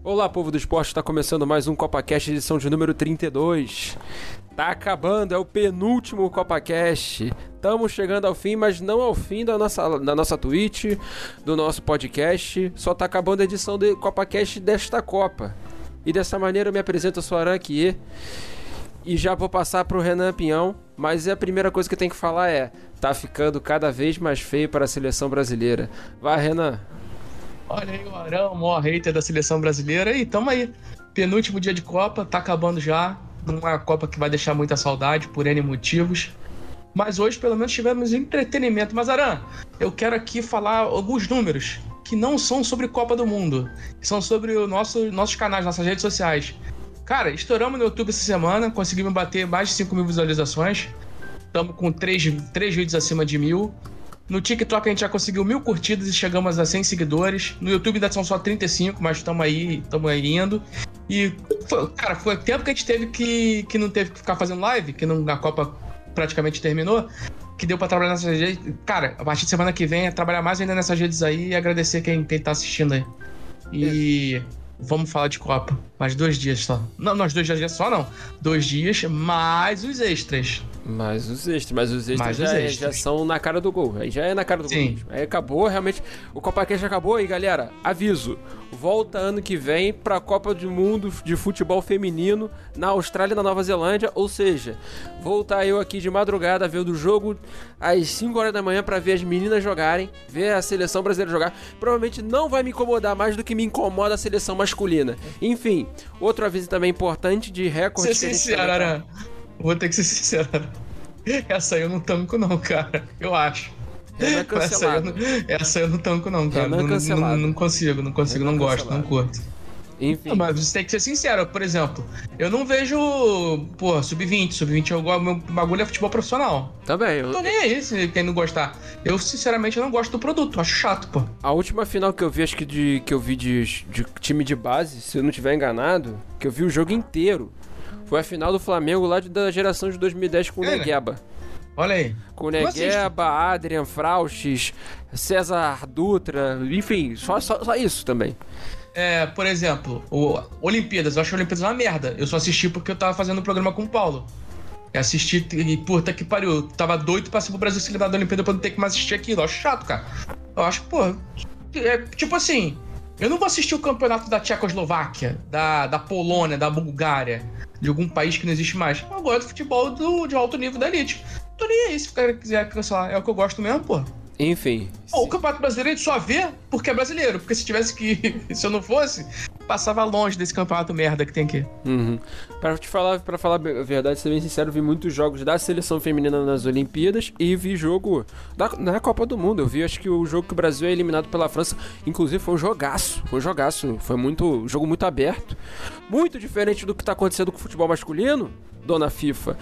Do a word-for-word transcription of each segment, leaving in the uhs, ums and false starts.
Olá, povo do esporte, está começando mais um CopaCast, edição de número trinta e dois. Tá acabando, é o penúltimo CopaCast. Estamos chegando ao fim, mas não ao fim da nossa, da nossa Twitch, do nosso podcast. Só tá acabando a edição do CopaCast desta Copa. E dessa maneira eu me apresento, eu sou Aran Kier. E já vou passar pro Renan Pinhão, mas a primeira coisa que eu tenho que falar é: tá ficando cada vez mais feio para a seleção brasileira. Vai, Renan. Olha aí o Arão, o maior hater da seleção brasileira. E tamo aí, penúltimo dia de Copa, tá acabando já. Uma Copa que vai deixar muita saudade por N motivos. Mas hoje pelo menos tivemos entretenimento. Mas Arão, eu quero aqui falar alguns números que não são sobre Copa do Mundo, que são sobre o nosso, nossos canais, nossas redes sociais. Cara, estouramos no YouTube essa semana, conseguimos bater mais de cinco mil visualizações. Estamos com três vídeos acima de mil. No TikTok a gente já conseguiu mil curtidas e chegamos a cem seguidores. No YouTube ainda são só trinta e cinco, mas estamos aí, estamos aí indo. E, foi, cara, foi tempo que a gente teve que, que não teve que ficar fazendo live, que não, a Copa praticamente terminou, que deu pra trabalhar nessas redes. Cara, a partir de semana que vem é trabalhar mais ainda nessas redes aí e agradecer quem, quem tá assistindo aí. E... É. Vamos falar de Copa. Mais dois dias só. Não, nós dois dias só não. Dois dias, mais os extras. Mais os extras. Mas os extras, mais já, os extras. já são na cara do gol. Aí já é na cara do Sim. gol mesmo. Aí acabou, realmente. O CopaCast acabou. E galera, aviso. Volta ano que vem pra Copa do Mundo de Futebol Feminino na Austrália e na Nova Zelândia. Ou seja, voltar eu aqui de madrugada ver o jogo às cinco horas da manhã pra ver as meninas jogarem. Ver a seleção brasileira jogar. Provavelmente não vai me incomodar mais do que me incomoda a seleção masculina. Enfim, outro aviso também importante de recorde. Ser sincero, Aran. Vou ter que ser sincero. Essa aí eu não tanco não, cara. Eu acho. Renan Essa aí, eu não, essa aí eu não tanco não, cara. Não, não, não, não consigo, não consigo, Renan não gosto, cancelado. não curto. Enfim. Não, mas você tem que ser sincero. Por exemplo, eu não vejo, pô, sub vinte. sub vinte, eu gosto, meu bagulho é futebol profissional. Também. Eu... Tô nem aí se quem não gostar. Eu, sinceramente, eu não gosto do produto. Acho chato, pô. A última final que eu vi, acho que de que eu vi de, de time de base, se eu não tiver enganado, que eu vi o jogo inteiro, foi a final do Flamengo lá de, da geração de dois mil e dez com o É, Negueba. Olha aí. Com o Negueba, Adrian Frauches, César Dutra, enfim, só, só, só isso também. É, por exemplo, o Olimpíadas. Eu acho Olimpíadas uma merda. Eu só assisti porque eu tava fazendo um programa com o Paulo. Eu assisti e, puta que pariu. Eu tava doido pra ser pro Brasil se livrar da Olimpíada pra não ter que mais assistir aquilo. Eu acho chato, cara. Eu acho, pô... É, tipo assim, eu não vou assistir o campeonato da Tchecoslováquia, da, da Polônia, da Bulgária, de algum país que não existe mais. Eu gosto do futebol do, de alto nível da elite. Tô nem aí se o cara quiser cancelar. É o que eu gosto mesmo, pô. Enfim. Pô, o Campeonato Brasileiro a gente só vê porque é brasileiro. Porque se tivesse que... se eu não fosse, passava longe desse campeonato merda que tem aqui. Uhum. Pra te falar, pra falar a verdade, ser bem sincero, vi muitos jogos da seleção feminina nas Olimpíadas e vi jogo da, na Copa do Mundo. Eu vi, acho que o jogo que o Brasil é eliminado pela França, inclusive foi um jogaço. Foi um jogaço. Foi muito, um jogo muito aberto. Muito diferente do que tá acontecendo com o futebol masculino, dona FIFA.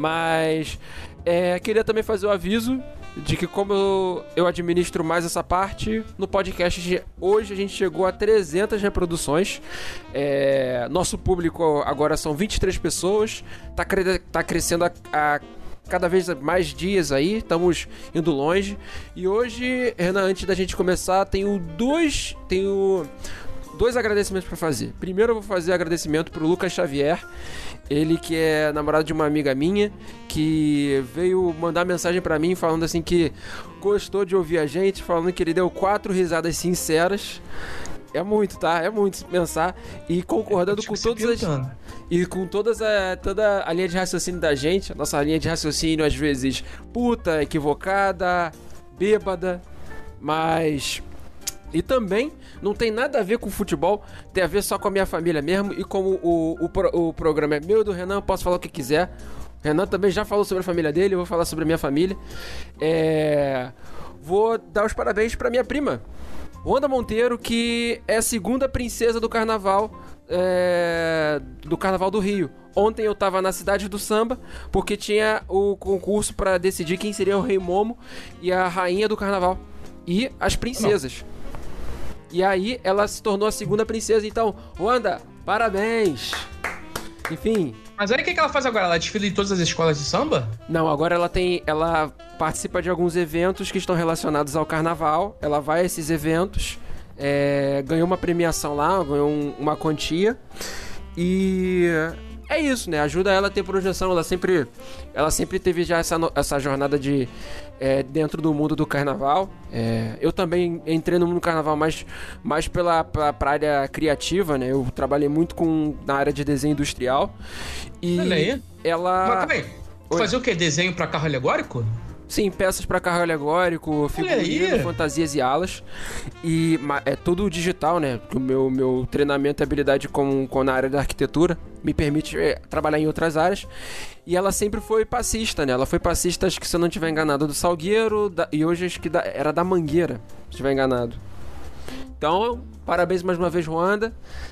Mas é, queria também fazer o aviso de que, como eu, eu administro mais essa parte, no podcast de hoje a gente chegou a trezentas reproduções. É, nosso público agora são vinte e três pessoas, tá, cre- tá crescendo a, a cada vez mais dias aí, estamos indo longe. E hoje, Renan, antes da gente começar, tenho dois, tenho dois agradecimentos para fazer. Primeiro eu vou fazer agradecimento pro Lucas Xavier, ele que é namorado de uma amiga minha, que veio mandar mensagem pra mim falando assim que gostou de ouvir a gente, falando que ele deu quatro risadas sinceras. É muito, tá? É muito pensar. E concordando É, com todas as... E com todas a, toda a linha de raciocínio da gente, a nossa linha de raciocínio às vezes puta, equivocada, bêbada, mas... E também não tem nada a ver com futebol, tem a ver só com a minha família mesmo. E como o, o, o programa é meu e do Renan, eu posso falar o que quiser. O Renan também já falou sobre a família dele, eu vou falar sobre a minha família. É... Vou dar os parabéns pra minha prima, Wanda Monteiro, que é a segunda princesa do carnaval, é... do Carnaval do Rio. Ontem eu tava na cidade do samba, porque tinha o concurso pra decidir quem seria o Rei Momo e a rainha do carnaval. E as princesas. Não. E aí ela se tornou a segunda princesa. Então, Wanda, parabéns. Enfim. Mas aí o que, que ela faz agora? Ela desfila em todas as escolas de samba? Não, agora ela tem. Ela participa de alguns eventos que estão relacionados ao carnaval. Ela vai a esses eventos. é, ganhou uma premiação lá, ganhou um, uma quantia. E é isso, né? Ajuda ela a ter projeção. Ela sempre, ela sempre teve já essa, essa jornada de é, dentro do mundo do carnaval. É, eu também entrei no mundo do carnaval mais, mais pela, pela pra área criativa, né? Eu trabalhei muito com, na área de desenho industrial. E Olha aí. ela... Mas também, fazer o quê? Desenho pra carro alegórico? Sim, peças para carro alegórico, figurino, fantasias e alas. E é tudo digital, né? O meu, meu treinamento e habilidade com, com na área da arquitetura me permite é, trabalhar em outras áreas. E ela sempre foi passista, né? Ela foi passista, acho que se eu não estiver enganado, do Salgueiro, da, e hoje acho que da, era da Mangueira, se estiver enganado. Então, parabéns mais uma vez, Ruanda.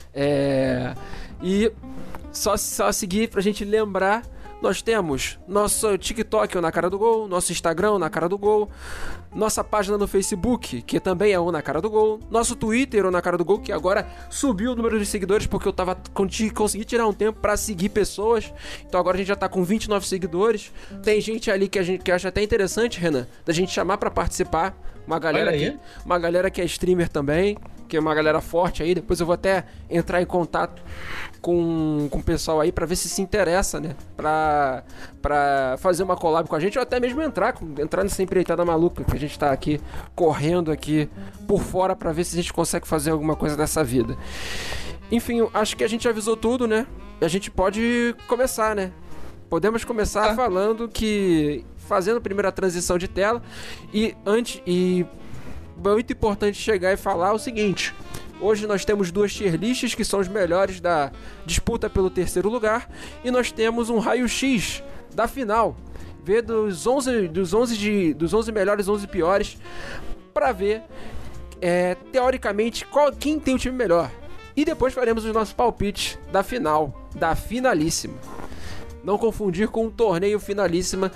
É, e só, só seguir pra gente lembrar. Nós temos nosso TikTok, o Na Cara do Gol, nosso Instagram, o Na Cara do Gol, nossa página no Facebook, que também é o Na Cara do Gol, nosso Twitter, o Na Cara do Gol, que agora subiu o número de seguidores porque eu tava consegui tirar um tempo pra seguir pessoas. Então agora a gente já tá com vinte e nove seguidores. Tem gente ali que a gente que acha até interessante, Renan, da gente chamar pra participar. Uma galera que, uma galera que é streamer também, que é uma galera forte aí. Depois eu vou até entrar em contato com, com o pessoal aí pra ver se se interessa, né? Pra, pra fazer uma collab com a gente, ou até mesmo entrar, entrar nessa empreitada maluca que a gente tá aqui, correndo aqui por fora pra ver se a gente consegue fazer alguma coisa dessa vida. Enfim, acho que a gente avisou tudo, né? A gente pode começar, né? Podemos começar ah. falando que... fazendo a primeira transição de tela. E antes... E muito importante chegar e falar o seguinte: hoje nós temos duas tier lists que são os melhores da disputa pelo terceiro lugar, e nós temos um raio-x da final, ver dos onze, dos onze, de, dos onze melhores, onze piores, para ver é, teoricamente qual, quem tem o time melhor. E depois faremos os nossos palpites da final, da finalíssima. Não confundir com o torneio finalíssima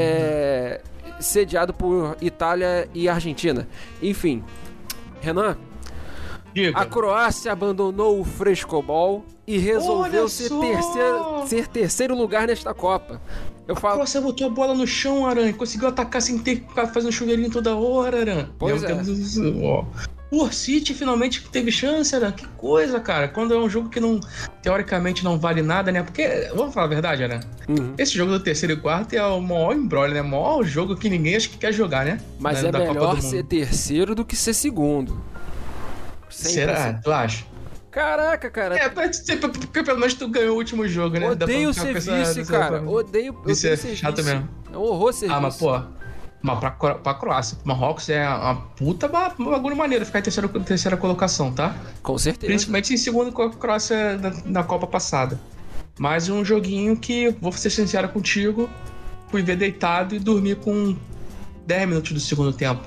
é, sediado por Itália e Argentina. Enfim, Renan, diga. A Croácia abandonou o frescobol e resolveu ser terceiro, ser terceiro lugar nesta Copa. Eu falo... A Croácia botou a bola no chão, Aranha, conseguiu atacar sem ter que ficar fazendo chuveirinho toda hora, Aranha. Pois é. O City finalmente teve chance, Aran. Que coisa, cara. Quando é um jogo que não, teoricamente não vale nada, né? Porque, vamos falar a verdade, Aran. Uhum. Esse jogo do terceiro e quarto é o maior embrolho, né? O maior jogo que ninguém acho que quer jogar, né? Mas da, é da melhor ser terceiro do que ser segundo. Será? Tu acha? Caraca, cara. É, porque pelo menos tu ganhou o último jogo, né? Odeio ser vice, cara. Odeio, odeio ser vice. Chato mesmo. É um horror ser vice. Ah, mas pô... Mas pra, pra Croácia, Marrocos é uma puta bagulho maneiro ficar em terceira, terceira colocação, tá? Com certeza. Principalmente em segundo com a Croácia na, na Copa passada. Mas um joguinho que, vou ser sincero contigo, fui ver deitado e dormi com dez minutos do segundo tempo.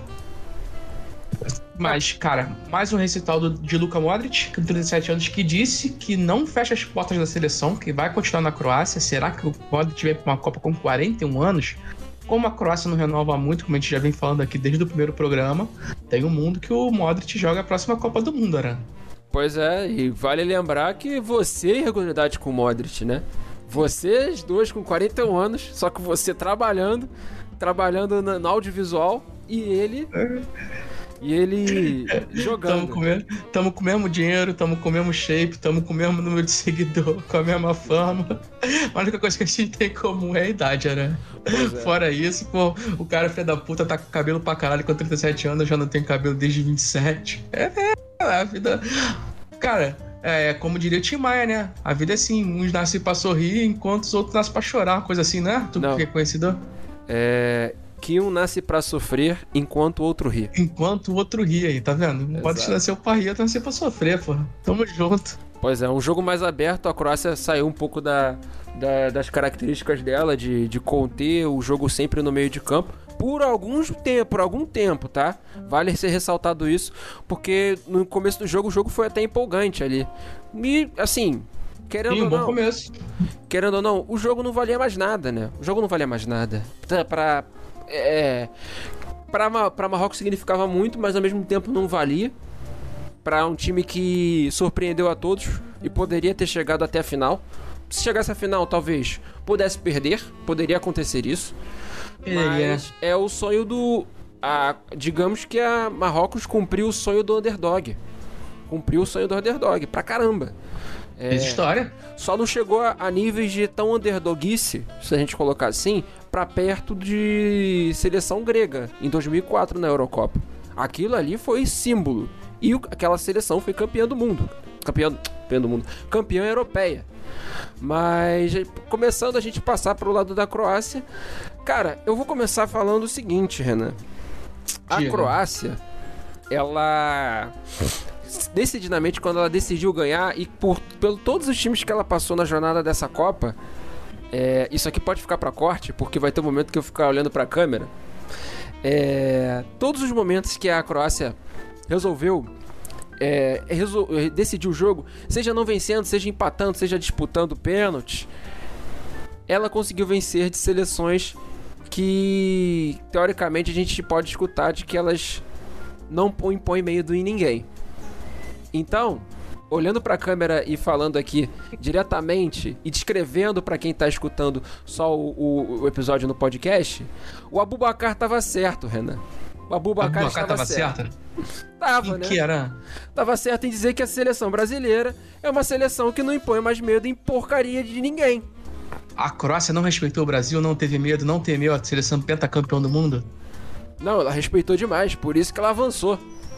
Mas, cara, mais um recital do, de Luka Modric, com trinta e sete anos, que disse que não fecha as portas da seleção, que vai continuar na Croácia. Será que o Modric veio pra uma Copa com quarenta e um anos? Como a Croácia não renova muito, como a gente já vem falando aqui desde o primeiro programa, tem um mundo que o Modric joga a próxima Copa do Mundo, Aran. Pois é, e vale lembrar que você é irregularidade com o Modric, né? Vocês dois com quarenta e um anos, só que você trabalhando, trabalhando no audiovisual, e ele... E ele jogando. Tamo com, mesmo, tamo com o mesmo dinheiro, tamo com o mesmo shape, tamo com o mesmo número de seguidor, com a mesma fama. A única coisa que a gente tem em comum é a idade, né? É. Fora isso, pô, o cara filho da puta tá com cabelo pra caralho com trinta e sete anos, eu já não tenho cabelo desde vinte e sete. É, é, a vida... Cara, é como diria o Tim Maia, né? A vida é assim, uns nascem pra sorrir, enquanto os outros nascem pra chorar, uma coisa assim, né? Tu não. Que é conhecido? É... Que um nasce pra sofrer enquanto o outro ri. Enquanto o outro ri aí, tá vendo? Não pode nascer pra rir, nascer pra sofrer, pô. Tamo junto. Pois é, um jogo mais aberto, a Croácia saiu um pouco da, da, das características dela, de, de conter o jogo sempre no meio de campo. Por alguns tempo, por algum tempo, tá? Vale ser ressaltado isso, porque no começo do jogo, o jogo foi até empolgante ali. E, assim... Querendo Sim, um ou bom não, começo. Querendo ou não, o jogo não valia mais nada, né? O jogo não valia mais nada. Pra... É, pra, pra Marrocos significava muito, mas ao mesmo tempo não valia. Pra um time que surpreendeu a todos e poderia ter chegado até a final. Se chegasse à final, talvez pudesse perder, poderia acontecer isso. Poderia. Mas é o sonho do... A, digamos que a Marrocos cumpriu o sonho do underdog. cumpriu o sonho do underdog, pra caramba. É, Fez história. Só não chegou a, a níveis de tão underdogice, se a gente colocar assim, pra perto de seleção grega, em dois mil e quatro na Eurocopa. Aquilo ali foi símbolo. E o, aquela seleção foi campeã do mundo. Campeã, campeã do mundo. Campeã europeia. Mas, começando a gente passar pro lado da Croácia. Cara, eu vou começar falando o seguinte, Renan. A Diga. Croácia, ela... decididamente, quando ela decidiu ganhar, e por pelo todos os times que ela passou na jornada dessa Copa, é, isso aqui pode ficar pra corte, porque vai ter um momento que eu ficar olhando pra câmera. É, todos os momentos que a Croácia resolveu é, resol, decidir o jogo, seja não vencendo, seja empatando, seja disputando pênalti, ela conseguiu vencer de seleções que, teoricamente, a gente pode escutar de que elas não impõem medo em ninguém. Então, olhando para a câmera e falando aqui diretamente e descrevendo para quem tá escutando só o, o, o episódio no podcast, o Aboubakar tava certo, Renan. O Aboubakar estava certo. certo. Tava, né? Que era? Tava certo em dizer que a seleção brasileira é uma seleção que não impõe mais medo em porcaria de ninguém. A Croácia não respeitou o Brasil, não teve medo, não temeu a seleção pentacampeão do mundo? Não, ela respeitou demais, por isso que ela avançou.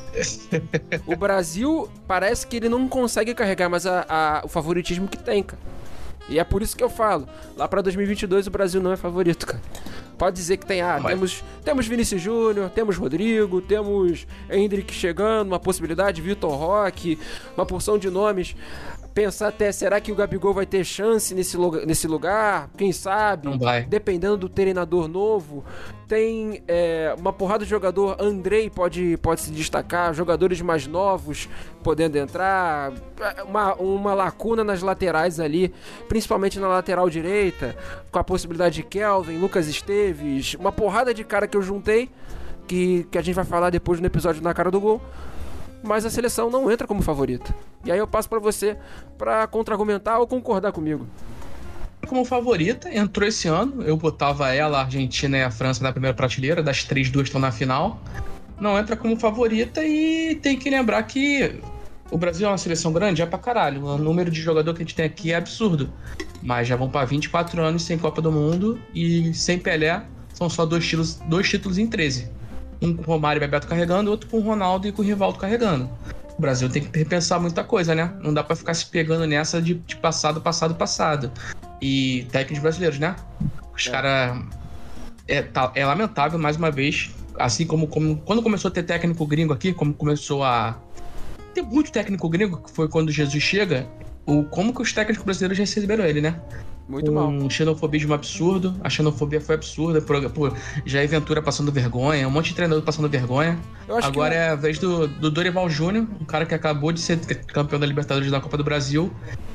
O Brasil parece que ele não consegue carregar mais a, a, o favoritismo que tem, cara. E é por isso que eu falo, lá pra dois mil e vinte e dois o Brasil não é favorito, cara. Pode dizer que tem, ah, Mas... temos, temos Vinícius Júnior, temos Rodrigo, temos Hendrick chegando, uma possibilidade, Vitor Roque, uma porção de nomes. Pensar até, será que o Gabigol vai ter chance nesse, nesse lugar? Quem sabe? Não vai. Dependendo do treinador novo. Tem é, uma porrada de jogador, Andrei pode, pode se destacar, jogadores mais novos podendo entrar, uma, uma lacuna nas laterais ali, principalmente na lateral direita, com a possibilidade de Kelvin, Lucas Esteves, uma porrada de cara que eu juntei, que, que a gente vai falar depois no episódio Na Cara do Gol. Mas a seleção não entra como favorita. E aí eu passo pra você pra contra-argumentar ou concordar comigo. Como favorita, entrou esse ano. Eu botava ela, a Argentina e a França na primeira prateleira. Das três, duas estão na final. Não entra como favorita e tem que lembrar que o Brasil é uma seleção grande, é pra caralho. O número de jogador que a gente tem aqui é absurdo. Mas já vão pra vinte e quatro anos sem Copa do Mundo e sem Pelé. São só dois títulos, dois títulos em treze. Um com o Romário e Bebeto carregando, outro com o Ronaldo e com o Rivaldo carregando. O Brasil tem que repensar muita coisa, né? Não dá pra ficar se pegando nessa de, de passado, passado, passado. E técnicos brasileiros, né? Os é. caras... É, tá, é lamentável, mais uma vez, assim como, como quando começou a ter técnico gringo aqui, como começou a ter muito técnico gringo, que foi quando Jesus chega, o, como que os técnicos brasileiros receberam ele, né? Muito um mal. Um xenofobismo absurdo. A xenofobia foi absurda. Por, por Jair Ventura passando vergonha. Um monte de treinador passando vergonha. Agora que... é a vez do, do Dorival Júnior, um cara que acabou de ser campeão da Libertadores da Copa do Brasil.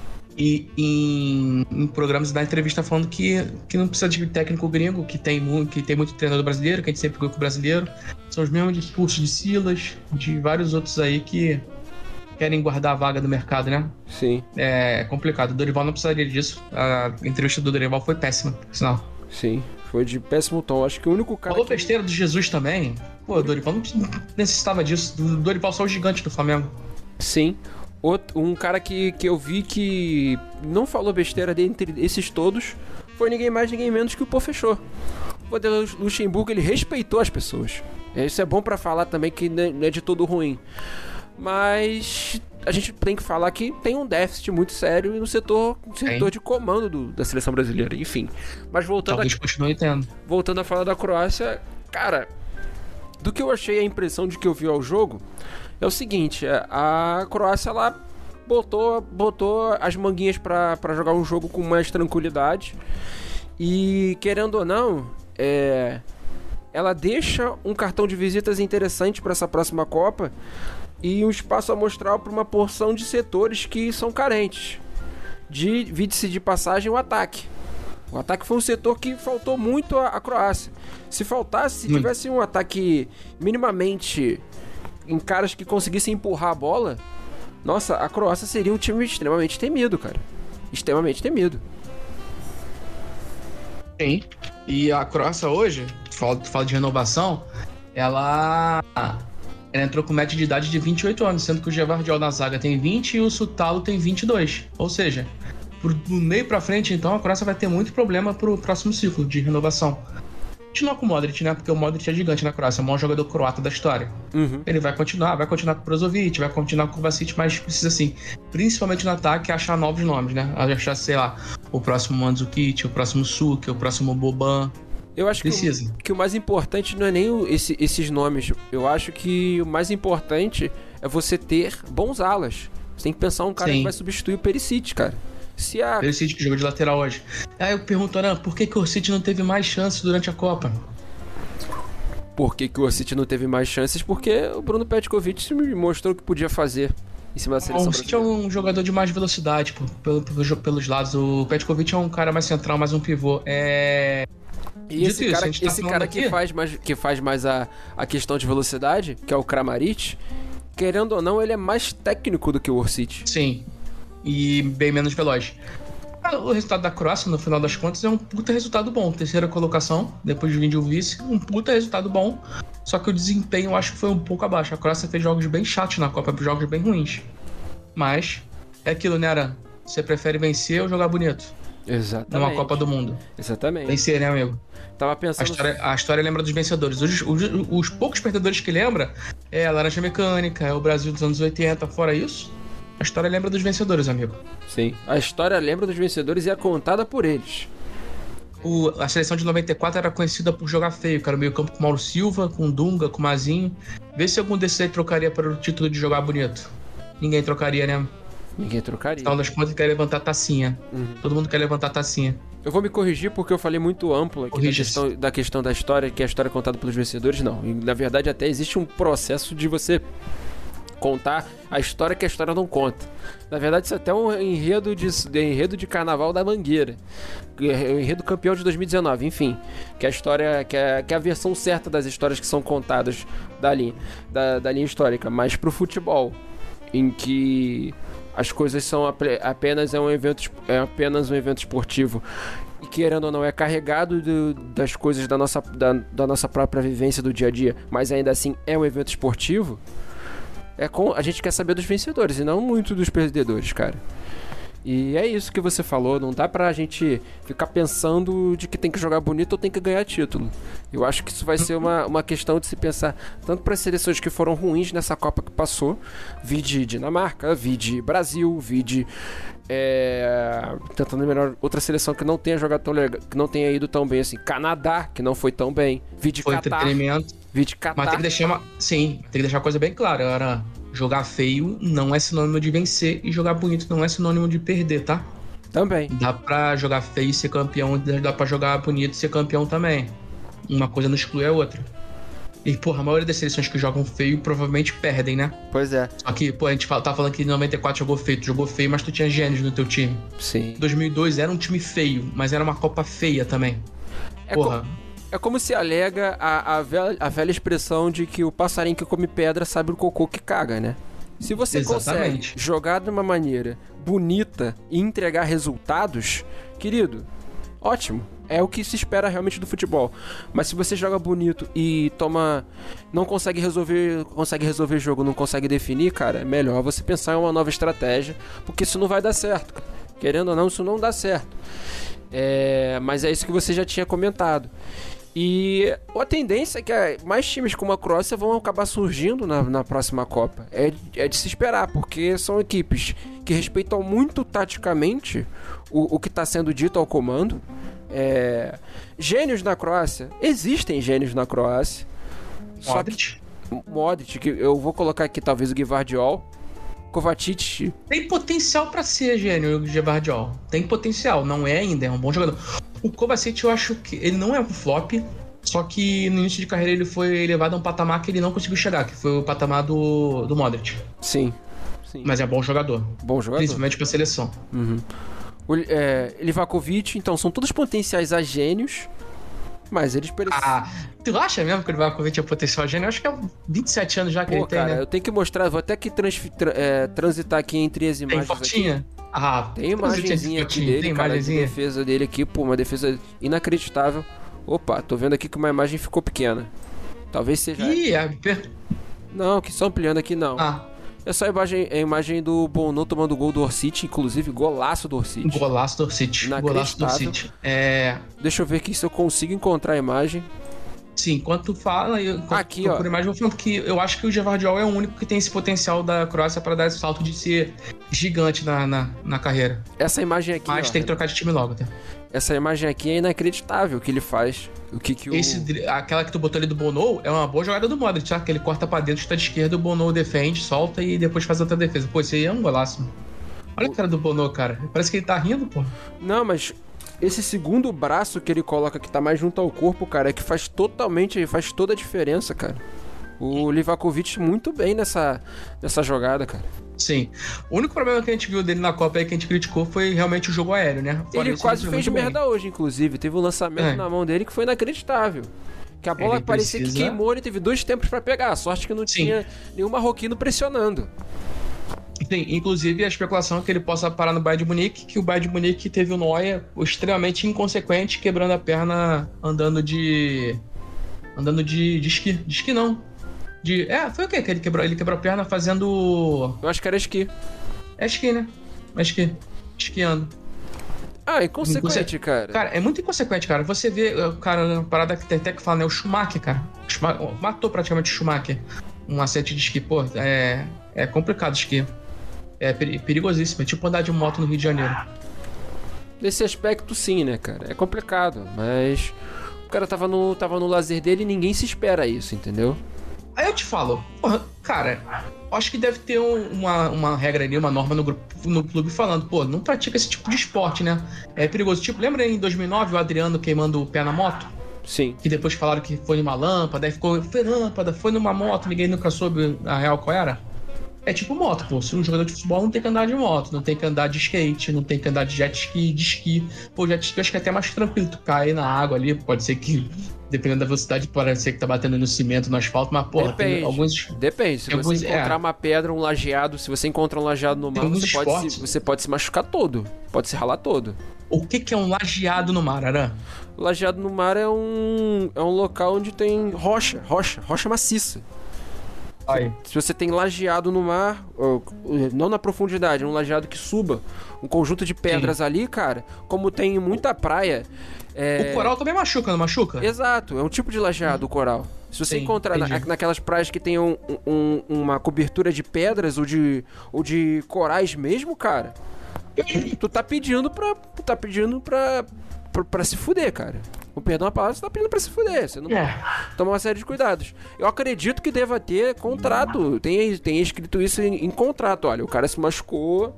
E em, em programas da entrevista falando que, que não precisa de técnico gringo, que tem, que tem muito treinador brasileiro, que a gente sempre ganha com o brasileiro. São os mesmos discursos de Silas, de vários outros aí que querem guardar a vaga do mercado, né? Sim. É complicado. O Dorival não precisaria disso. A entrevista do Dorival foi péssima, por sinal. Sim, foi de péssimo tom. Acho que o único cara. Falou que... besteira do Jesus também. Pô, o Dorival não necessitava disso. O Dorival só o gigante do Flamengo. Sim. Outro, um cara que, que eu vi que não falou besteira dentre esses todos foi ninguém mais, ninguém menos que o Pô Fechou. O Vanderlei Luxemburgo, ele respeitou as pessoas. Isso é bom pra falar também, que não é de todo ruim. Mas a gente tem que falar que tem um déficit muito sério no setor, no setor de comando do, da seleção brasileira, enfim. Mas voltando Talvez a, continue tendo. Voltando a falar da Croácia, cara, do que eu achei a impressão de que eu vi ao jogo é o seguinte, a Croácia ela botou, botou as manguinhas pra, pra jogar um jogo com mais tranquilidade e, querendo ou não, é, ela deixa um cartão de visitas interessante para essa próxima Copa e um espaço amostral para uma porção de setores que são carentes. De, vide-se de passagem, o ataque. O ataque foi um setor que faltou muito à, à Croácia. Se faltasse, se muito. tivesse um ataque minimamente em caras que conseguissem empurrar a bola, nossa, a Croácia seria um time extremamente temido, cara. Extremamente temido. Sim. E a Croácia hoje, tu fala, tu fala de renovação, ela... Ela entrou com média de idade de vinte e oito anos, sendo que o Gvardiol na zaga tem vinte e o Sutalo tem vinte e dois. Ou seja, do meio pra frente, então, a Croácia vai ter muito problema pro próximo ciclo de renovação. Continuar com o Modric, né? Porque o Modric é gigante na Croácia, é o maior jogador croata da história. Uhum. Ele vai continuar, vai continuar com o Brozovic, vai continuar com o Kovacic, mas precisa, assim, principalmente no ataque, achar novos nomes, né? Achar, sei lá, o próximo Mandzukic, o próximo Suk, o próximo Boban. Eu acho que o, que o mais importante não é nem o, esse, esses nomes. Eu acho que o mais importante é você ter bons alas. Você tem que pensar um cara Sim. que vai substituir o Perisic, cara. Se a... Perisic que jogou de lateral hoje. Aí eu pergunto, Aran, por que, que o Orsic não teve mais chances durante a Copa? Por que, que o Orsic não teve mais chances? Porque o Bruno Petkovic me mostrou o que podia fazer em cima da seleção. O Orsic é um jogador de mais velocidade, pô, pelo, pelo, pelos lados. O Petkovic é um cara mais central, mais um pivô. É... E esse isso, cara, tá esse cara que, faz mais, que faz mais a, a questão de velocidade, que é o Kramaric, querendo ou não, ele é mais técnico do que o Orsic. Sim. E bem menos veloz. O resultado da Croácia, no final das contas, é um puta resultado bom. Terceira colocação, depois de vir de um vice, um puta resultado bom. Só que o desempenho eu acho que foi um pouco abaixo. A Croácia fez jogos bem chatos na Copa, jogos bem ruins. Mas é aquilo, né, Aran? Você prefere vencer ou jogar bonito? Exatamente. Numa Copa do Mundo. Exatamente. Vencer, né, amigo? Tava pensando... A história, a história lembra dos vencedores. Os, os, os poucos perdedores que lembra é a Laranja Mecânica, é o Brasil dos anos oitenta. Fora isso, a história lembra dos vencedores, amigo. Sim, a história lembra dos vencedores e é contada por eles. O, a seleção de noventa e quatro era conhecida por jogar feio, cara. Meio campo com Mauro Silva, com Dunga, com Mazinho. Vê se algum desses aí trocaria para o título de jogar bonito. Ninguém trocaria, né? Ninguém trocaria. Então, das contas, quer levantar a tacinha. Uhum. Todo mundo quer levantar a tacinha. Eu vou me corrigir porque eu falei muito amplo aqui da questão, da questão da história, que é a história contada pelos vencedores. Não, e, na verdade até existe um processo de você contar a história que a história não conta. Na verdade, isso é até um enredo de, de enredo de Carnaval da Mangueira, o enredo campeão de dois mil e dezenove, enfim, que é a história, que é, que é a versão certa das histórias que são contadas da linha, da, da linha histórica, mas pro futebol, em que as coisas são apenas é um evento, é apenas um evento esportivo e, querendo ou não, é carregado do, das coisas da nossa, da, da nossa própria vivência do dia a dia, mas ainda assim é um evento esportivo. É com, a gente quer saber dos vencedores e não muito dos perdedores, cara. E é isso que você falou, não dá pra gente ficar pensando de que tem que jogar bonito ou tem que ganhar título. Eu acho que isso vai ser uma, uma questão de se pensar tanto para as seleções que foram ruins nessa Copa que passou, vide Dinamarca, vide Brasil, vide é, tentando melhor outra seleção que não tenha jogado tão legal, que não tenha ido tão bem assim, Canadá, que não foi tão bem, vide foi Catar, entretenimento. Vide Catar. Mas tem que deixar uma, sim, tem que deixar a coisa bem clara, Ara. Jogar feio não é sinônimo de vencer e jogar bonito não é sinônimo de perder, tá? Também. Dá pra jogar feio e ser campeão, dá pra jogar bonito e ser campeão também. Uma coisa não exclui a outra. E, porra, a maioria das seleções que jogam feio provavelmente perdem, né? Pois é. Só que, pô, a gente tá falando que em noventa e quatro jogou feio, tu jogou feio, mas tu tinha gênios no teu time. Sim. dois mil e dois era um time feio, mas era uma Copa feia também. É porra. Co- é como se alega a, a, velha, a velha expressão de que o passarinho que come pedra sabe o cocô que caga, né? Se você Exatamente. consegue jogar de uma maneira bonita e entregar resultados, querido, ótimo. É o que se espera realmente do futebol. Mas se você joga bonito e toma, não consegue resolver, consegue resolver jogo, não consegue definir, cara, é melhor você pensar em uma nova estratégia, porque isso não vai dar certo. Querendo ou não, isso não dá certo. É, mas é isso que você já tinha comentado. E a tendência é que mais times como a Croácia vão acabar surgindo na, na próxima Copa. É, é de se esperar, porque são equipes que respeitam muito taticamente o, o que está sendo dito ao comando. É, gênios na Croácia, existem gênios na Croácia. Modric. Modric, que eu vou colocar aqui talvez o Gvardiol. Kovacic. Tem potencial pra ser gênio o Gvardiol. Tem potencial, não é ainda, é um bom jogador. O Kovacic eu acho que ele não é um flop, só que no início de carreira ele foi levado a um patamar que ele não conseguiu chegar, que foi o patamar do, do Modric. Sim. Sim. Mas é bom jogador. Bom jogador. Principalmente pra seleção. Uhum. O é, Livakovic, então, são todos potenciais a gênios, mas eles parecem... Ah, tu acha mesmo que o Livakovic é potencial a gênio? Eu acho que é vinte e sete anos já que Pô, ele tem, cara, né? eu tenho que mostrar, vou até que trans, tra, é, transitar aqui entre as imagens. Tem fotinha? Aqui. Ah, tem imagenzinha aqui dele, tem cara, de defesa dele aqui, pô, uma defesa inacreditável. Opa, tô vendo aqui que uma imagem ficou pequena. Talvez seja... Ih, é... Não, que só ampliando aqui não. Ah. Essa é a imagem, é a imagem do Bono tomando gol do Orsic, inclusive golaço do Orsic. Golaço do Orsic. Golaço do Orsic. É... Deixa eu ver aqui se eu consigo encontrar a imagem. Sim, enquanto tu fala, eu, enquanto aqui, tu ó. Por imagem, eu vou falando que eu acho que o Gvardiol é o único que tem esse potencial da Croácia para dar esse salto de ser gigante na, na, na carreira. Essa imagem aqui, Mas ó, tem que trocar de time logo, tá? Essa imagem aqui é inacreditável o que ele faz. O que que o... Esse, aquela que tu botou ali do Bono é uma boa jogada do Modric, tá? Que ele corta pra dentro, está de esquerda, o Bono defende, solta e depois faz outra defesa. Pô, esse aí é um golaço. Olha o... a cara do Bono, cara. Parece que ele tá rindo, pô. Não, mas esse segundo braço que ele coloca, que tá mais junto ao corpo, cara, é que faz totalmente, faz toda a diferença, cara. O Livakovic muito bem nessa, nessa jogada, cara. Sim. O único problema que a gente viu dele na Copa aí que a gente criticou foi realmente o jogo aéreo, né? Fora ele isso, quase ele fez merda bem. Hoje, inclusive. Teve um lançamento é. na mão dele que foi inacreditável. Que a bola ele parecia precisa... que queimou, ele teve dois tempos pra pegar. Sorte que não Sim. tinha nenhum marroquino pressionando. Sim, inclusive a especulação é que ele possa parar no Bayern de Munique, que o Bayern de Munique teve o Neuer extremamente inconsequente, quebrando a perna andando de... Andando de, de esqui. De esqui não. De... É, foi o quê? Que ele quebrou, ele quebrou a perna fazendo... Eu acho que era esqui. É esqui, né? É esqui. Esquiando. Ah, inconsequente, Inconse... cara. Cara, é muito inconsequente, cara. Você vê, cara, uma parada que tem até que falar, né? O Schumacher, cara. O Schumacher... Matou praticamente o Schumacher. Um acidente de esqui. Pô, é, é complicado esqui. É perigosíssimo. É tipo andar de moto no Rio de Janeiro. Nesse aspecto, sim, né, cara? É complicado, mas... O cara tava no, tava no lazer dele e ninguém se espera isso, entendeu? Aí eu te falo, porra, cara, acho que deve ter um, uma, uma regra ali, uma norma no, grupo, no clube falando, pô, não pratica esse tipo de esporte, né? É perigoso. Tipo, lembra em dois mil e nove o Adriano queimando o pé na moto? Sim. Que depois falaram que foi numa lâmpada, aí ficou, foi lâmpada, foi numa moto, ninguém nunca soube a real qual era. É tipo moto, pô. Se um jogador de futebol não tem que andar de moto, não tem que andar de skate, não tem que andar de jet ski, de esqui. Pô, jet ski eu acho que é até mais tranquilo. Tu cair na água ali, pode ser que, dependendo da velocidade, pode ser que tá batendo no cimento, no asfalto, mas, pô, tem alguns... Depende. Se alguns, você encontrar é. uma pedra, um lajeado, se você encontrar um lajeado no mar, você pode, se, você pode se machucar todo. Pode se ralar todo. O que que é um lajeado no mar, Aran? Lajeado no mar é um, é um local onde tem rocha, rocha, rocha maciça. Aí. Se você tem lajeado no mar, não na profundidade, um lajeado que suba, um conjunto de pedras Sim. ali, cara, como tem muita praia... É... O coral também machuca, não machuca? Exato, é um tipo de lajeado o coral. Se você Sim, encontrar na, naquelas praias que tem um, um, uma cobertura de pedras ou de, ou de corais mesmo, cara, tu tá pedindo pra, tu tá pedindo pra, pra, pra se fuder, cara. Com perdão a palavra, você tá pedindo pra se fuder. Você não é. toma uma série de cuidados. Eu acredito que deva ter contrato. Tem, tem escrito isso em, em contrato. Olha, o cara se machucou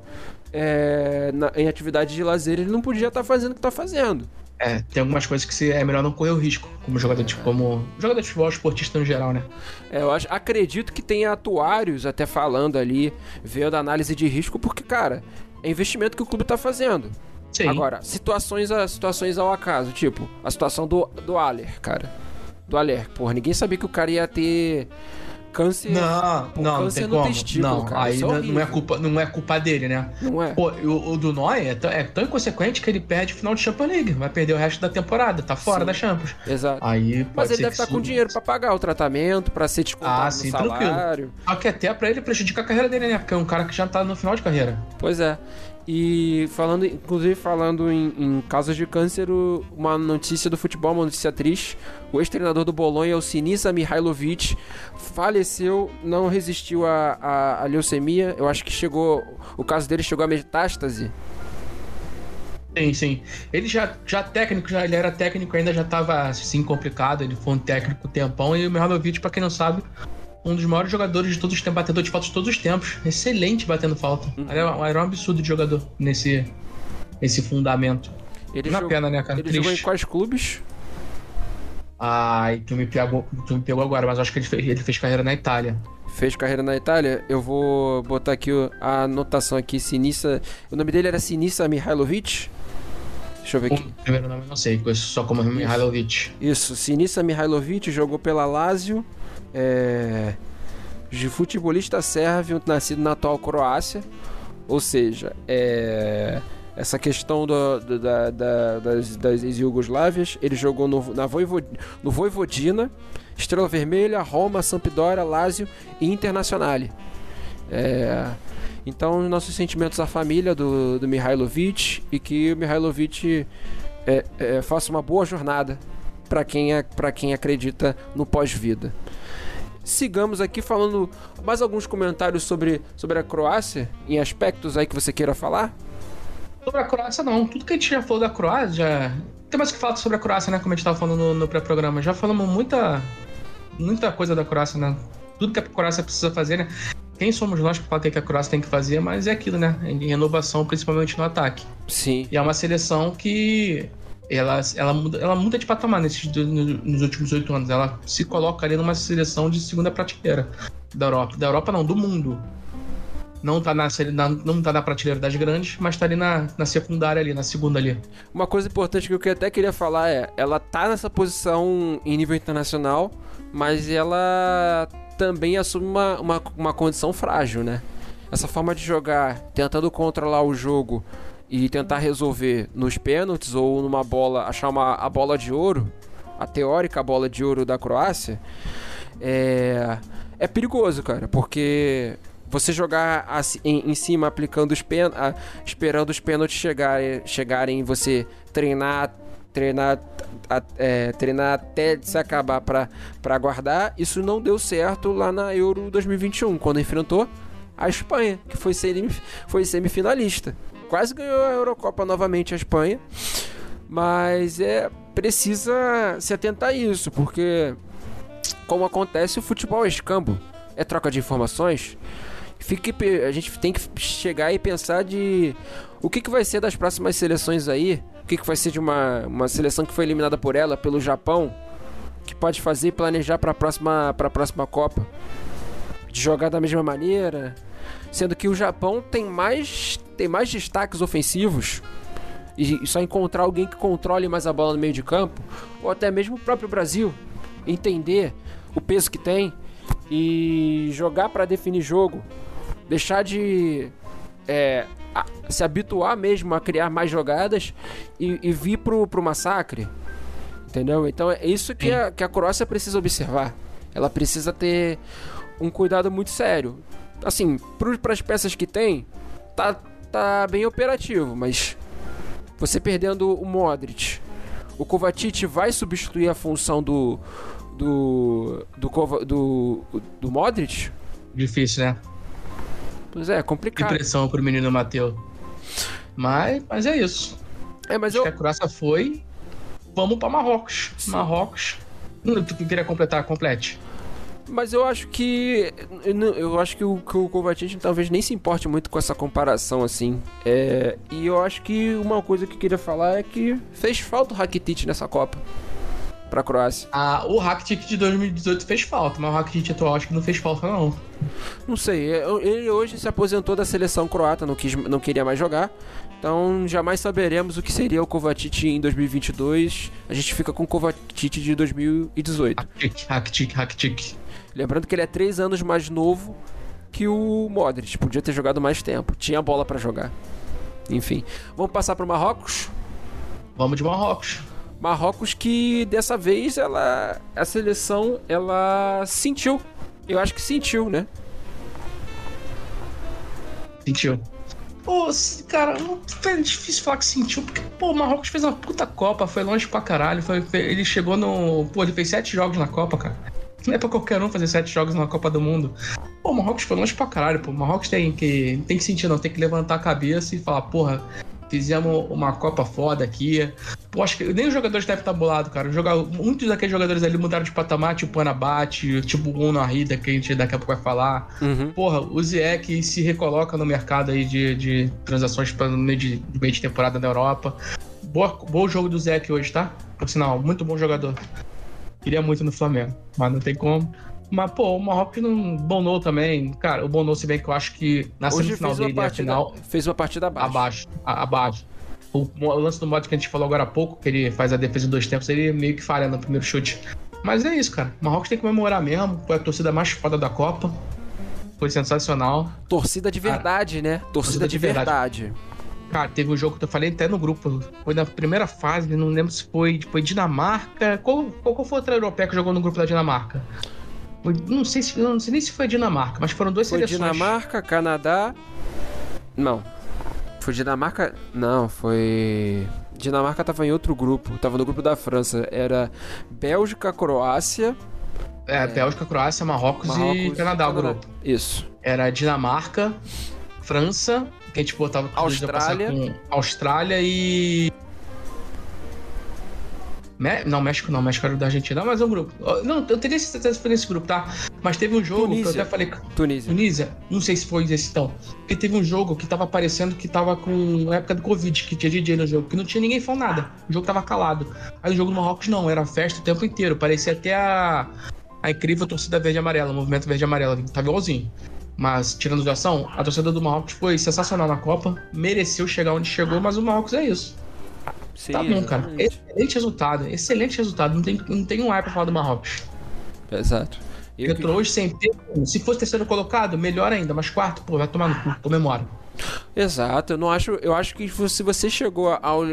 é, na, em atividade de lazer, ele não podia estar tá fazendo o que tá fazendo. É, tem algumas coisas que é melhor não correr o risco, como jogador de, como jogador de futebol, esportista no geral, né? É, eu acho, acredito que tem atuários até falando ali, vendo a análise de risco, porque, cara, é investimento que o clube tá fazendo. Sim. Agora, situações, situações ao acaso, tipo, a situação do, do Aller, cara. Do Aller, porra, ninguém sabia que o cara ia ter câncer. Não, pô, não, câncer não tem no como. testículo, não, cara. aí não, não é culpa, não é culpa dele, né? Não é. Pô, o, o do Neuer é tão, é tão inconsequente que ele perde o final de Champions League, vai perder o resto da temporada, tá fora sim. da Champions. Exato. Aí Mas ele deve estar isso... com dinheiro pra pagar o tratamento, pra ser descontado ah, sim, no salário. Tranquilo. Só que até pra ele prejudica a carreira dele, né? Porque é um cara que já tá no final de carreira. Pois é. E falando, inclusive falando em, em casos de câncer, uma notícia do futebol, uma notícia triste. O ex-treinador do Bolonha, o Sinisa Mihajlovic, faleceu, não resistiu à, à, à leucemia. Eu acho que chegou, o caso dele chegou à metástase. Sim, sim. Ele já, já técnico, já, ele era técnico, ainda já estava assim complicado. Ele foi um técnico tempão. E o Mihajlovic, pra quem não sabe, um dos maiores jogadores de todos os tempos, batedor de falta de todos os tempos. Excelente batendo falta. Uhum. Era, era um absurdo de jogador nesse, nesse fundamento. Ele Na jogou, pena, né, cara? Ele Triste. jogou em quais clubes? Ai, tu me pegou, tu me pegou agora, mas acho que ele fez, ele fez carreira na Itália. Fez carreira na Itália? Eu vou botar aqui a anotação aqui, Sinisa... O nome dele era Sinisa Mihajlovic? Deixa eu ver aqui. O primeiro nome eu não sei, conheço só como Mihajlovic. Isso, Sinisa Mihajlovic jogou pela Lazio. É, de futebolista sérvio, nascido na atual Croácia, ou seja, é, essa questão do, do, da, da, das, das Iugoslávias, ele jogou no, na Voivod, no Voivodina, Estrela Vermelha, Roma, Sampdoria, Lazio e Internazionale. É... Então, nossos sentimentos à família do, do Mihajlovic, e que o Mihajlovic é, é, faça uma boa jornada para quem, é, para quem acredita no pós-vida. Sigamos aqui falando mais alguns comentários sobre, sobre a Croácia, em aspectos aí que você queira falar. Sobre a Croácia, não. Tudo que a gente já falou da Croácia, já... tem mais o que falar sobre a Croácia, né? Como a gente estava falando no, no pré-programa. Já falamos muita, muita coisa da Croácia, né? Tudo que a Croácia precisa fazer, né? Quem somos nós para falar o que a Croácia tem que fazer, mas é aquilo, né? Em renovação, principalmente no ataque. Sim. E é uma seleção que ela, ela, muda, ela muda de patamar nesses, nos últimos oito anos. Ela se coloca ali numa seleção de segunda prateleira da Europa. Da Europa não, do mundo. Não tá na, na, não tá na prateleira das grandes, mas tá ali na, na secundária ali, na segunda ali. Uma coisa importante que eu até queria falar é, ela tá nessa posição em nível internacional, mas ela também assume uma, uma, uma condição frágil, né? Essa forma de jogar, tentando controlar o jogo e tentar resolver nos pênaltis ou numa bola, achar uma, a bola de ouro, a teórica bola de ouro da Croácia, é, é perigoso, cara, porque você jogar assim, em, em cima, aplicando os pen, a, esperando os pênaltis chegarem, chegarem você treinar, treinar, a, é, treinar até se acabar para aguardar, isso não deu certo lá na Euro dois mil e vinte e um, quando enfrentou a Espanha, que foi, semif- foi semifinalista. Quase ganhou a Eurocopa novamente a Espanha, mas é precisa se atentar a isso, porque como acontece, o futebol é escambo, é troca de informações. Fique, a gente tem que chegar e pensar de o que, que vai ser das próximas seleções aí, o que, que vai ser de uma, uma seleção que foi eliminada por ela, pelo Japão, que pode fazer e planejar para a próxima, para a próxima Copa, de jogar da mesma maneira, sendo que o Japão tem mais, tem mais destaques ofensivos, e só encontrar alguém que controle mais a bola no meio de campo, ou até mesmo o próprio Brasil entender o peso que tem e jogar para definir jogo, deixar de é, a, se habituar mesmo a criar mais jogadas e, e vir pro, pro massacre, entendeu? Então é isso que a, que a Croácia precisa observar. Ela precisa ter um cuidado muito sério. Assim, para as peças que tem, tá, tá bem operativo, mas você perdendo o Modric, o Kovacic vai substituir a função do do do, do, do Modric? Difícil, né? Pois é, é complicado. Que pressão pro menino Mateu. Mas, mas é isso. É, mas Acho eu... que a Croácia foi. Vamos pra Marrocos. Sim. Marrocos. Tu queria completar, complete. Mas eu acho que eu acho que o, que o Kovacic talvez nem se importe muito com essa comparação assim. É, e eu acho que uma coisa que eu queria falar é que fez falta o Rakitic nessa Copa pra Croácia. Ah, o Rakitic de dois mil e dezoito fez falta, mas o Rakitic atual acho que não fez falta não. Não sei, ele hoje se aposentou da seleção croata, não, quis, não queria mais jogar. Então jamais saberemos o que seria o Kovacic em dois mil e vinte e dois. A gente fica com o Kovacic de dois mil e dezoito. Rakitic, Rakitic, Rakitic. Lembrando que ele é três anos mais novo que o Modric. Podia ter jogado mais tempo. Tinha bola pra jogar. Enfim. Vamos passar pro Marrocos? Vamos de Marrocos. Marrocos que dessa vez ela, a seleção ela sentiu. Eu acho que sentiu, né? Sentiu. Pô, cara, é difícil falar que sentiu, porque, pô, o Marrocos fez uma puta Copa, foi longe pra caralho. Foi, ele chegou no. Pô, ele fez sete jogos na Copa, cara. Não é pra qualquer um fazer sete jogos na Copa do Mundo. Pô, o Marrocos foi longe pra caralho, pô. O Marrocos tem que, tem que sentir, não. Tem que levantar a cabeça e falar, porra, fizemos uma Copa foda aqui. Pô, acho que nem os jogadores devem estar bolados, cara. Joga, muitos daqueles jogadores ali mudaram de patamar, tipo o Anabate, tipo o Uno Arrida, que a gente daqui a pouco vai falar. Uhum. Porra, o Ziyech se recoloca no mercado aí de, de transações para no meio de, meio de temporada na Europa. Boa, bom jogo do Ziyech hoje, tá? Por sinal, muito bom jogador. Queria muito no Flamengo, mas não tem como. Mas, pô, o Marrocos não... Bonou também. Cara, o Bonou, se bem que eu acho que na hoje semifinal dele, partida, a final... Fez uma partida abaixo. Abaixo, a, abaixo. O, o lance do modo que a gente falou agora há pouco, que ele faz a defesa em dois tempos, ele meio que falha no primeiro chute. Mas é isso, cara. O Marrocos tem que comemorar mesmo. Foi a torcida mais foda da Copa. Foi sensacional. Torcida de verdade, cara, né? Torcida, torcida de, de verdade. verdade. Cara, teve um jogo que eu falei até no grupo. Foi na primeira fase, não lembro se foi, foi Dinamarca. Qual, qual, qual foi outra europeia que jogou no grupo da Dinamarca? Foi, não, sei se, não sei nem se foi Dinamarca, mas foram duas foi seleções. Dinamarca, Canadá. Não. Foi Dinamarca. Não, foi. Dinamarca tava em outro grupo. Tava no grupo da França. Era Bélgica, Croácia. É, é... Bélgica, Croácia, Marrocos, Marrocos e Canadá, o grupo. Isso. Era Dinamarca, França, que a gente botava Austrália. Com Austrália e. Me... Não, México não, México era o da Argentina, mas é um grupo. Não, eu teria certeza que foi nesse grupo, tá? Mas teve um jogo Tunísia. que eu até falei. Tunísia. Tunísia? Não sei se foi esse então. Porque teve um jogo que tava aparecendo que tava com a época do Covid, que tinha D J no jogo, que não tinha ninguém falando nada. O jogo tava calado. Aí o jogo do Marrocos não, era festa o tempo inteiro. Parecia até a, a incrível torcida verde e amarela, o movimento verde e amarelo. Tava igualzinho. Mas, tirando de ação, a torcida do Marrocos foi sensacional na Copa, mereceu chegar onde chegou, mas o Marrocos é isso. Sim, tá bom, cara. Excelente resultado, excelente resultado. Não tem, não tem um ar pra falar do Marrocos. Exato. Eu Entrou que... hoje sem ter. Se fosse terceiro colocado, melhor ainda, mas quarto, pô, vai tomar no cu, comemora. Exato, eu não acho. Eu acho que se você chegou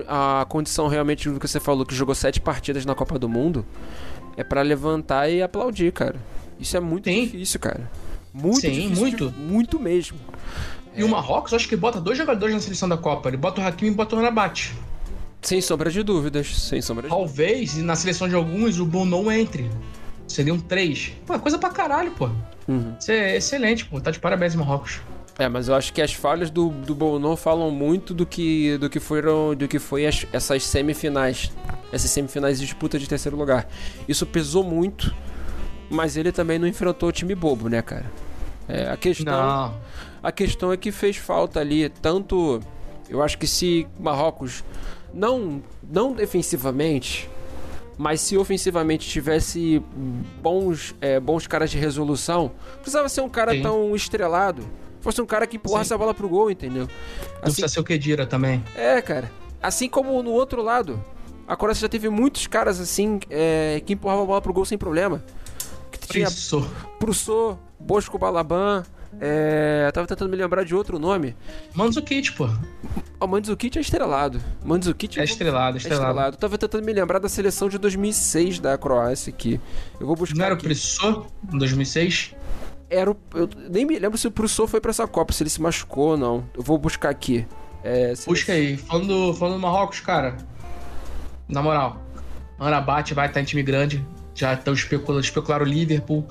à condição realmente do que você falou, que jogou sete partidas na Copa do Mundo, é pra levantar e aplaudir, cara. Isso é muito Sim. difícil, cara. Muito Sim, difícil. muito. De, muito mesmo. E é. o Marrocos, eu acho que bota dois jogadores na seleção da Copa. Ele bota o Hakimi e bota o Rabat. Sem sombra de dúvidas, sem sombra de Talvez, e na seleção de alguns, o Bono entre. Seriam três. Pô, é coisa pra caralho, pô. Uhum. Isso é excelente, pô. Tá de parabéns, Marrocos. É, mas eu acho que as falhas do, do Bono falam muito do que, do que foram do que foi as, essas semifinais. Essas semifinais de disputa de terceiro lugar. Isso pesou muito, mas ele também não enfrentou o time bobo, né, cara? É, a questão, não. A questão é que fez falta ali, tanto... Eu acho que se Marrocos, não, não defensivamente, mas se ofensivamente tivesse bons, é, bons caras de resolução, precisava ser um cara Sim. tão estrelado. Fosse um cara que empurrasse Sim. a bola pro gol, entendeu? Assim, não precisa ser o Khedira também. É, cara. Assim como no outro lado, a Croácia já teve muitos caras assim, é, que empurravam a bola pro gol sem problema. Que tinha Prusso, Bosco Balaban, é, eu tava tentando me lembrar de outro nome. Mandzukic, pô. O Mandzukic é estrelado. Mandzukic é estrelado, estrelado. É estrelado. Eu tava tentando me lembrar da seleção de dois mil e seis da Croácia aqui. Eu vou buscar. Não era aqui. o Prusso em dois mil e seis? Era o, eu nem me lembro se o Prusso foi pra essa Copa, se ele se machucou ou não. Eu vou buscar aqui. É, Busca ele... aí. Falando, falando do Marrocos, cara. Na moral, Amrabat vai estar em time grande. Já estão especulando, especularam o Liverpool.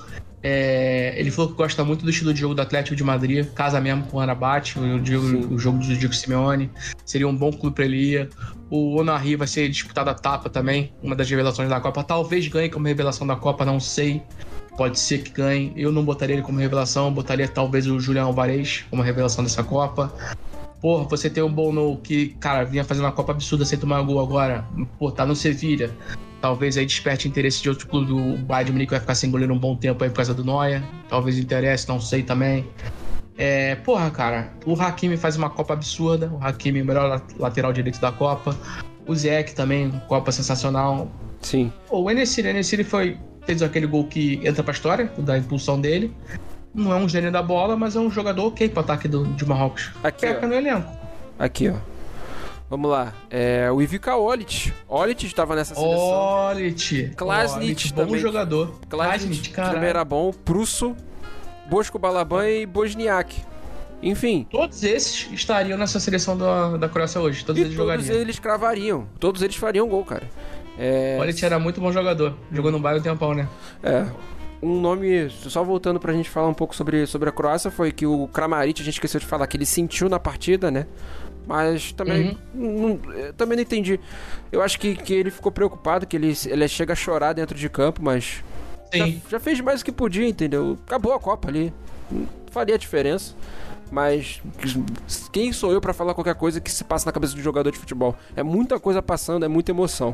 É, ele falou que gosta muito do estilo de jogo do Atlético de Madrid. Casa mesmo com o Amrabat, o, o, o jogo do Diego Simeone. Seria um bom clube pra ele ir. O Onari vai ser disputado a tapa também. Uma das revelações da Copa. Talvez ganhe como revelação da Copa, não sei. Pode ser que ganhe. Eu não botaria ele como revelação. Botaria talvez o Julián Alvarez como revelação dessa Copa. Porra, você tem um Bono que, cara, vinha fazendo uma Copa absurda sem tomar gol agora. Pô, tá no Sevilha. Talvez aí desperte interesse de outro clube. O Bayern de Munique vai ficar sem goleiro um bom tempo aí por causa do Neuer. Talvez interesse, não sei também. É, porra, cara, o Hakimi faz uma Copa absurda. O Hakimi, o melhor lateral direito da Copa. O Ziyech também, Copa sensacional. Sim. Pô, o Enesiri, o Enesiri foi, fez aquele gol que entra pra história, da impulsão dele. Não é um gênio da bola, mas é um jogador ok pro ataque do, de Marrocos. Aqui, Peca no elenco. Aqui, ó. Vamos lá. É, o Ivica Olic. Olic estava nessa seleção. Olic. Klasnic também. Bom jogador. Klasnic, também era bom. Prusso, Bosco Balaban e Bosniak. Enfim. Todos esses estariam nessa seleção da, da Croácia hoje. Todos e eles todos jogariam. Todos eles cravariam. Todos eles fariam gol, cara. É... Olic era muito bom jogador. Jogou no Bayern um tempão, né? É... Um nome, só voltando pra gente falar um pouco sobre, sobre a Croácia, foi que o Kramaric, a gente esqueceu de falar, que ele sentiu na partida, né? Mas também, uhum. não, também não entendi. Eu acho que, que ele ficou preocupado, que ele, ele chega a chorar dentro de campo, mas já, já fez mais do que podia, entendeu? Acabou a Copa ali, não faria diferença. Mas quem sou eu pra falar qualquer coisa que se passa na cabeça de um jogador de futebol? É muita coisa passando, é muita emoção.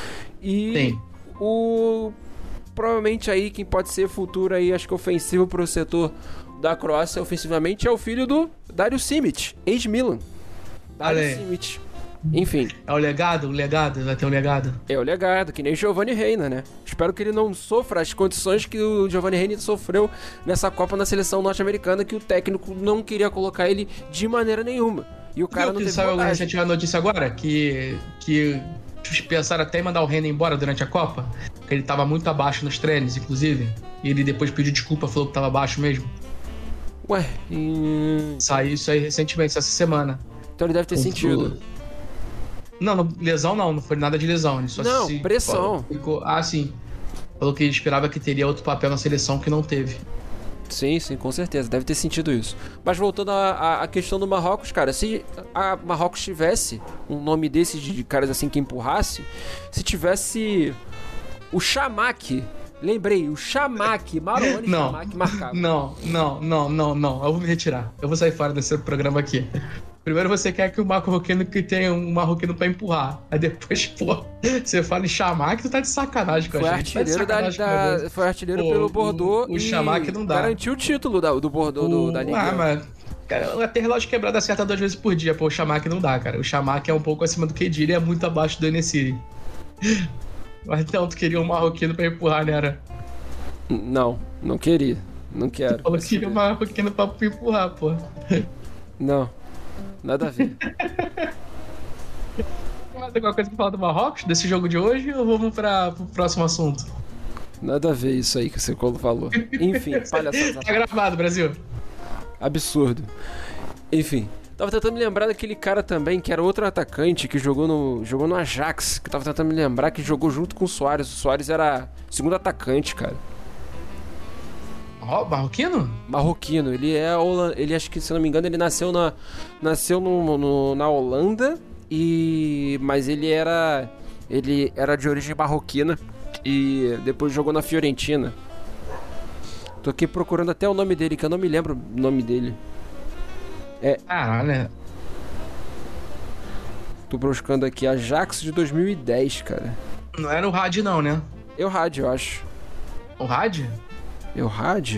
E Sim. o... Provavelmente aí quem pode ser futuro aí, acho que ofensivo pro setor da Croácia ofensivamente é o filho do Dario Simic, ex-Milan. Dario Simic. Enfim. É o legado? O legado? Vai ter um legado? É o legado, que nem o Giovanni Reina, né? Espero que ele não sofra as condições que o Giovanni Reina sofreu nessa Copa na seleção norte-americana, que o técnico não queria colocar ele de maneira nenhuma. E o cara Viu não que teve saiu rodagem. recentemente a notícia agora? Que, que pensaram até em mandar o Renan embora durante a Copa? Que ele tava muito abaixo nos treinos, inclusive. E ele depois pediu desculpa, falou que tava abaixo mesmo. Ué, e... Saiu isso aí recentemente, essa semana. então ele deve ter O- sentido. Não, não, lesão não, não foi nada de lesão. Ele só Não, se pressão. Ficou, ah, sim. Falou que ele esperava que teria outro papel na seleção que não teve. Sim, sim, com certeza, deve ter sentido isso. Mas voltando à, à questão do Marrocos, cara, se a Marrocos tivesse um nome desses de caras assim que empurrasse, se tivesse o Chamaque, lembrei, o Chamaque, Maroni Não. Chamaque marcava. Não, não, não, não, não. Eu vou me retirar. Eu vou sair fora desse programa aqui. Primeiro você quer que o marroquino que tenha um marroquino pra empurrar. Aí depois, pô, você fala em chamar que tu tá de sacanagem com Foi a gente. Tá de artilheiro, da, sacanagem com a da- gente. foi artilheiro Pô, pelo o- Bordeaux o e Chamaque não dá. garantiu o título da- do Bordeaux do- da Liga. Ah, mas... Cara, até relógio quebrado acerta duas vezes por dia. Pô, o Chamaque não dá, cara. O Chamaque é um pouco acima do Kedira e é muito abaixo do Enesiri. Mas então, tu queria um marroquino pra empurrar, né? Era? Não, não queria, não quero. Falou que queria um marroquino pra empurrar, pô. Não, nada a ver. Mais alguma coisa pra falar do Marrocos, desse jogo de hoje, ou vamos pra, pro próximo assunto? Nada a ver isso aí que você falou. Enfim, palhaçada. Tá gravado, Brasil. Absurdo. Enfim, tava tentando me lembrar daquele cara também, que era outro atacante, que jogou no, jogou no Ajax, que tava tentando me lembrar que jogou junto com o Soares. O Soares era segundo atacante, cara. Ó, marroquino? Marroquino, ele é holan- ele acho que, se não me engano, ele nasceu na nasceu no, no- na Holanda e mas ele era ele era de origem marroquina e depois jogou na Fiorentina. Tô aqui procurando até o nome dele, que eu não me lembro o nome dele. Caralho. Tô buscando aqui Ajax de dois mil e dez, cara. Não era o Had, não, né? Eu Had, eu acho. O Had? Eu Had?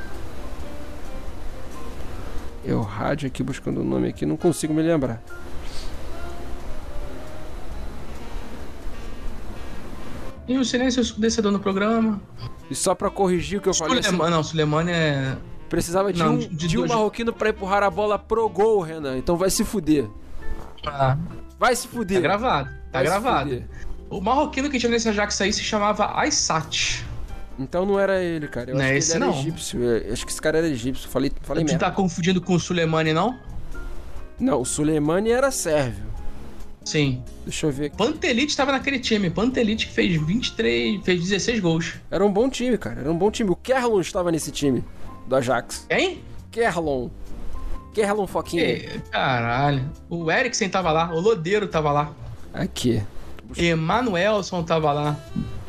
Eu Had aqui buscando o nome aqui, não consigo me lembrar. E o silêncio ensurdecedor no programa. E só pra corrigir o que eu falei, assim, Suleiman, não, Suleiman é... precisava de Não, um, de de um dois- marroquino pra empurrar a bola pro gol, Renan. Então vai se fuder. Ah, Vai se fuder. tá gravado, tá Vai se gravado. fuder. O marroquino que tinha nesse Ajax aí se chamava Aissat. Então não era ele, cara. Eu Não acho é que esse, ele era não. egípcio. Eu acho que esse cara era egípcio. Falei, falei Tu mesmo. tá confundindo com o Suleimani, não? Não, o Suleimani era sérvio. Sim. Deixa eu ver aqui. Pantelit estava naquele time. Pantelit que fez vinte e três, fez dezesseis gols. Era um bom time, cara. Era um bom time. O Kerlon estava nesse time do Ajax. Quem? Kerlon. Kerlon Foquinha. Que- Caralho. O Eriksen tava lá, o Lodeiro tava lá. Aqui. Emanuelson tava lá.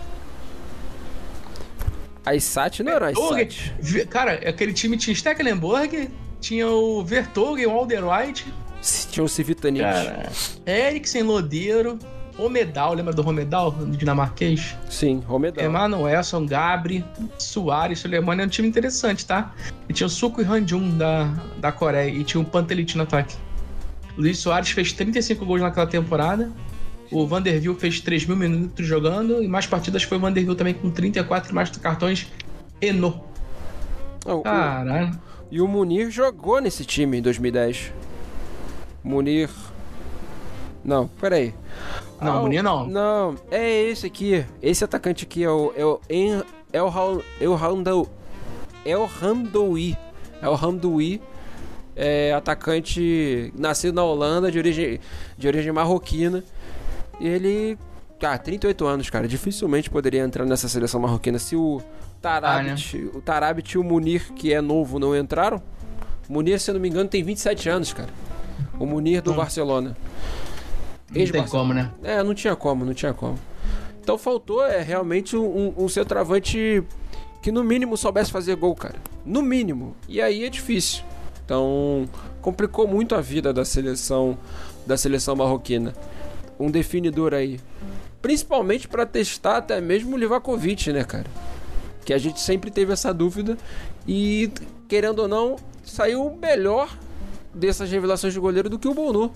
Aissat não era Aissat. Ve- Cara, aquele time tinha Stecklenburg, tinha o Vertonghen, o Alderweireld, Tinha o Civitanic. cara, Eriksen, Lodeiro, Romedal, lembra do Romedal, do dinamarquês? Sim, Romedal. Emanuelson, Gabri, Soares, Suleimani, era um time interessante, tá? E tinha o Suko e Hanjun da, da Coreia, e tinha o Pantelit no ataque. O Luiz Soares fez trinta e cinco gols naquela temporada. O Vanderbilt fez três mil minutos jogando, e mais partidas foi o Vanderbilt também com trinta e quatro, mais cartões Eno. Ah, o- Caralho. E o Munir jogou nesse time em dois mil e dez. Munir. Não, peraí. Não, Ah, o- Munir não. Não, é esse aqui. Esse atacante aqui é o. É o. En- É o. Hal- É o Handou. É o Hamdoui. É o Hamdoui. É atacante. Nascido na Holanda, de origem, de origem marroquina. E ele. Ah, trinta e oito anos, cara. Dificilmente poderia entrar nessa seleção marroquina. Se o Tarabit, o Tarabit e o Munir, que é novo, não entraram. O Munir, se eu não me engano, tem vinte e sete anos, cara. O Munir do Não. Barcelona. Não tem Ex-Barcelona. como, né? É, não tinha como, não tinha como. Então faltou é realmente um, um centroavante que no mínimo soubesse fazer gol, cara. No mínimo. E aí é difícil. Então complicou muito a vida da seleção da seleção marroquina. Um definidor aí. Principalmente para testar até mesmo o Livakovic, né, cara? Que a gente sempre teve essa dúvida e, querendo ou não, saiu melhor dessas revelações de goleiro do que o Bonu.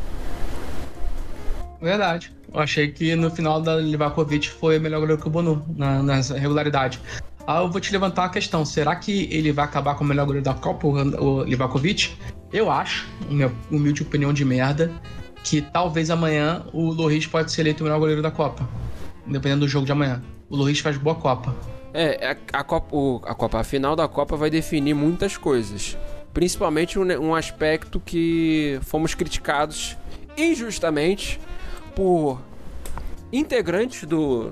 Verdade. Eu achei que no final da Livakovic foi melhor goleiro que o Bonu, na, nessa regularidade. Ah, eu vou te levantar uma questão. Será que ele vai acabar com o melhor goleiro da Copa, o Livakovic? Eu acho, minha humilde opinião de merda, que talvez amanhã o Lloris pode ser eleito o melhor goleiro da Copa. Dependendo do jogo de amanhã. O Lloris faz boa Copa. É, a, a, Copa, o, a Copa, a final da Copa vai definir muitas coisas. Principalmente um, um aspecto que fomos criticados injustamente por integrantes do...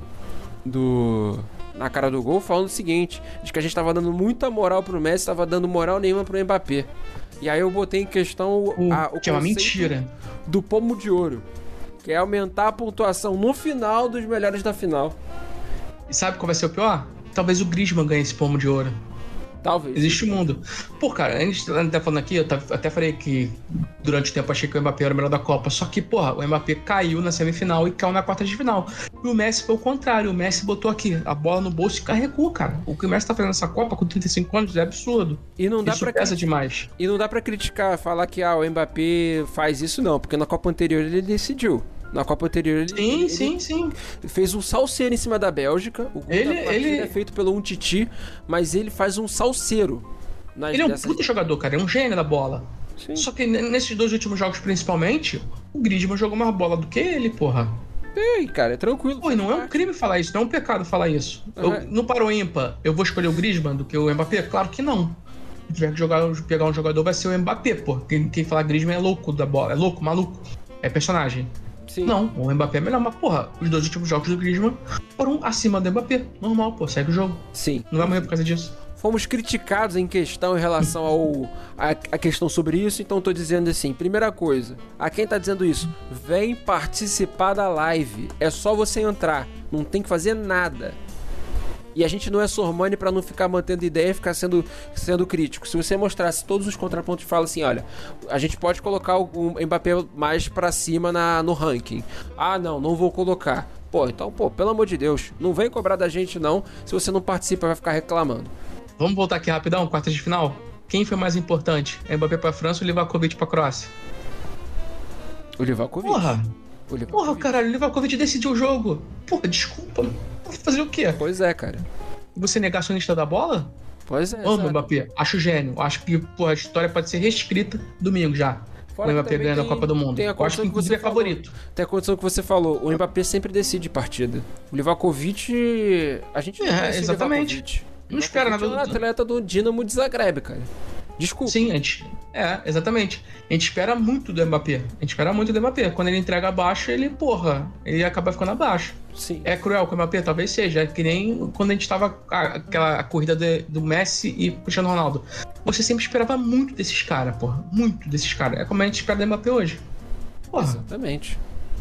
do na cara do gol, falando o seguinte, de que a gente tava dando muita moral pro Messi, tava dando moral nenhuma pro Mbappé. E aí eu botei em questão o, a, o que é uma mentira do pomo de ouro, que é aumentar a pontuação no final dos melhores da final. E sabe qual vai ser o pior? Talvez o Griezmann ganhe esse pomo de ouro. Talvez. Existe o um mundo. Pô, cara, a gente tá falando aqui, eu até falei que durante o tempo achei que o Mbappé era o melhor da Copa. Só que, porra, o Mbappé caiu na semifinal e caiu na quarta de final. E o Messi foi o contrário. O Messi botou aqui a bola no bolso e carregou, cara. O que o Messi tá fazendo nessa Copa com trinta e cinco anos é absurdo. E não dá isso pra pesa crit... demais. E não dá pra criticar, falar que ah, o Mbappé faz isso, não. Porque na Copa anterior ele decidiu. Na Copa anterior ele, sim, ele, sim, sim. fez um salseiro em cima da Bélgica. O gol ele, da partida ele... é feito pelo Umtiti, mas ele faz um salseiro. Nas ele é um dessas... puta jogador, cara. É um gênio da bola. Sim. Só que nesses dois últimos jogos, principalmente, o Griezmann jogou mais bola do que ele, porra. Ei, cara, é tranquilo. Pô, e não é um crime falar isso, não é um pecado falar isso. Uhum. Eu, no Paro Ímpar, eu vou escolher o Griezmann do que o Mbappé? Claro que não. Se tiver que jogar, pegar um jogador, vai ser o Mbappé, pô. Quem, quem falar Griezmann é louco da bola. É louco, maluco. É personagem. Sim. Não, o Mbappé é melhor, mas porra, os dois últimos jogos do Griezmann foram acima do Mbappé. Normal, pô, segue o jogo. Sim. Não vai morrer por causa disso. Fomos criticados em questão em relação ao a, a questão sobre isso, então tô dizendo assim, primeira coisa, a quem tá dizendo isso, vem participar da live, é só você entrar, não tem que fazer nada. E a gente não é Sormani pra não ficar mantendo ideia e ficar sendo, sendo crítico. Se você mostrasse todos os contrapontos e fala assim, olha, a gente pode colocar o, o Mbappé mais pra cima na, no ranking. Ah, não, não vou colocar. Pô, então, pô, pelo amor de Deus, não vem cobrar da gente não, se você não participa vai ficar reclamando. Vamos voltar aqui rapidão, quartas de final? Quem foi mais importante? Mbappé pra França ou Livakovic pra Croácia? O Livakovic. Porra! O Livakovic. Porra, caralho, o Livakovic decidiu o jogo. Porra, desculpa. Fazer o quê? Pois é, cara. Você negacionista da bola? Pois é. Amo o Mbappé. Acho gênio. Acho que, porra, a história pode ser reescrita domingo já. Fora o Mbappé ganhando a Copa do Mundo. Tem a eu acho que inclusive é favorito. Tem a condição que você falou. O Mbappé sempre decide partida. O Livakovic... A gente não é, exatamente. Não espera nada do... É um atleta do Dinamo de Zagreb, cara. Desculpa. Sim, a gente... É, exatamente. A gente espera muito do Mbappé. A gente espera muito do Mbappé. Quando ele entrega abaixo, ele, porra, ele acaba ficando abaixo. Sim. É cruel com o Mbappé? Talvez seja. É que nem quando a gente tava... Aquela a corrida de, do Messi e Cristiano Ronaldo. Você sempre esperava muito desses caras, porra. Muito desses caras. É como a gente espera do Mbappé hoje. Porra. Exatamente.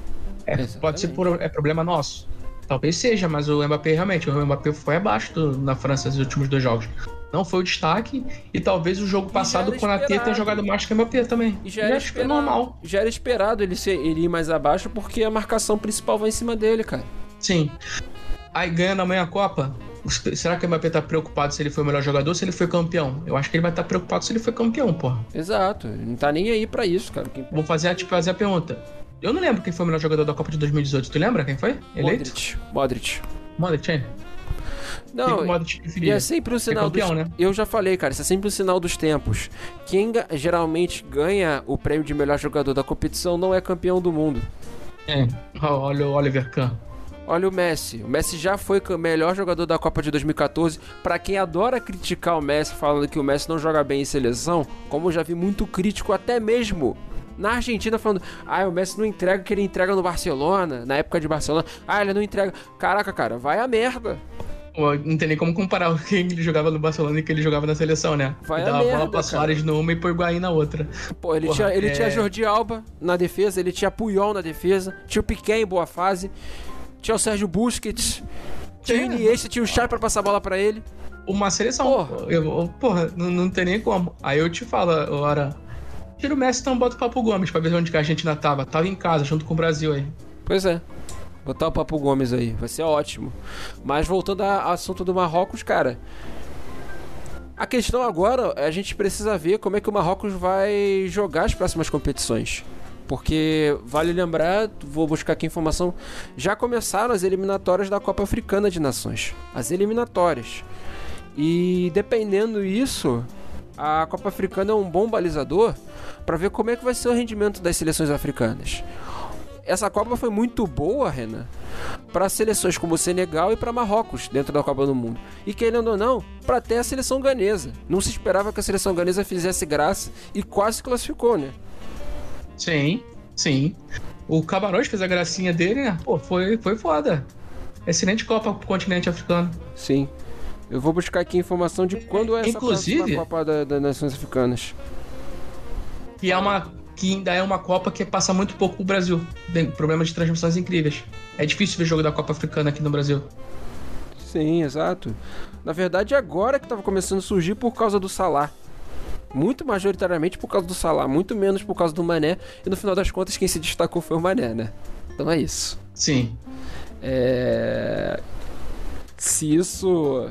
É, Exatamente. Pode ser por, é problema nosso. Talvez seja, mas o Mbappé realmente, o Mbappé foi abaixo do, na França nos últimos dois jogos. Não foi o destaque, e talvez o jogo passado o Konaté tenha jogado mais que o Mbappé também. E já era, acho que é normal. Já era esperado ele, ser, ele ir mais abaixo, porque a marcação principal vai em cima dele, cara. Sim. Aí ganhando amanhã a Copa, será que o Mbappé tá preocupado se ele foi o melhor jogador ou se ele foi campeão? Eu acho que ele vai estar tá preocupado se ele foi campeão, porra. Exato, ele não tá nem aí pra isso, cara. Quem... Vou fazer, tipo, fazer a pergunta. Eu não lembro quem foi o melhor jogador da Copa de dois mil e dezoito. Tu lembra quem foi? Eleito? Modric. Modric. Modric, hein? Não, e é sempre o sinal é campeão, dos... né? Eu já falei, cara, isso é sempre o sinal dos tempos. Quem ga... geralmente ganha o prêmio de melhor jogador da competição não é campeão do mundo. É, olha o Oliver Kahn. Olha o Messi. O Messi já foi o melhor jogador da Copa de dois mil e catorze. Pra quem adora criticar o Messi, falando que o Messi não joga bem em seleção, como eu já vi muito crítico até mesmo na Argentina falando, ah, o Messi não entrega o que ele entrega no Barcelona, na época de Barcelona. Ah, ele não entrega. Caraca, cara, vai a merda. Não tem nem como comparar o que ele jogava no Barcelona e o que ele jogava na seleção, né? Vai ele a dava merda, a bola pra Soares numa e pro Higuaín na outra. Pô, ele, Porra, tinha, ele é... tinha Jordi Alba na defesa, ele tinha Puyol na defesa, tinha o Piqué em boa fase, tinha o Sérgio Busquets, tinha o Iniesta, tinha o Xavi pra passar a bola pra ele. Uma seleção. Porra, eu, porra não, não tem nem como. Aí eu te falo, ora... Tira o Messi, então bota o Papo Gomes pra ver onde que a Argentina tava. Tava em casa, junto com o Brasil aí. Pois é. Botar o Papo Gomes aí, vai ser ótimo. Mas voltando ao assunto do Marrocos, cara... A questão agora, a gente precisa ver como é que o Marrocos vai jogar as próximas competições. Porque, vale lembrar, vou buscar aqui a informação, já começaram as eliminatórias da Copa Africana de Nações. As eliminatórias. E dependendo disso, a Copa Africana é um bom balizador para ver como é que vai ser o rendimento das seleções africanas. Essa Copa foi muito boa, Renan, para seleções como o Senegal e para Marrocos dentro da Copa do Mundo. E querendo ou não, para até a seleção ganesa. Não se esperava que a seleção ganesa fizesse graça e quase se classificou, né? Sim, sim. O Camarões fez a gracinha dele, né? Pô, foi, foi foda. Excelente Copa pro continente africano. Sim. Eu vou buscar aqui informação de quando é essa Inclusive, próxima Copa da, das Nações Africanas. Que é uma... que ainda é uma Copa que passa muito pouco pro Brasil. Tem problemas de transmissões incríveis. É difícil ver jogo da Copa Africana aqui no Brasil. Sim, exato. Na verdade, agora que estava começando a surgir por causa do Salah. Muito majoritariamente por causa do Salah, muito menos por causa do Mané. E no final das contas, quem se destacou foi o Mané, né? Então é isso. Sim. É... Se isso...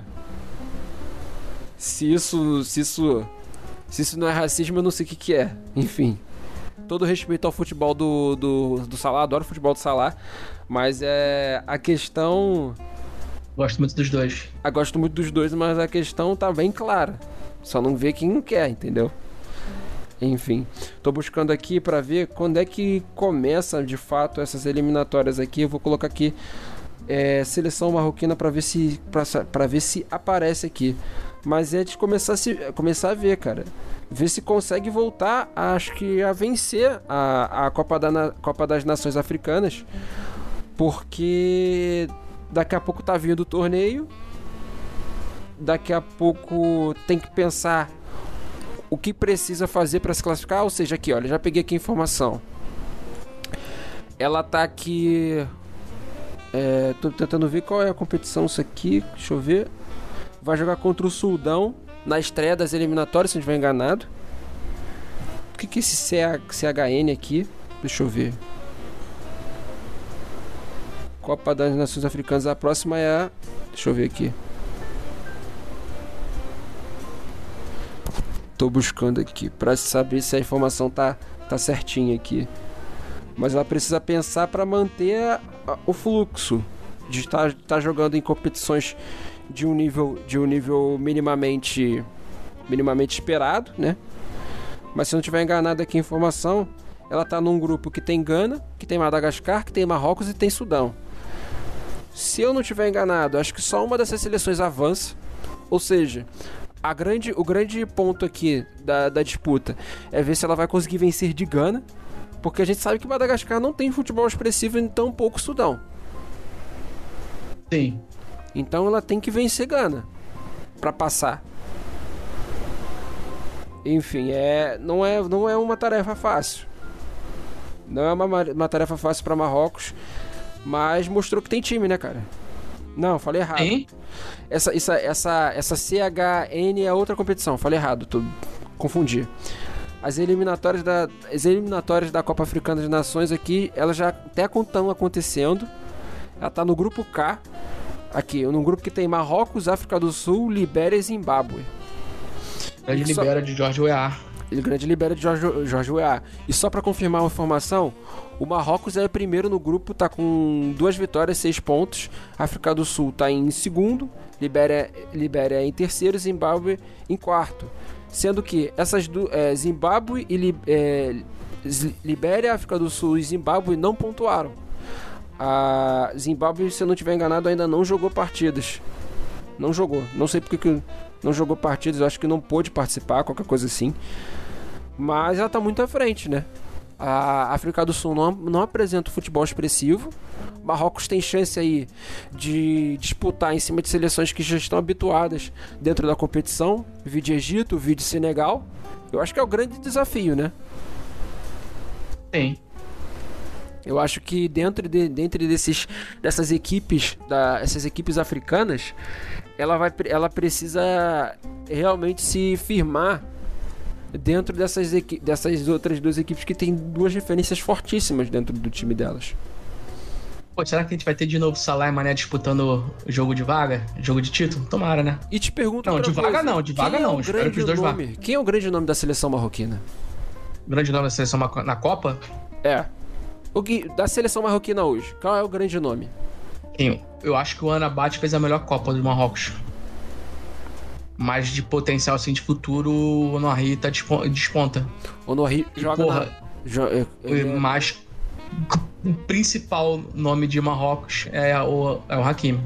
Se isso... Se isso... Se isso não é racismo, eu não sei o que que é. Enfim. Todo respeito ao futebol do, do, do Salah, adoro o futebol do Salah, mas é a questão... Gosto muito dos dois. Eu gosto muito dos dois, mas a questão tá bem clara. Só não vê quem não quer, entendeu? Enfim, tô buscando aqui pra ver quando é que começa de fato essas eliminatórias aqui. Eu vou colocar aqui é, seleção marroquina pra ver se, pra, pra ver se aparece aqui. Mas é de começar a, se, começar a ver, cara. Ver se consegue voltar, acho que a vencer a, a Copa, da, Copa das Nações Africanas. Porque daqui a pouco tá vindo o torneio. Daqui a pouco tem que pensar o que precisa fazer para se classificar. Ou seja, aqui, olha, já peguei aqui a informação. Ela tá aqui... É, tô tentando ver qual é a competição isso aqui. Deixa eu ver. Vai jogar contra o Sudão na estreia das eliminatórias, se não estiver enganado. O que que é esse C H N aqui? Deixa eu ver. Copa das Nações Africanas. A próxima é a... Deixa eu ver aqui. Tô buscando aqui pra saber se a informação tá, tá certinha aqui. Mas ela precisa pensar para manter a, a, o fluxo de estar tá, tá jogando em competições de um nível, de um nível minimamente, minimamente esperado, né? Mas se eu não tiver enganado aqui a informação, ela tá num grupo que tem Gana, que tem Madagascar, que tem Marrocos e tem Sudão. Se eu não tiver enganado, acho que só uma dessas seleções avança. Ou seja, a grande, o grande ponto aqui da, da disputa é ver se ela vai conseguir vencer de Gana, porque a gente sabe que Madagascar não tem futebol expressivo em tão pouco Sudão. Sim. Então ela tem que vencer Gana para passar. Enfim, é, não, é, não é uma tarefa fácil. Não é uma, uma tarefa fácil para Marrocos, mas mostrou que tem time, né, cara? Não, falei errado. Sim. Essa, essa, essa, essa C H N é outra competição, falei errado, tô, confundi. As eliminatórias, da, as eliminatórias da Copa Africana de Nações aqui, elas já até estão acontecendo. Ela tá no grupo K, aqui, num grupo que tem Marrocos, África do Sul, Libéria e Zimbábue. Grande libera de George Weah. Ele grande libera de George, George Weah. E só pra confirmar uma informação, o Marrocos é o primeiro no grupo, tá com duas vitórias, seis pontos. África do Sul tá em segundo, Libéria, Libéria em terceiro, Zimbábue em quarto. Sendo que essas do, é, Zimbábue e Li, é, Libéria, África do Sul e Zimbábue não pontuaram. A Zimbábue, se eu não estiver enganado, ainda não jogou partidas. Não jogou. Não sei porque que não jogou partidas. Eu acho que não pôde participar, qualquer coisa assim. Mas ela tá muito à frente, né? A África do Sul não, não apresenta futebol expressivo. Marrocos tem chance aí de disputar em cima de seleções que já estão habituadas dentro da competição. Vídeo Egito, vídeo Senegal. Eu acho que é o grande desafio, né? Sim. Eu acho que dentro, de, dentro desses, dessas equipes, da, essas equipes africanas, ela, vai, ela precisa realmente se firmar dentro dessas, dessas outras duas equipes que tem duas referências fortíssimas dentro do time delas. Pô, será que a gente vai ter de novo Salah e Mané disputando jogo de vaga? Jogo de título? Tomara, né? E te pergunto Não, de vaga coisa, não, de vaga é não. Espero que os dois vá. Quem é o grande nome da seleção marroquina? O grande nome da seleção na Copa? É. O que, da seleção marroquina hoje, qual é o grande nome? Eu, eu acho que o Anabat fez a melhor Copa do Marrocos. Mas de potencial, assim, de futuro, o Onohi tá despo- desponta. O Onohi joga porra, na... Jo... ele é- Mas o principal nome de Marrocos é o, é o Hakimi.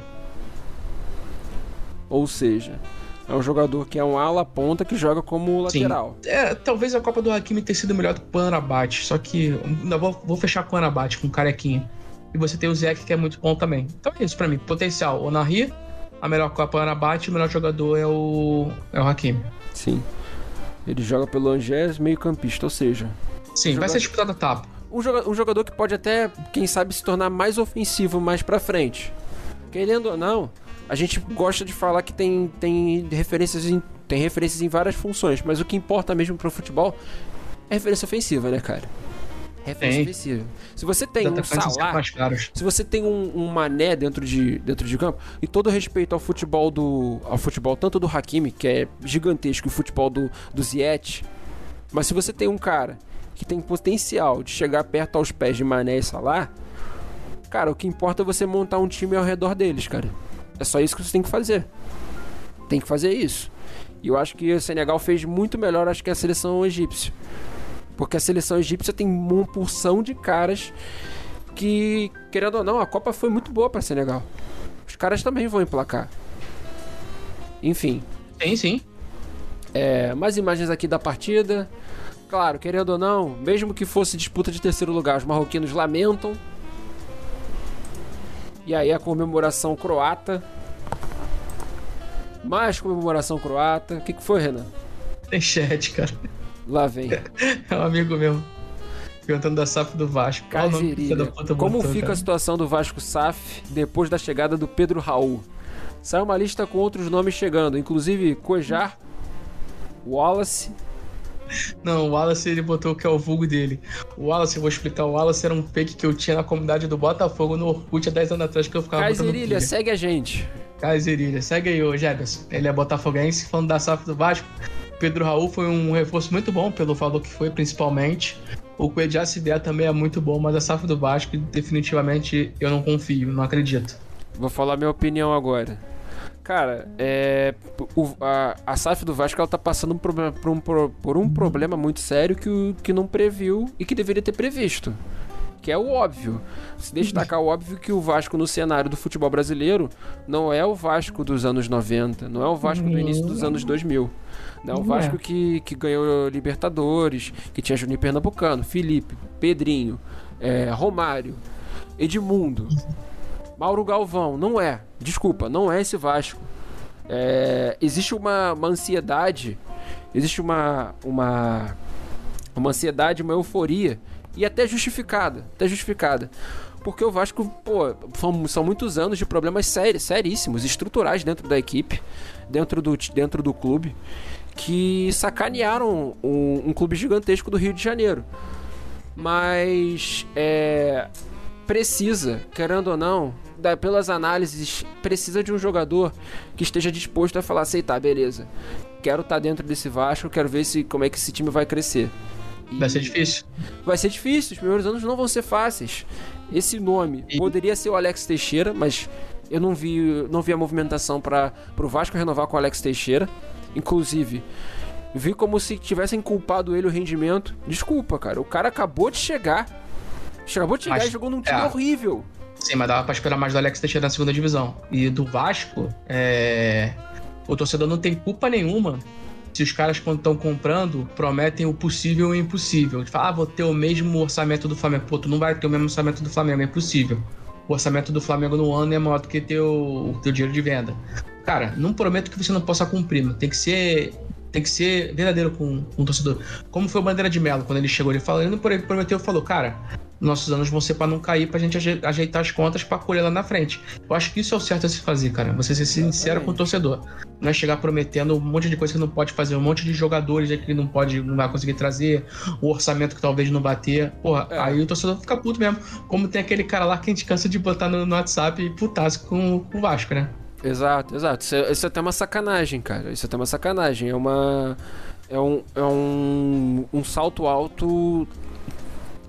Ou seja, é um jogador que é um ala ponta que joga como lateral. Sim. É, talvez a Copa do Hakimi tenha sido melhor do que o Amrabat, só que ainda vou, vou fechar com o Amrabat, com o Carequinha. E você tem o Zeke, que é muito bom também. Então é isso pra mim. Potencial, o Onohi, a melhor Copa é o Amrabat, o melhor jogador é o, é o Hakimi. Sim. Ele joga pelo Angers, meio campista, ou seja... Sim, jogador... vai ser disputado a tapa. Um jogador, um jogador que pode até, quem sabe, se tornar mais ofensivo mais pra frente. Querendo ou não, a gente gosta de falar que tem, tem, referências, em, tem referências em várias funções, mas o que importa mesmo pro futebol é referência ofensiva, né, cara? Referência Tem. ofensiva. Se você tem um Atacantes Salah, mais caros. se você tem um, um Mané dentro de, dentro de campo, e todo respeito ao futebol do ao futebol tanto do Hakimi, que é gigantesco, e o futebol do, do Ziyech, mas se você tem um cara que tem potencial de chegar perto aos pés de Mané e Salah, cara, o que importa é você montar um time ao redor deles, cara. É só isso que você tem que fazer. Tem que fazer isso. E eu acho que o Senegal fez muito melhor, acho que a seleção egípcia. Porque a seleção egípcia tem uma porção de caras que, querendo ou não, a Copa foi muito boa para Senegal. Os caras também vão emplacar. Enfim. Sim, sim. É, mais imagens aqui da partida. Claro, querendo ou não, mesmo que fosse disputa de terceiro lugar, os marroquinos lamentam. E aí a comemoração croata. Mais comemoração croata. O que, que foi, Renan? Tem chat, cara. Lá vem. É um amigo meu. Perguntando da S A F do Vasco. Qual o nome que filho da puta Como botou, fica cara? a situação do Vasco S A F depois da chegada do Pedro Raul? Saiu uma lista com outros nomes chegando, inclusive Cuejar, Wallace. Não, o Wallace ele botou que é o vulgo dele. O Wallace, eu vou explicar. O Wallace era um fake que eu tinha na comunidade do Botafogo no Orkut há dez anos atrás que eu ficava botando Kaiserilha, pilha. segue a gente. Kaiserilha, segue aí, ô Jefferson. Ele é botafoguense, falando da S A F do Vasco. Pedro Raul foi um reforço muito bom, pelo valor que foi, principalmente. O Cuejá se vier também é muito bom, mas a S A F do Vasco, definitivamente, eu não confio, não acredito. Vou falar minha opinião agora. Cara, é, o, a, a S A F do Vasco ela tá passando por um, por um, por um problema muito sério que, o, que não previu e que deveria ter previsto. Que é o óbvio. Se destacar o óbvio que o Vasco no cenário do futebol brasileiro não é o Vasco dos anos noventa, não é o Vasco do início dos anos dois mil. Não é o Vasco que, que ganhou Libertadores, que tinha Juninho Pernambucano, Felipe, Pedrinho, é, Romário, Edmundo, Mauro Galvão. Não é. Desculpa, não é esse Vasco. É, existe uma, uma ansiedade, existe uma, uma, uma ansiedade, uma euforia, e até justificada, até justificada. Porque o Vasco, pô, são, são muitos anos de problemas sérios, seríssimos, estruturais dentro da equipe, dentro do, dentro do clube, que sacanearam um, um clube gigantesco do Rio de Janeiro. Mas é, precisa, querendo ou não, da, pelas análises, precisa de um jogador que esteja disposto a falar, aceitar, beleza, quero estar dentro desse Vasco, quero ver se, como é que esse time vai crescer. E vai ser difícil. Vai ser difícil, os primeiros anos não vão ser fáceis. Esse nome e... poderia ser o Alex Teixeira, mas eu não vi, não vi a movimentação para o Vasco renovar com o Alex Teixeira. Inclusive, vi como se tivessem culpado ele o rendimento. Desculpa, cara, o cara acabou de chegar. Acabou de chegar mas, e jogou num time é. horrível. Sim, mas dava pra esperar mais do Alex Teixeira na segunda divisão. E do Vasco, é... o torcedor não tem culpa nenhuma se os caras, quando estão comprando, prometem o possível e o impossível. De falar, ah, vou ter o mesmo orçamento do Flamengo. Pô, tu não vai ter o mesmo orçamento do Flamengo, é impossível. O orçamento do Flamengo no ano é maior do que teu, o teu dinheiro de venda. Cara, não prometo que você não possa cumprir, mas tem que ser, tem que ser verdadeiro com, com o torcedor. Como foi o Bandeira de Melo, quando ele chegou, ele falou, ele não prometeu, falou, cara, nossos anos vão ser pra não cair, pra gente ajeitar as contas pra colher lá na frente. Eu acho que isso é o certo a se fazer, cara. Você ser sincero com o torcedor. Não é chegar prometendo um monte de coisa que não pode fazer, um monte de jogadores que não pode, não vai conseguir trazer, o orçamento que talvez não vai ter. Porra, é. Aí o torcedor fica puto mesmo. Como tem aquele cara lá que a gente cansa de botar no, no WhatsApp e putasse com, com o Vasco, né? Exato, exato. Isso é, isso é até uma sacanagem, cara. Isso é até uma sacanagem. É uma... É um, é um, um salto alto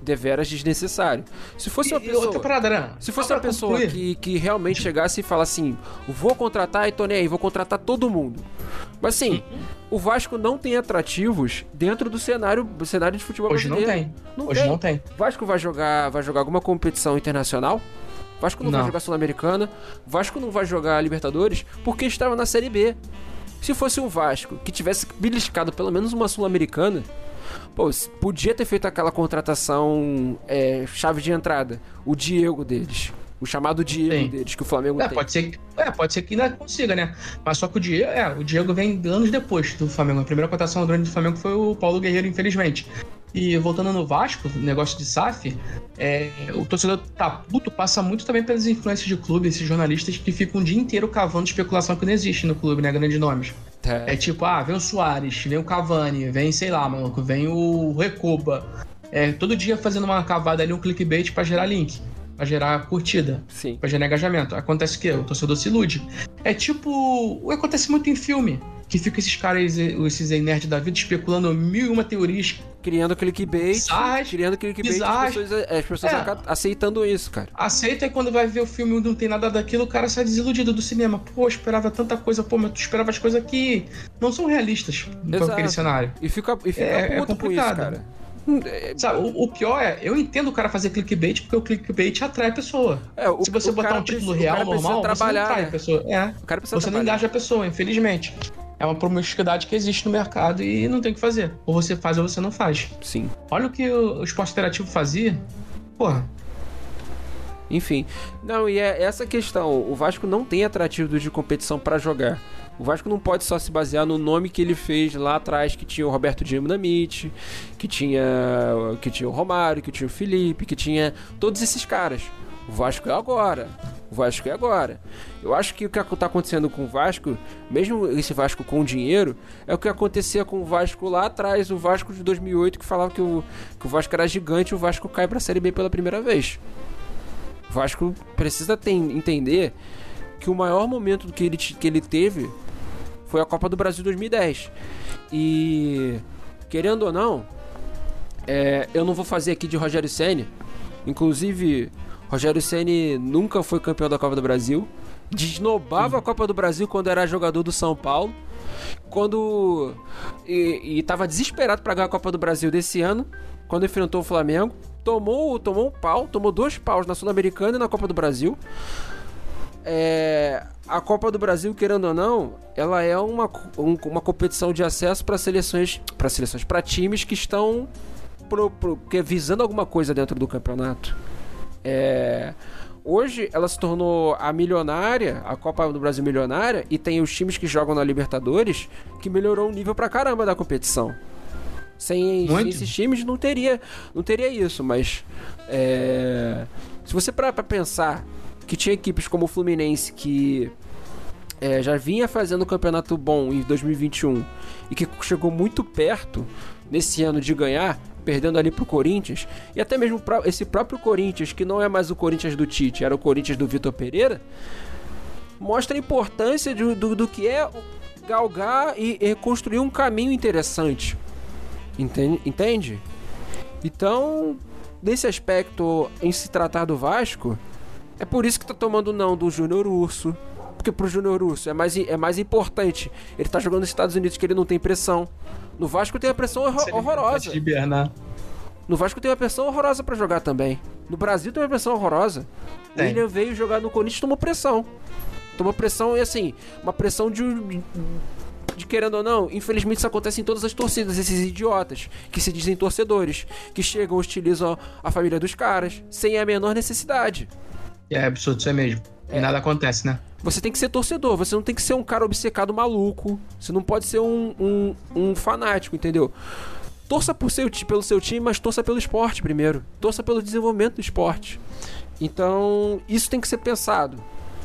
deveras desnecessário. Se fosse uma E pessoa... outra parada, né? Se fosse Só uma pra pessoa concluir. que, que realmente chegasse e falasse assim, vou contratar e tô nem aí, vou contratar todo mundo. Mas assim, o Vasco não tem atrativos dentro do cenário, do cenário de futebol Hoje não brasileiro. tem. Não Hoje tem. não tem. Vasco vai jogar, vai jogar alguma competição internacional? Vasco não, Não. vai jogar Sul-Americana. Vasco não vai jogar Libertadores porque estava na Série B. Se fosse um Vasco que tivesse beliscado pelo menos uma Sul-Americana, pô, podia ter feito aquela contratação é, chave de entrada. O Diego deles. O chamado Diego Sim. deles, que o Flamengo É, tem. pode ser, que- é, pode ser que ainda consiga, né? Mas só que o Diego, é, o Diego vem anos depois do Flamengo. A primeira contratação grande do Flamengo foi o Paulo Guerreiro, infelizmente. E voltando no Vasco, negócio de S A F, é, o torcedor tá puto, passa muito também pelas influências de clube, esses jornalistas que ficam o dia inteiro cavando especulação que não existe no clube, né? Grandes nomes. É. É tipo, ah, vem o Soares, vem o Cavani, vem, sei lá, maluco, vem o Recoba. É, todo dia fazendo uma cavada ali, um clickbait pra gerar link, pra gerar curtida, Sim. pra gerar engajamento. Acontece o quê? O torcedor se ilude. É tipo, acontece muito em filme, que fica esses caras, esses aí nerds da vida, especulando mil e uma teorias. Criando clickbait, Bizarras, criando clickbait, as bizarras. pessoas, as pessoas É. aca- aceitando isso, cara. Aceita e quando vai ver o filme e não tem nada daquilo, o cara sai desiludido do cinema. Pô, eu esperava tanta coisa, pô, mas tu esperava as coisas que não são realistas para Exato. aquele cenário. E fica, e fica É- é puto com isso, complicado. cara. É, Sabe, o, o pior é, eu entendo o cara fazer clickbait porque o clickbait atrai a pessoa. é, o, Se você o botar cara um título precisa- o real, cara precisa normal, trabalhar, você não atrai né? a pessoa. É, O cara precisa você não trabalhar. engaja a pessoa, infelizmente. É uma promiscuidade que existe no mercado e não tem o que fazer. Ou você faz ou você não faz. Sim. Olha o que o, o esporte interativo fazia. Porra, Enfim. Não, e é essa questão. O Vasco não tem atrativos de competição pra jogar. O Vasco não pode só se basear no nome que ele fez lá atrás, que tinha o Roberto Dinamite, que tinha, que tinha o Romário, que tinha o Felipe, que tinha todos esses caras. O Vasco é agora. O Vasco é agora. Eu acho que o que está acontecendo com o Vasco, mesmo esse Vasco com dinheiro, é o que acontecia com o Vasco lá atrás, o Vasco de dois mil e oito, que falava que o, que o Vasco era gigante e o Vasco cai para a Série B pela primeira vez. O Vasco precisa ter, entender que o maior momento que ele, que ele teve foi a Copa do Brasil dois mil e dez. E, querendo ou não, é, eu não vou fazer aqui de Rogério Ceni. Inclusive, Rogério Ceni nunca foi campeão da Copa do Brasil. Desnobava a Copa do Brasil quando era jogador do São Paulo. Quando... E, e tava desesperado para ganhar a Copa do Brasil desse ano, quando enfrentou o Flamengo. Tomou, tomou um pau, tomou dois paus na Sul-Americana e na Copa do Brasil. É, a Copa do Brasil, querendo ou não, ela é uma, um, uma competição de acesso para seleções, para seleções, para times que estão pro, pro, que visando alguma coisa dentro do campeonato. É, hoje ela se tornou a milionária, a Copa do Brasil milionária, e tem os times que jogam na Libertadores, que melhorou o nível pra caramba da competição. Sem, sem esses times não teria, não teria isso, mas é, se você parar pra pensar que tinha equipes como o Fluminense que é, já vinha fazendo um campeonato bom em dois mil e vinte e um e que chegou muito perto nesse ano de ganhar, perdendo ali pro Corinthians, e até mesmo esse próprio Corinthians, que não é mais o Corinthians do Tite, era o Corinthians do Vitor Pereira, mostra a importância do, do, do que é galgar e, e construir um caminho interessante. Entende? Entende? Então, nesse aspecto, em se tratar do Vasco, é por isso que tá tomando não do Júnior Urso. Porque pro Júnior Urso é mais, é mais importante. Ele tá jogando nos Estados Unidos, que ele não tem pressão. No Vasco tem a pressão horror- horrorosa. No Vasco tem uma pressão horrorosa pra jogar também. No Brasil tem uma pressão horrorosa. O Tem. William veio jogar no Corinthians e tomou pressão. Tomou pressão e assim, uma pressão de... de querendo ou não, infelizmente isso acontece em todas as torcidas, esses idiotas que se dizem torcedores, que chegam, hostilizam a família dos caras, sem a menor necessidade. É absurdo, isso é mesmo. E É. nada acontece, né? Você tem que ser torcedor, você não tem que ser um cara obcecado maluco, você não pode ser um, um, um fanático, entendeu? Torça por seu, pelo seu time, mas torça pelo esporte primeiro. Torça pelo desenvolvimento do esporte. Então, isso tem que ser pensado.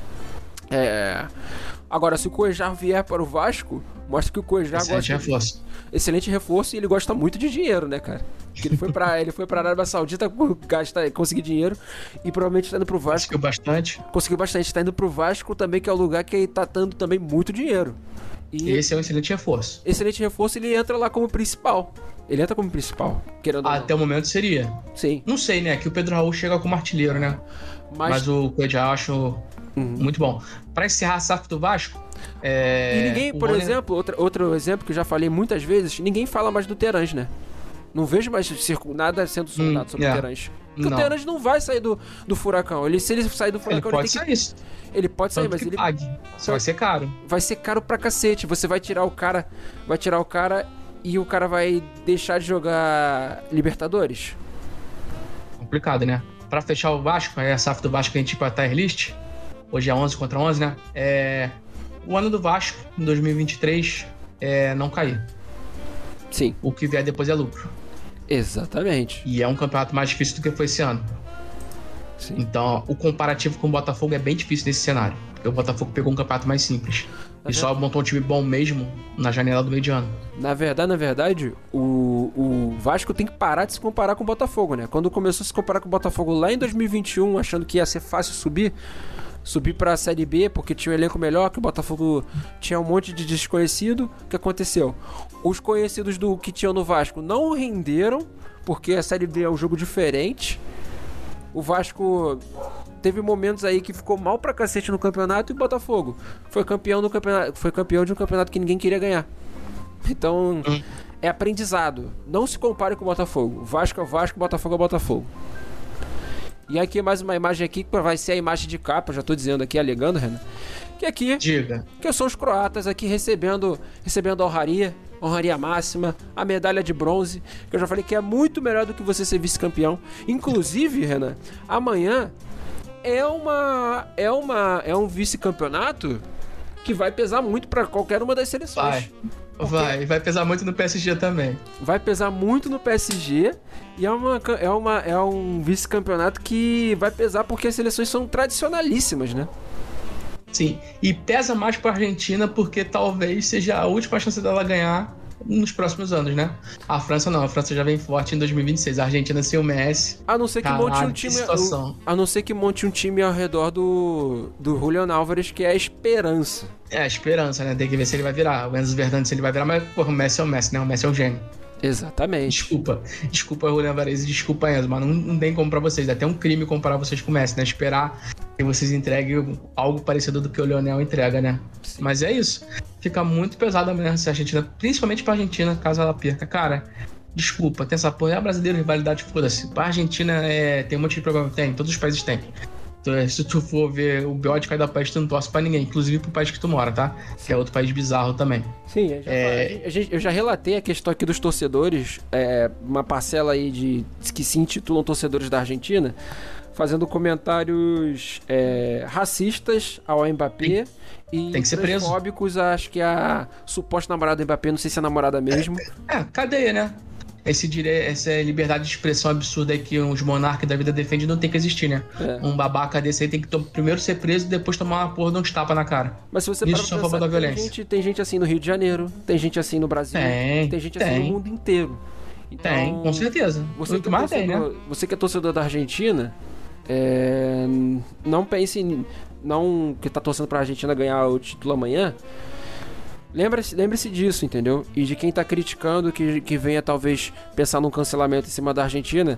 É... Agora, se o Cuejar vier para o Vasco, mostra que o Cuejar Excelente gosta... reforço. Excelente reforço, e ele gosta muito de dinheiro, né, cara? Porque ele foi pra, ele foi pra Arábia Saudita gastar, conseguir dinheiro, e provavelmente tá indo pro Vasco. Conseguiu bastante. Conseguiu bastante, tá indo pro Vasco também, que é o lugar que tá dando também muito dinheiro. E Esse é um excelente reforço. excelente reforço, ele entra lá como principal. Ele entra como principal, querendo ou não. Até o momento seria. Sim. Não sei, né? Que o Pedro Raul chega como artilheiro, né? Mas, Mas o Cuejá eu acho uhum. muito bom. Pra encerrar a S A F do Vasco... É... E ninguém, por Rony... exemplo, outra, outro exemplo que eu já falei muitas vezes, ninguém fala mais do Terãs, né? Não vejo mais circo, nada sendo sondado hum, sobre yeah. o Terãs. Porque não. o Terãs não vai sair do, do Furacão. Ele, se ele sair do Furacão, ele, ele pode tem sair. que... Ele pode sair, Tanto mas ele... pague. Só vai ser caro. Vai ser caro pra cacete. Você vai tirar o cara... Vai tirar o cara e o cara vai deixar de jogar Libertadores. Complicado, né? Pra fechar o Vasco, aí a S A F do Vasco a gente vai pra tier list. Hoje é onze contra onze, né? É... O ano do Vasco, em dois mil e vinte e três, é não cair. Sim. O que vier depois é lucro. Exatamente. E é um campeonato mais difícil do que foi esse ano. Sim. Então, o comparativo com o Botafogo é bem difícil nesse cenário. Porque o Botafogo pegou um campeonato mais simples. Na e verdade... só montou um time bom mesmo na janela do meio de ano. Na verdade, na verdade, o, o Vasco tem que parar de se comparar com o Botafogo, né? Quando começou a se comparar com o Botafogo lá em dois mil e vinte e um, achando que ia ser fácil subir... Subir pra Série B porque tinha um elenco melhor, que o Botafogo tinha um monte de desconhecido. O que aconteceu? Os conhecidos do que tinham no Vasco não renderam, porque a Série B é um jogo diferente. O Vasco teve momentos aí que ficou mal pra cacete no campeonato e o Botafogo foi campeão, no campeonato, foi campeão de um campeonato que ninguém queria ganhar. Então, hum. é aprendizado. Não se compare com o Botafogo. Vasco é o Vasco, Botafogo é o Botafogo. E aqui mais uma imagem aqui que vai ser a imagem de capa, já tô dizendo aqui, alegando, Renan. Que aqui, Diga. que são os croatas aqui recebendo, recebendo a honraria, honraria máxima, a medalha de bronze, que eu já falei que é muito melhor do que você ser vice-campeão. Inclusive, Renan, amanhã é uma é uma é um vice-campeonato que vai pesar muito para qualquer uma das seleções. Vai. Porque vai, vai pesar muito no P S G também. Vai pesar muito no P S G e é, uma, é, uma, é um vice-campeonato que vai pesar porque as seleções são tradicionalíssimas, né? Sim, e pesa mais pra Argentina porque talvez seja a última chance dela ganhar nos próximos anos, né? A França não, a França já vem forte em dois mil e vinte e seis. A Argentina sem o Messi. A não ser que caralho, monte um time, situação. A não ser que monte um time ao redor do do Julián Álvares, que é a esperança. É a esperança, né? Tem que ver se ele vai virar. O Enzo Verdante se ele vai virar, mas porra, o Messi é o Messi, né? O Messi é um gênio. Exatamente. Desculpa. Desculpa, Julián Álvares, desculpa, Enzo, mas não, não tem como pra vocês. É até um crime comparar vocês com o Messi, né? Esperar que vocês entreguem algo parecido do que o Lionel entrega, né? Sim. Mas é isso. Fica muito pesado mesmo essa Argentina, principalmente pra Argentina, caso ela perca. Cara, desculpa, tem essa porra. É brasileiro, rivalidade, foda-se. Pra Argentina é... tem um monte de problema. Tem, todos os países têm. Então, se tu for ver o B O de cada país, tu não torce pra ninguém, inclusive pro país que tu mora, tá? Sim. Que é outro país bizarro também. Sim, eu já, é... eu já relatei a questão aqui dos torcedores, é, uma parcela aí de que se intitulam torcedores da Argentina, fazendo comentários é, racistas ao Mbappé. Sim. E tem que ser preso. Transfóbicos, acho que a suposta namorada do Mbappé, não sei se é namorada mesmo. É, é cadeia, né? Esse dire... Essa liberdade de expressão absurda aí que os monarcas da vida defendem não tem que existir, né? É. Um babaca desse aí tem que to... primeiro ser preso e depois tomar uma porra de uns tapas na cara. Mas se você Isso são favor da violência. Tem gente, tem gente assim no Rio de Janeiro, tem gente assim no Brasil, tem, tem gente tem. assim no mundo inteiro. Então, tem, com certeza. Você que, é torcedor, tem, né? Você que é torcedor da Argentina, é... não pense em... não que tá torcendo pra Argentina ganhar o título amanhã. Lembre-se, lembre-se disso, entendeu? E de quem tá criticando que, que venha talvez pensar num cancelamento em cima da Argentina,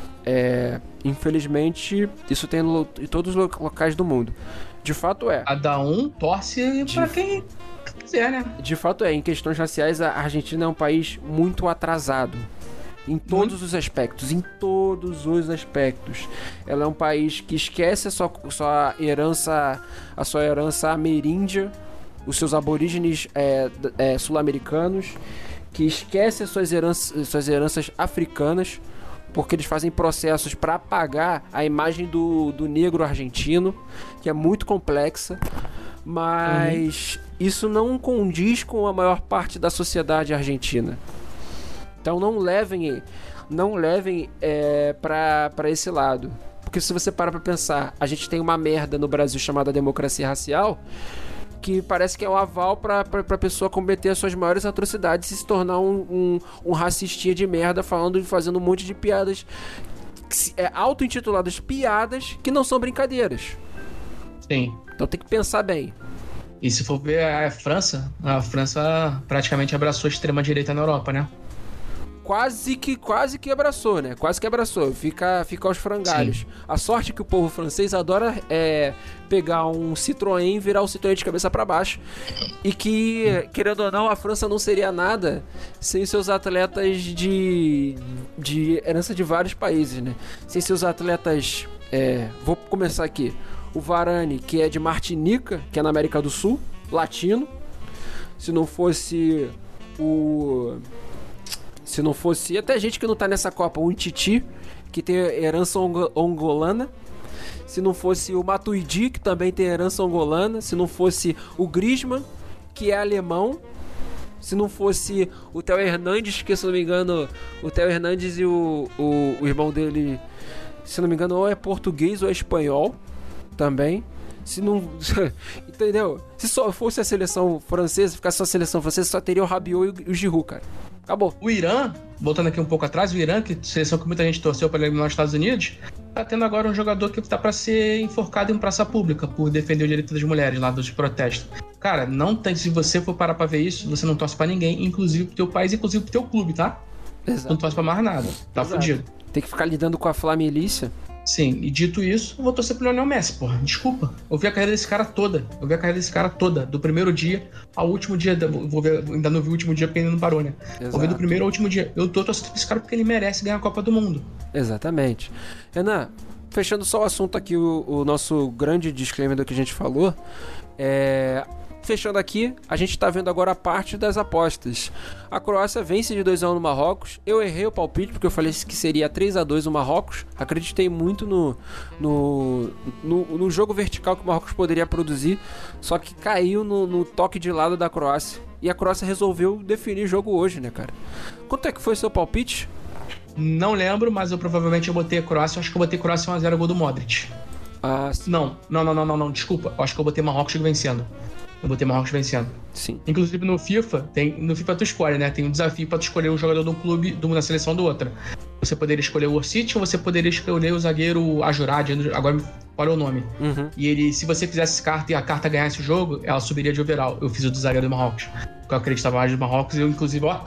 é, infelizmente isso tem no, em todos os locais do mundo. De fato é. Cada um torce de, pra quem quiser, né? De fato é. Em questões raciais, a Argentina é um país muito atrasado. Em todos muito. os aspectos, em todos os aspectos. Ela é um país que esquece a sua, sua herança, a sua herança ameríndia, os seus aborígenes é, é, sul-americanos, que esquece as suas heranças, suas heranças africanas, porque eles fazem processos para apagar a imagem do, do negro argentino, que é muito complexa, mas uhum. isso não condiz com a maior parte da sociedade argentina. Então não levem, não levem é, para esse lado. Porque se você parar para pensar, a gente tem uma merda no Brasil chamada democracia racial, que parece que é o aval pra, pra, pra pessoa cometer as suas maiores atrocidades e se tornar um, um, um racistinha de merda, falando e fazendo um monte de piadas é, auto-intituladas piadas que não são brincadeiras. Sim. Então tem que pensar bem. E se for ver a França, a França praticamente abraçou a extrema-direita na Europa, né? quase que, quase que abraçou, né? Quase que abraçou. Fica, fica aos frangalhos. Sim. A sorte é que o povo francês adora é pegar um Citroën e virar o Citroën de cabeça para baixo. E que, querendo ou não, a França não seria nada sem seus atletas de, de herança de vários países, né? Sem seus atletas... É, vou começar aqui. O Varane, que é de Martinica, que é na América do Sul, latino. Se não fosse o... Se não fosse... Até gente que não tá nessa Copa. O Titi, que tem herança angolana. Se não fosse o Matuidi, que também tem herança angolana. Se não fosse o Griezmann, que é alemão. Se não fosse o Theo Hernandes, que se não me engano... O Theo Hernandes e o, o, o irmão dele... Se não me engano, ou é português ou é espanhol também. Se não... Entendeu? Se só fosse a seleção francesa, ficasse só a seleção francesa, só teria o Rabiot e o Giroud, cara. Acabou. O Irã, voltando aqui um pouco atrás, o Irã, que seleção que muita gente torceu para eliminar os Estados Unidos, tá tendo agora um jogador que tá para ser enforcado em praça pública por defender o direito das mulheres lá dos protestos. Cara, não tem... Se você for parar pra ver isso, você não torce pra ninguém, inclusive pro teu país, inclusive pro teu clube, tá? Exato. Não torce pra mais nada. Tá Exato. Fudido. Tem que ficar lidando com a Flamilícia. Sim, e dito isso, eu vou torcer pro Lionel Messi, porra. Desculpa. Eu vi a carreira desse cara toda. Eu vi a carreira desse cara toda. Do primeiro dia ao último dia. Da... Vou ver... Ainda não vi o último dia porque ainda não parou, né? Exato. Vou ver do primeiro ao último dia. Eu tô torcendo pra esse cara porque ele merece ganhar a Copa do Mundo. Exatamente. Renan, fechando só o assunto aqui, o, o nosso grande disclaimer do que a gente falou. É... Fechando aqui, a gente tá vendo agora a parte das apostas. A Croácia vence de dois a um no Marrocos. Eu errei o palpite porque eu falei que seria três a dois no Marrocos. Acreditei muito no, no, no, no jogo vertical que o Marrocos poderia produzir. Só que caiu no, no toque de lado da Croácia. E a Croácia resolveu definir o jogo hoje, né, cara? Quanto é que foi o seu palpite? Não lembro, mas eu provavelmente eu botei a Croácia. Eu acho que eu botei Croácia um a zero gol do Modric. Ah, sim. Não, não, não, não, não, não, desculpa. Eu acho que eu botei Marrocos vencendo. Eu botei Marrocos vencendo. Sim. Inclusive no FIFA, tem, no FIFA tu escolhe, né? Tem um desafio pra tu escolher um jogador de um clube, de uma seleção do outro. Você poderia escolher o Orsic ou você poderia escolher o zagueiro Ajurad, agora me falou o nome. Uhum. E ele, se você fizesse essa carta e a carta ganhasse o jogo, ela subiria de overall. Eu fiz o do zagueiro do Marrocos. Porque eu acreditava mais do Marrocos e eu, inclusive, ó...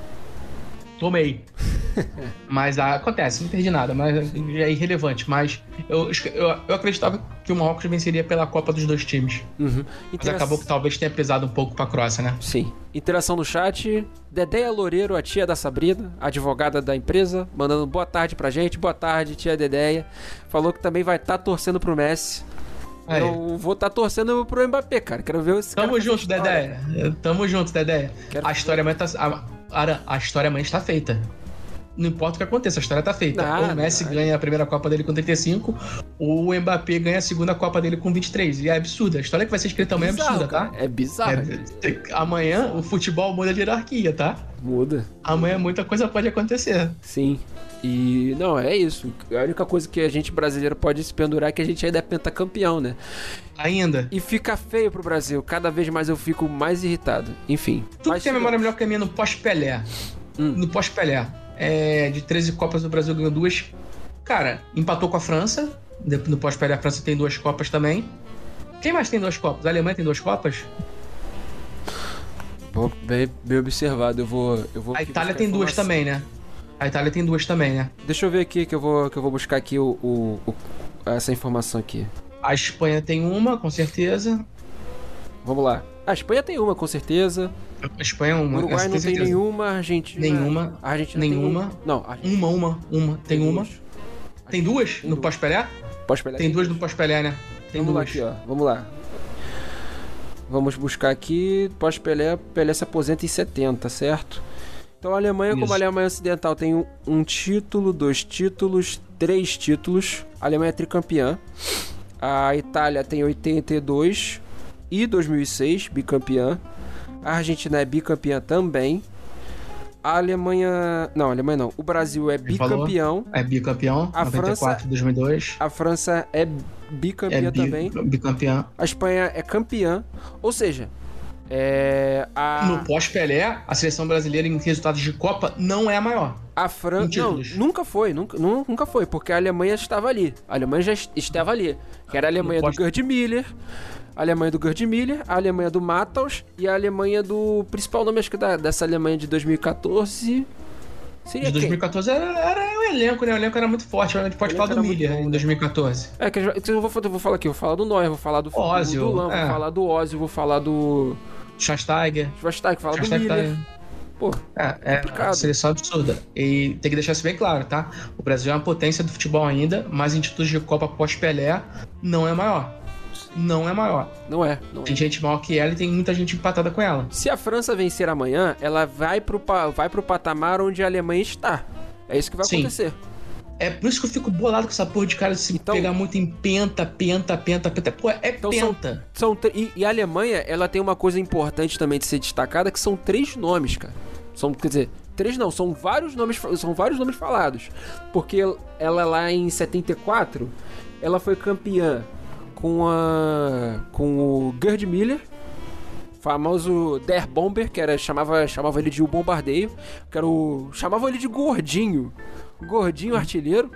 Tomei. Mas ah, acontece, não perdi nada, mas é irrelevante. Mas eu, eu, eu acreditava que o Marrocos venceria pela Copa dos dois times. Uhum. Mas acabou que talvez tenha pesado um pouco pra Croácia, né? Sim. Interação no chat. Dedéia Loureiro, a tia da Sabrina, advogada da empresa, mandando boa tarde pra gente. Boa tarde, tia Dedéia. Falou que também vai estar tá torcendo pro Messi. Aí. Eu vou estar tá torcendo pro Mbappé, cara. Quero ver esse Tamo cara junto, Dedéia. Tamo junto, Dedéia. A história amanhã tá... A, a história amanhã está feita. Não importa o que aconteça, a história tá feita. Não, o Messi não, ganha a primeira Copa dele com trinta e cinco, o Mbappé ganha a segunda Copa dele com vinte e três. E é absurdo. A história que vai ser escrita amanhã é absurda, tá? É bizarro. É, amanhã o futebol muda de hierarquia, tá? Muda. Amanhã muita coisa pode acontecer. Sim. E não, é isso. A única coisa que a gente brasileiro pode se pendurar é que a gente ainda é pentacampeão, né? Ainda. E fica feio pro Brasil. Cada vez mais eu fico mais irritado. Enfim. Tu que tem a memória melhor que a minha no pós-Pelé. Hum. No pós-Pelé. É, de treze Copas do Brasil ganhou duas. Cara, empatou com a França. No pós-Pelé a França tem duas Copas também. Quem mais tem duas Copas? A Alemanha tem duas Copas? Bom, bem, bem observado. Eu vou, eu vou a Itália tem duas também, né? A Itália tem duas também, né? Deixa eu ver aqui que eu vou, que eu vou buscar aqui o, o, o, essa informação aqui. A Espanha tem uma, com certeza. Vamos lá. A Espanha tem uma, com certeza. A Espanha é uma. O Uruguai não tem certeza. Nenhuma, a Argentina... Nenhuma. A Argentina nenhuma. Tem um... Não, a Argentina... Uma, uma, uma. Tem, tem uma. Duas. Tem duas tem no pós-Pelé? Pós-Pelé. Tem, tem duas no pós-Pelé, né? Tem Vamos duas. lá aqui, ó. Vamos lá. Vamos buscar aqui. Pós-Pelé, Pelé se aposenta em setenta, certo? Então a Alemanha, Isso. como a Alemanha Ocidental, tem um, um título, dois títulos, três títulos. A Alemanha é tricampeã. A Itália tem oitenta e dois e dois mil e seis, bicampeã. A Argentina é bicampeã também. A Alemanha... Não, a Alemanha não. O Brasil é bicampeão. É bicampeão. A noventa e quatro, França... dois mil e dois. A França é bicampeã é bi... também. Bicampeã. A Espanha é campeã. Ou seja... É, a... No pós-Pelé, a seleção brasileira em resultados de Copa não é a maior. A França... Não, nunca foi, nunca, nunca foi, porque a Alemanha estava ali. A Alemanha já estava ali. Que era a Alemanha pós... do Gerd Müller, a Alemanha do Gerd Müller, a Alemanha do Matthaus e a Alemanha do... Principal nome, acho que da, dessa Alemanha de dois mil e quatorze... Seria De dois mil e quem? quatorze era, era o elenco, né? O elenco era muito forte. A gente pode O falar elenco do era muito Miller bom, em né? dois mil e quatorze. É, que eu vou, eu vou, eu vou falar aqui, eu vou falar do Neuer, vou falar do, do, Ozil, do Lan, é. vou falar do Ozil, vou falar do Schweinsteiger. Schweinsteiger, vou falar do Schweinsteiger Miller. tá... Pô, É, é complicado. uma seleção absurda. E tem que deixar isso bem claro, tá? O Brasil é uma potência do futebol ainda, mas em títulos de Copa pós-Pelé não é maior. Não é maior. Não é, não é. Tem gente maior que ela e tem muita gente empatada com ela. Se a França vencer amanhã, ela vai pro, pa- vai pro patamar onde a Alemanha está. É isso que vai Sim. acontecer. É por isso que eu fico bolado com essa porra de cara de se Então- pegar muito em penta, penta, penta, penta. Pô, é Então são- penta. São tr- e, e a Alemanha, ela tem uma coisa importante também de ser destacada, que são três nomes, cara. São, quer dizer, três não, são vários nomes, fa- são vários nomes falados. Porque ela lá em setenta e quatro, ela foi campeã com a com o Gerd Müller, famoso Der Bomber, que era chamava chamava ele de o bombardeio, que era o chamava ele de gordinho, gordinho artilheiro.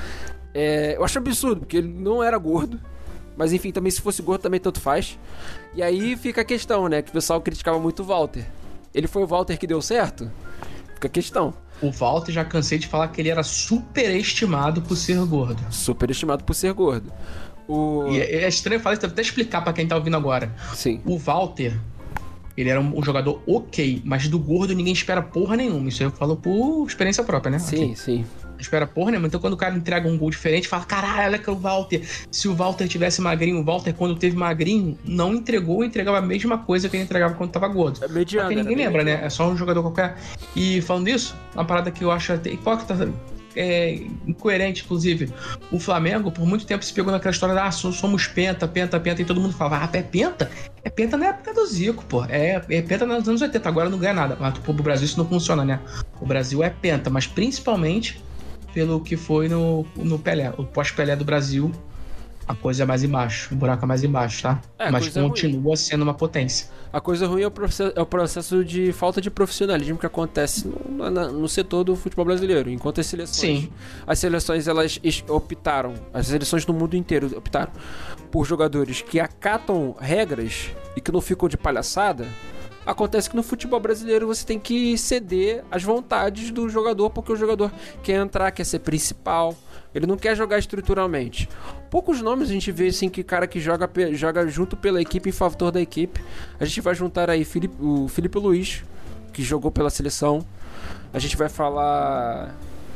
É, eu acho absurdo, porque ele não era gordo. Mas enfim, também se fosse gordo também tanto faz. E aí fica a questão, né? Que o pessoal criticava muito o Walter. Ele foi o Walter que deu certo? Fica a questão. O Walter, já cansei de falar que ele era superestimado por ser gordo. Superestimado por ser gordo. O... E é, é estranho falar isso, vou até explicar pra quem tá ouvindo agora. Sim. O Walter, ele era um, um jogador ok, mas do gordo ninguém espera porra nenhuma. Isso eu falo por experiência própria, né? Sim, Aqui. sim. Não espera porra nenhuma. Então quando o cara entrega um gol diferente, fala, caralho, olha que é o Walter. Se o Walter tivesse magrinho, o Walter quando teve magrinho, não entregou, entregava a mesma coisa que ele entregava quando tava gordo. É mediano. Porque ninguém né? lembra, Mediano. né? É só um jogador qualquer. E falando isso, uma parada que eu acho até hipócrita, é, incoerente, inclusive. O Flamengo, por muito tempo, se pegou naquela história da ah, somos penta, penta, penta, e todo mundo falava, ah, é penta? É penta na época do Zico, pô. É, é penta nos anos oitenta, agora não ganha nada. Mas pô, pro Brasil isso não funciona, né? O Brasil é penta, mas principalmente pelo que foi no, no Pelé. O pós-Pelé do Brasil, a coisa é mais embaixo, o buraco é mais embaixo, tá? É, a mas coisa é continua sendo uma potência. A coisa ruim é o, processo, é o processo de falta de profissionalismo que acontece no, na- no setor do futebol brasileiro. Enquanto as seleções... Sim. As seleções, elas es- optaram... As seleções do mundo inteiro optaram por jogadores que acatam regras e que não ficam de palhaçada. Acontece que no futebol brasileiro você tem que ceder às vontades do jogador, porque o jogador quer entrar, quer ser principal, ele não quer jogar estruturalmente. Poucos nomes a gente vê assim que cara que joga, pe- joga junto pela equipe, em favor da equipe. A gente vai juntar aí Felipe, o Felipe Luiz, que jogou pela seleção. A gente vai falar,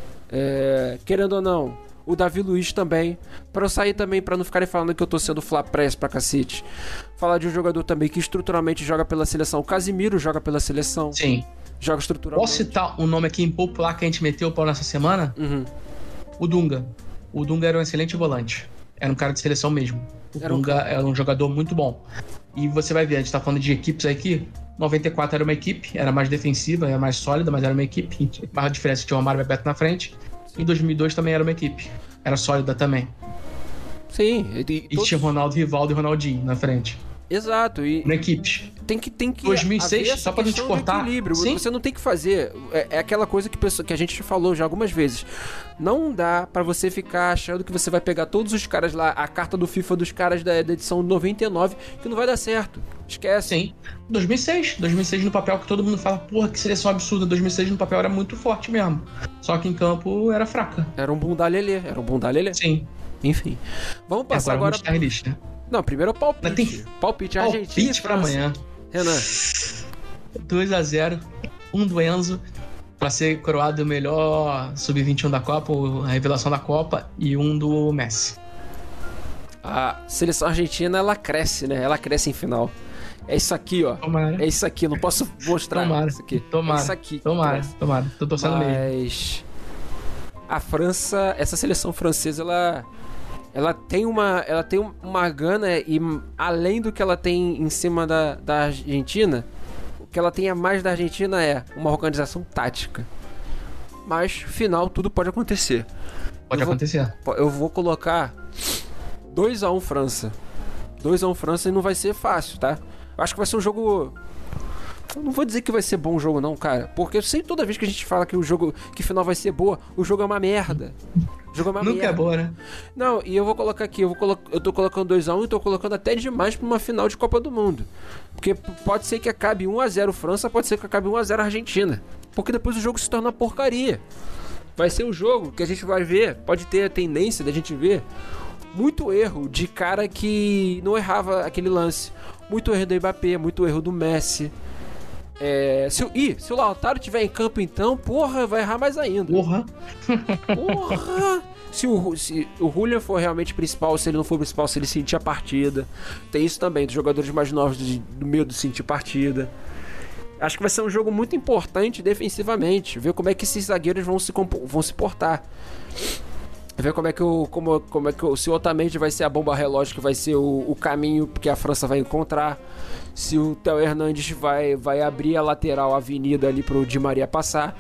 é, querendo ou não, o Davi Luiz também, pra eu sair também, pra não ficarem falando que eu tô sendo flapress pra cacete. Falar de um jogador também que estruturalmente joga pela seleção. O Casimiro joga pela seleção. Sim. Joga estruturalmente. Posso citar um nome aqui impopular que a gente meteu o pau nessa semana? Uhum. O Dunga. O Dunga era um excelente volante. Era um cara de seleção mesmo. O Era um Dunga cara. era um jogador muito bom. E você vai ver, a gente tá falando de equipes aqui. noventa e quatro era uma equipe, era mais defensiva, era mais sólida, mas era uma equipe. A diferença tinha o Romário e Bebeto na frente. Em dois mil e dois também era uma equipe. Era sólida também. Sim. E, e E todos- tinha Ronaldo, Rivaldo e Ronaldinho na frente. Exato. E Na equipe. tem que tem que dois mil e seis, haver essa só pra não te questão do cortar. equilíbrio. Sim. Você não tem que fazer é, é aquela coisa que, pessoa, que a gente já falou já algumas vezes. Não dá pra você ficar achando que você vai pegar todos os caras lá, a carta do FIFA dos caras da, da edição noventa e nove, que não vai dar certo. Esquece. Sim. dois mil e seis. dois mil e seis no papel que todo mundo fala, porra, que seleção absurda. dois mil e seis no papel era muito forte mesmo. Só que em campo era fraca. Era um bundalelê, era um bundalelê. Sim. Enfim. Vamos passar agora agora. vamos estar list, né? Não, primeiro é o palpite. Mas tem- Palpite, Argentina. Palpite pra França. amanhã. Renan. dois a zero. Um do Enzo. Pra ser coroado o melhor sub vinte e um da Copa, a revelação da Copa. E um do Messi. A seleção argentina, ela cresce, né? Ela cresce em final. É isso aqui, ó. Tomara. É isso aqui, eu não posso mostrar Tomara. isso aqui. Tomara. É isso aqui. que Tomara, cresce. tomara. Tô torcendo mesmo. Mas a França, essa seleção francesa, ela ela tem uma ela tem uma gana e além do que ela tem em cima da, da Argentina, o que ela tem a mais da Argentina é uma organização tática. Mas final tudo pode acontecer. Pode eu vou- acontecer. Eu vou colocar dois a um França. dois a um França e não vai ser fácil, tá? Eu acho que vai ser um jogo. Eu não vou dizer que vai ser bom o jogo, não, cara. Porque eu sei toda vez que a gente fala que o jogo. Que final vai ser boa, o jogo é uma merda. O jogo é uma Nunca merda. é boa, né? Não, e eu vou colocar aqui, eu, vou colo... eu tô colocando dois a um e tô colocando até demais pra uma final de Copa do Mundo. Porque p- pode ser que acabe um a zero França, pode ser que acabe um a zero Argentina. porque depois o jogo se torna uma porcaria. Vai ser um jogo que a gente vai ver, pode ter a tendência da gente ver muito erro de cara que não errava aquele lance. Muito erro do Mbappé, muito erro do Messi. É, se, ih, se o Lautaro estiver em campo então, porra, vai errar mais ainda. Porra! Porra! Se o, se o Julian for realmente principal, se ele não for principal, se ele sentir a partida. Tem isso também, dos jogadores mais novos de, do medo de sentir partida. Acho que vai ser um jogo muito importante defensivamente. Ver como é que esses zagueiros vão se, vão se portar. Ver como é que o. Como, como é que o, se o Otamendi vai ser a bomba relógio, que vai ser o, o caminho que a França vai encontrar. Se o Theo Hernandes vai, vai abrir a lateral, a avenida ali pro Di Maria passar.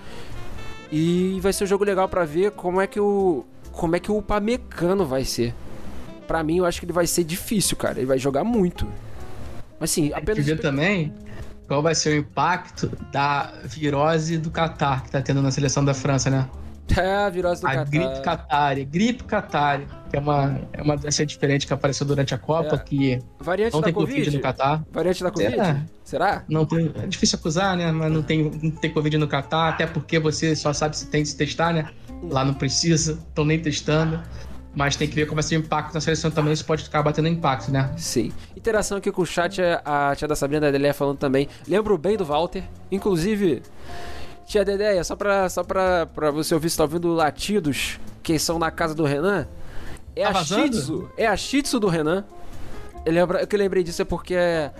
E vai ser um jogo legal pra ver como é que o. Como é que o Upamecano vai ser. Pra mim, eu acho que ele vai ser difícil, cara. Ele vai jogar muito. Mas assim, apenas. Ver também qual vai ser o impacto da virose do Catar que tá tendo na seleção da França, né? É, a virose do a Catar. gripe catária, gripe catária, que é uma, é uma doença diferente que apareceu durante a Copa, é. que variante não da tem COVID? Covid no Catar. Variante da Covid? É. Será? Não tem, é difícil acusar, né? Mas não tem, não tem Covid no Catar, até porque você só sabe se tem de se testar, né? Lá não precisa, estão nem testando. Mas tem que ver como vai ser o impacto na seleção também, isso pode ficar batendo impacto, né? Sim. Interação aqui com o chat, a tia da Sabrina da Adeleia falando também. Lembro bem do Walter. Inclusive, tia Dedéia, só pra, só pra, pra você ouvir se tá ouvindo latidos que são na casa do Renan. É tá a Shih Tzu. É a Shih Tzu do Renan. Eu lembro, o que eu lembrei disso é porque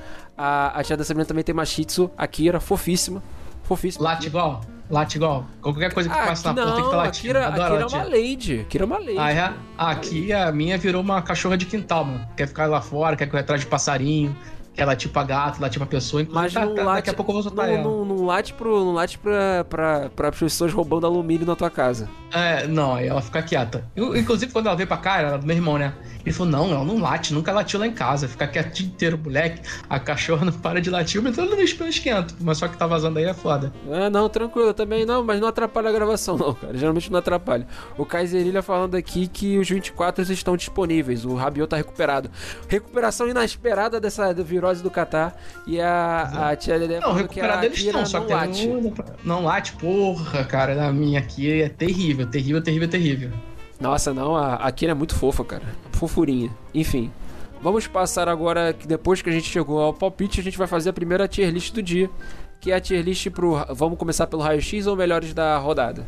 a, a tia da Sabrina também tem uma Shih Tzu, a Kira, fofíssima. Fofíssima. Late igual? Late igual? Qualquer coisa que ah, passa na não, porta tem que tá latindo. A Kira, a Kira é uma lady. A Kira é uma lady. Ah, é? Aqui a minha virou uma cachorra de quintal, mano. Quer ficar lá fora, quer correr atrás de passarinho, quer latir pra gato, latir pra pessoa. Mas tá, não tá, late, daqui a pouco eu vou soltar não, ela. Não, não late, pro, não late pra, pra, pra pessoas roubando alumínio na tua casa. É, não, aí ela fica quieta. Eu, inclusive, quando ela veio pra cá, era do meu irmão, né? Ele falou, não, ela não late, nunca latiu lá em casa. Fica quieto o dia inteiro, moleque. A cachorra não para de latir. Eu não deixo pelo esquento. Mas só que tá vazando aí é foda. Ah, não, tranquilo, também não, mas não atrapalha a gravação não, cara. Geralmente não atrapalha. O Kaiserilha falando aqui que os vinte e quatro estão disponíveis. O Rabiot tá recuperado. Recuperação inesperada dessa virose do Catar. E a, a tia Dedé falando que a eles estão, só não que late. Não, não late, porra, cara. A minha aqui é terrível, terrível, terrível, terrível. Nossa, não, a, a Kira é muito fofa, cara. Fofurinha. Enfim. Vamos passar agora, que depois que a gente chegou ao palpite, a gente vai fazer a primeira tier list do dia. Que é a tier list pro... Vamos começar pelo raio-x ou melhores da rodada?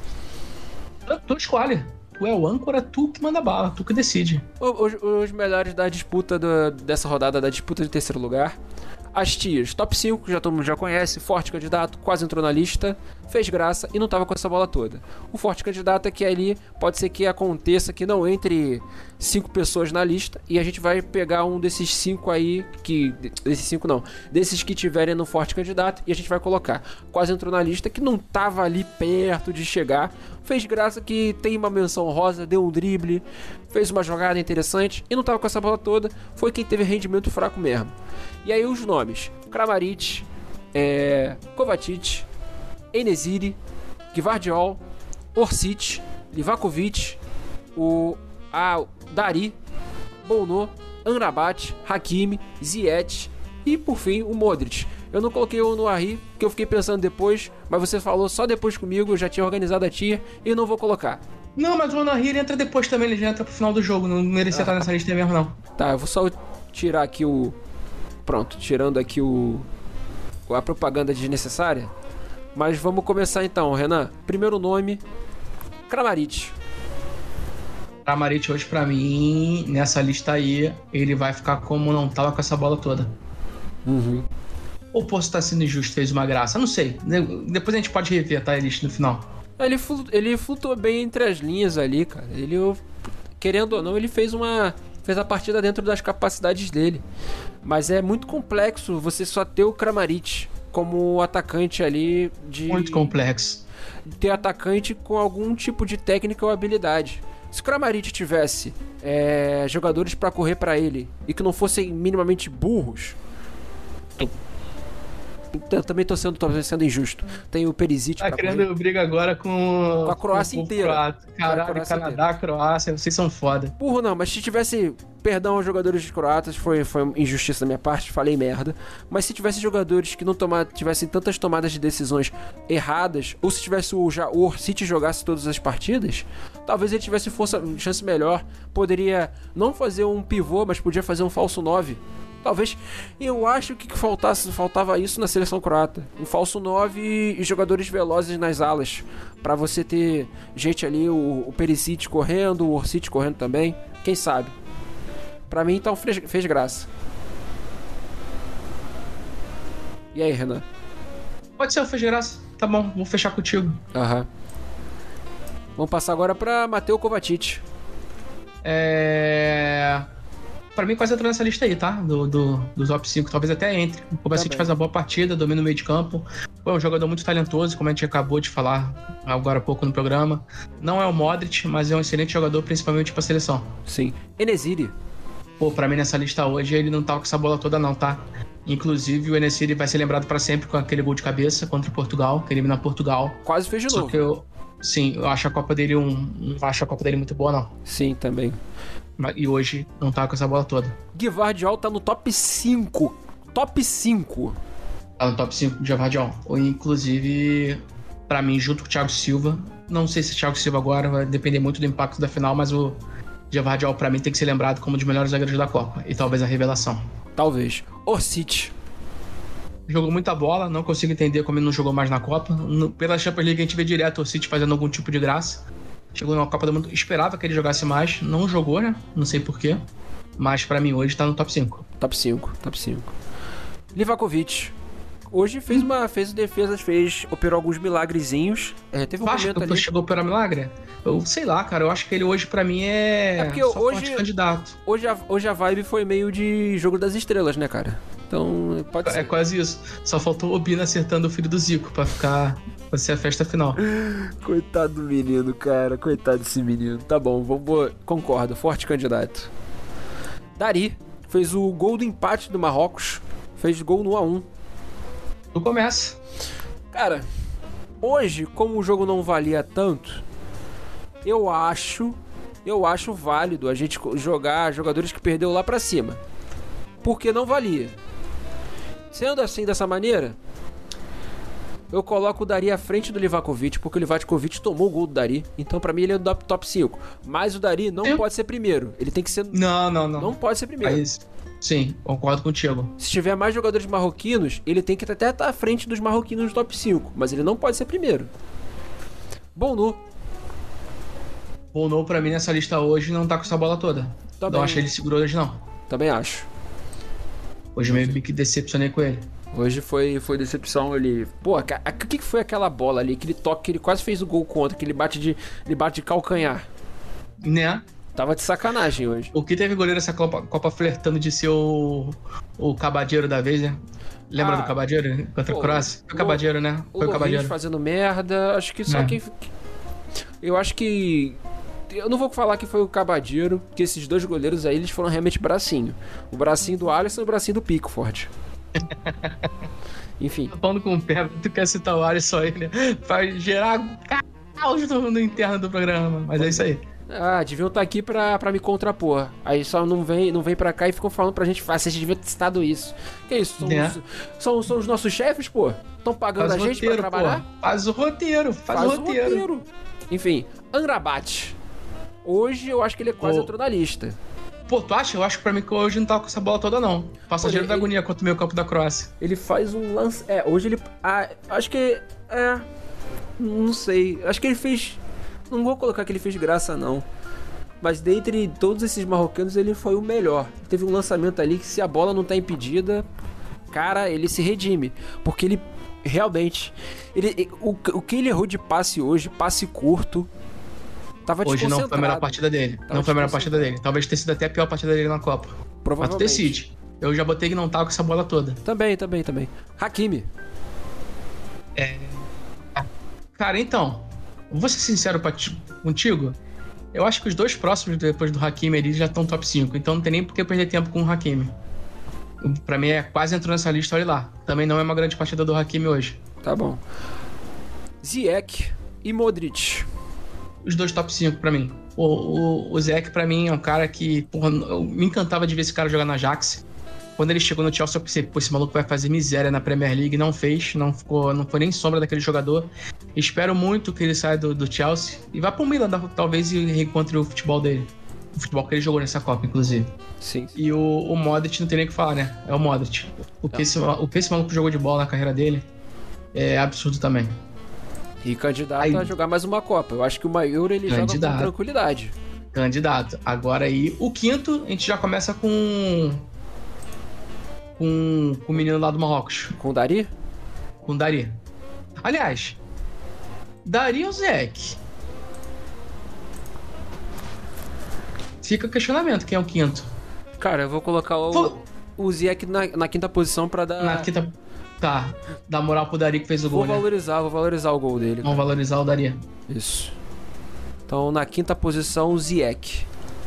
Tu escolhe. Tu é o âncora, tu que manda bala, tu que decide. Os, os melhores da disputa do, dessa rodada, da disputa de terceiro lugar. As tias, top cinco, que já todo mundo já conhece, forte candidato, quase entrou na lista, fez graça e não tava com essa bola toda. O forte candidato é que ali pode ser que aconteça que não entre cinco pessoas na lista e a gente vai pegar um desses cinco aí, que desses cinco não, desses que tiverem no forte candidato e a gente vai colocar. Quase entrou na lista que não tava ali perto de chegar, fez graça que tem uma menção rosa, deu um drible, fez uma jogada interessante e não tava com essa bola toda, foi quem teve rendimento fraco mesmo. E aí os nomes, Kramaric, é, Kovacic, Enesiri, Gvardiol, Orsic, Livakovic, o a, Dari, Bono, Amrabat, Hakimi, Ziyech e por fim o Modric. Eu não coloquei o Noari, porque eu fiquei pensando depois, mas você falou só depois comigo, eu já tinha organizado a tier e não vou colocar. Não, mas o Noari ele entra depois também, ele já entra pro final do jogo, não merecia ah. estar nessa lista mesmo não. Tá, eu vou só tirar aqui o... Pronto, tirando aqui o a propaganda desnecessária. Mas vamos começar então, Renan. Primeiro nome, Kramaric. Kramaric hoje pra mim, nessa lista aí, ele vai ficar como não tava com essa bola toda. Uhum. Ou posso estar sendo injusto, fez uma graça, não sei. Depois a gente pode rever, tá, a lista no final. Ele, ele flutuou bem entre as linhas ali, cara. Ele, querendo ou não, ele fez uma... fez a partida dentro das capacidades dele. Mas é muito complexo você só ter o Kramaric como atacante ali de... Muito complexo. Ter atacante com algum tipo de técnica ou habilidade. Se o Kramaric tivesse é, jogadores pra correr pra ele e que não fossem minimamente burros, Eu também tô sendo, tô sendo injusto. Tem o Perisic. Tá querendo correr. Briga agora com... Com a Croácia com inteira. Croácia. Caralho, Croácia Canadá, inteira. Croácia, vocês são foda. Burro não, mas se tivesse... Perdão aos jogadores croatas, foi, foi injustiça da minha parte, falei merda. Mas se tivesse jogadores que não toma, tivessem tantas tomadas de decisões erradas, ou se tivesse o, já, o Orsic jogasse todas as partidas, talvez ele tivesse força, chance melhor. Poderia não fazer um pivô, mas podia fazer um falso nove. Talvez, eu acho que faltasse, faltava isso na seleção croata. Um falso nove e jogadores velozes nas alas. Pra você ter gente ali, o, o Perisic correndo, o Orsic correndo também. Quem sabe? Pra mim, então, fez, fez graça. E aí, Renan? Pode ser, fez graça. Tá bom, vou fechar contigo. Aham. Vamos passar agora pra Mateo Kovacic. É... Pra mim, quase entrou nessa lista aí, tá? Do, do, do top cinco, talvez até entre. O Kovacic faz uma boa partida, domina o meio de campo. É um jogador muito talentoso, como a gente acabou de falar agora há pouco no programa. Não é o Modric, mas é um excelente jogador, principalmente pra seleção. Sim. En-Nesyri. Pô, pra mim nessa lista hoje ele não tá com essa bola toda não, tá? Inclusive o En-Nesyri vai ser lembrado pra sempre com aquele gol de cabeça contra Portugal, que elimina Portugal. Quase fez de Só novo. que eu, sim, eu acho a Copa dele um, não acho a Copa dele muito boa não. Sim, também. E hoje não tá com essa bola toda. Gvardiol tá no top cinco. Top cinco. Tá no top cinco de Gvardiol. Inclusive, pra mim, junto com o Thiago Silva. Não sei se o Thiago Silva agora vai depender muito do impacto da final, mas o Gvardiol, pra mim, tem que ser lembrado como um dos melhores zagueiros da Copa. E talvez a revelação. Talvez. Orsic. Jogou muita bola, não consigo entender como ele não jogou mais na Copa. No, pela Champions League a gente vê direto o Orsic fazendo algum tipo de graça. Chegou numa Copa do Mundo, esperava que ele jogasse mais, não jogou, né? Não sei porquê. Mas pra mim hoje tá no top cinco. Top cinco, top cinco. Livakovic. Hoje fez uma. Fez defesas, fez. Operou alguns milagrezinhos. É, teve um Acho momento que ali. Chegou a operar milagre? Eu sei lá, cara. Eu acho que ele hoje pra mim é. É porque só hoje. forte candidato. Hoje a, hoje a vibe foi meio de jogo das estrelas, né, cara? Então, pode ser. É quase isso. Só faltou o Obina acertando o filho do Zico pra ficar. Pra ser a festa final. Coitado do menino, cara. Coitado desse menino. Tá bom, vamos. Concordo. Forte candidato. Dari fez o gol do empate do Marrocos. Fez gol no a um. Tu começa. Cara, hoje, como o jogo não valia tanto, eu acho. Eu acho válido a gente jogar jogadores que perdeu lá pra cima. Porque não valia. Sendo assim, dessa maneira, eu coloco o Dari à frente do Livakovic, porque o Livakovic tomou o gol do Dari. Então, pra mim, ele é do top cinco. Mas o Dari não eu... pode ser primeiro. Ele tem que ser... Não, não, não. Não pode ser primeiro. Aí, sim, concordo contigo. Se tiver mais jogadores marroquinos, ele tem que até estar à frente dos marroquinos do top cinco. Mas ele não pode ser primeiro. Bonu. Bonu, pra mim, nessa lista hoje, não tá com essa bola toda. Também. Não acho que ele segurou hoje, não. Também acho. Hoje meio que decepcionei com ele. Hoje foi, foi decepção ali. Pô, o que, que foi aquela bola ali? Aquele toque que ele quase fez o gol contra, que ele bate de, ele bate de calcanhar. Né? Tava de sacanagem hoje. O que teve goleiro essa Copa, Copa flertando de ser o, o cabadeiro da vez, né? Lembra ah, do cabadeiro contra o Croácia? Foi o cabadeiro, né? Foi o, o cabadeiro. Fazendo merda. Acho que só é. quem... Eu acho que... Eu não vou falar que foi o cabadeiro, porque esses dois goleiros aí, eles foram realmente bracinho. O bracinho do Alisson e o bracinho do Pickford. Enfim. Tô falando com o pé, tu quer citar o Alisson aí, né? Pra gerar caos no interno do programa. Mas é isso aí. Ah, deviam estar aqui pra, pra me contrapor. Aí só não vem, não vem pra cá e ficam falando pra gente, ah, vocês deviam ter citado isso. Que isso? São, é. os, são, são os nossos chefes, pô? Estão pagando faz a gente roteiro, pra trabalhar? Pô. Faz o roteiro, faz, faz o roteiro. roteiro. Enfim, Amrabat. Hoje eu acho que ele é quase oh. entrou na lista. Pô, tu acha? Eu acho que pra mim que hoje não tá com essa bola toda, não. Passageiro da agonia contra o meio campo da Croácia. Ele faz um lance... É, hoje ele... Ah, acho que... É... Não sei. Acho que ele fez... Não vou colocar que ele fez graça, não. Mas dentre todos esses marroquinos, ele foi o melhor. Teve um lançamento ali que, se a bola não tá impedida, cara, ele se redime. Porque ele... Realmente... Ele, o, o que ele errou de passe hoje, passe curto... Tava Hoje não foi a melhor partida dele. Tava não foi a melhor partida dele. Talvez tenha sido até a pior partida dele na Copa. Provavelmente. Mas tu decide. Eu já botei que não tava com essa bola toda. Também, também, também. Hakimi. É... Cara, então... Vou ser sincero pra ti, contigo. Eu acho que os dois próximos depois do Hakimi ali já estão top cinco. Então não tem nem por que perder tempo com o Hakimi. Pra mim, é quase entrou nessa lista, olha lá. Também não é uma grande partida do Hakimi hoje. Tá bom. Ziyech e Modric. Os dois top cinco pra mim. O, o, o Ziyech, pra mim, é um cara que... Porra, eu me encantava de ver esse cara jogar na Ajax. Quando ele chegou no Chelsea, eu pensei, pô, esse maluco vai fazer miséria na Premier League. Não fez, não, ficou, não foi nem sombra daquele jogador. Espero muito que ele saia do, do Chelsea e vá pro Milan, talvez, e reencontre o futebol dele. O futebol que ele jogou nessa Copa, inclusive. Sim. E o, o Modric não tem nem o que falar, né? É o Modric. O que, esse, o que esse maluco jogou de bola na carreira dele é absurdo também. E candidato aí, a jogar mais uma Copa. Eu acho que o Euro ele candidato. joga com tranquilidade. Candidato. Agora aí, o quinto, a gente já começa com... Com, com o menino lá do Marrocos. Com o Dari? Com o Dari. Aliás, Dari ou Ziyech? Fica o questionamento, quem é o quinto? Cara, eu vou colocar o, vou... o Ziyech na, na quinta posição pra dar... Na quinta... Tá, dá moral pro Dari que fez o vou gol, Vou valorizar, né? vou valorizar o gol dele. Vamos cara. valorizar o Dari. Isso. Então, na quinta posição, o Ziyech.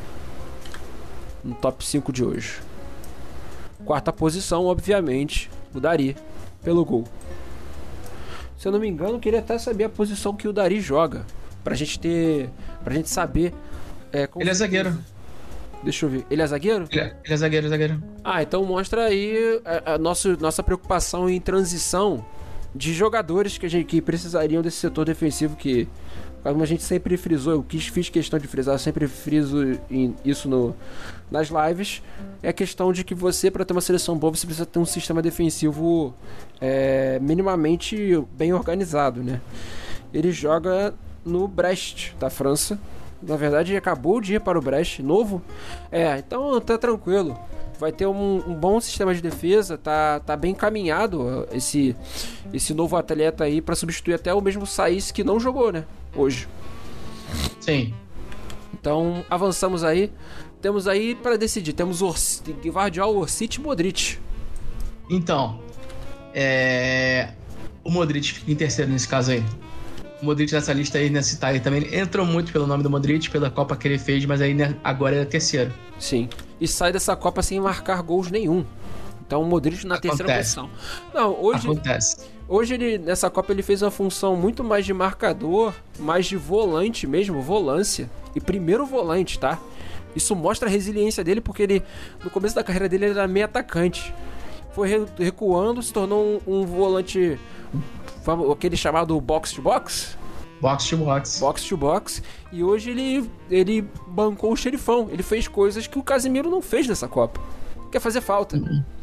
No top cinco de hoje. Quarta posição, obviamente, o Dari, pelo gol. Se eu não me engano, eu queria até saber a posição que o Dari joga. Pra gente ter... Pra gente saber... É, ele é zagueiro. Deixa eu ver. Ele é zagueiro? Ele é, ele é zagueiro, zagueiro. Ah, então mostra aí a, a nosso, nossa preocupação em transição de jogadores que, a gente, que precisariam desse setor defensivo que, como a gente sempre frisou, eu quis, fiz questão de frisar, eu sempre friso em, isso no, nas lives, é a questão de que você, para ter uma seleção boa, você precisa ter um sistema defensivo é, minimamente bem organizado, né? Ele joga no Brest, da França. Na verdade, acabou de ir para o Brest, novo. É, então tá tranquilo. Vai ter um, um bom sistema de defesa. Tá, tá bem encaminhado esse, esse novo atleta aí para substituir até o mesmo Saïs que não jogou, né? Hoje. Sim. Então, avançamos aí. Temos aí para decidir. Temos Gvardiol, Orsic e Modric. Então, é... o Modric fica em terceiro nesse caso aí. O Modric nessa lista aí, nesse tá aí também, entrou muito pelo nome do Modric, pela Copa que ele fez, mas aí né, agora é terceiro. Sim. E sai dessa Copa sem marcar gols nenhum. Então o Modric na Acontece. terceira posição. Não, hoje... Acontece. Hoje ele, nessa Copa, ele fez uma função muito mais de marcador, mais de volante mesmo, volância. E primeiro volante, tá? Isso mostra a resiliência dele, porque ele, no começo da carreira dele, ele era meio atacante. Foi recuando, se tornou um, um volante... aquele chamado box to box? Box to box. Box to box. E hoje ele, ele bancou o xerifão. Ele fez coisas que o Casemiro não fez nessa Copa. Quer fazer falta.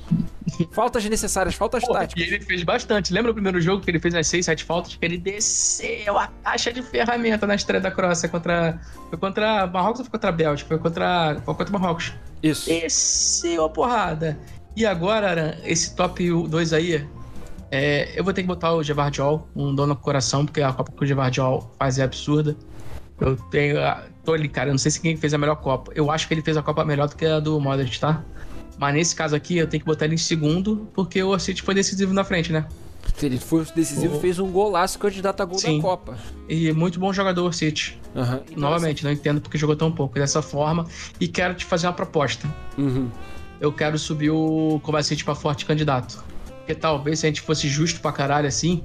Faltas necessárias, faltas Pô, táticas. E ele fez bastante. Lembra o primeiro jogo que ele fez as seis, sete faltas? Que ele desceu a caixa de ferramenta na estreia da Croácia contra... Foi contra Marrocos ou foi contra a Bélgica? Foi contra, foi contra Marrocos. Isso. Desceu a porrada. E agora, Aran, esse top dois aí... É, eu vou ter que botar o Gvardiol, um dono no coração, porque a Copa que o Gvardiol faz é absurda. Eu tenho... Tô ali, cara, eu não sei se quem fez a melhor Copa. Eu acho que ele fez a Copa melhor do que a do Modric, tá? Mas nesse caso aqui, eu tenho que botar ele em segundo, porque o Orsic foi decisivo na frente, né? Ele foi decisivo e fez um golaço candidato a gol Sim. da Copa. E muito bom jogador o Orsic. Uhum. Novamente, não entendo porque jogou tão pouco dessa forma. E quero te fazer uma proposta. Uhum. Eu quero subir o Kovacic pra forte candidato. Porque talvez se a gente fosse justo pra caralho assim,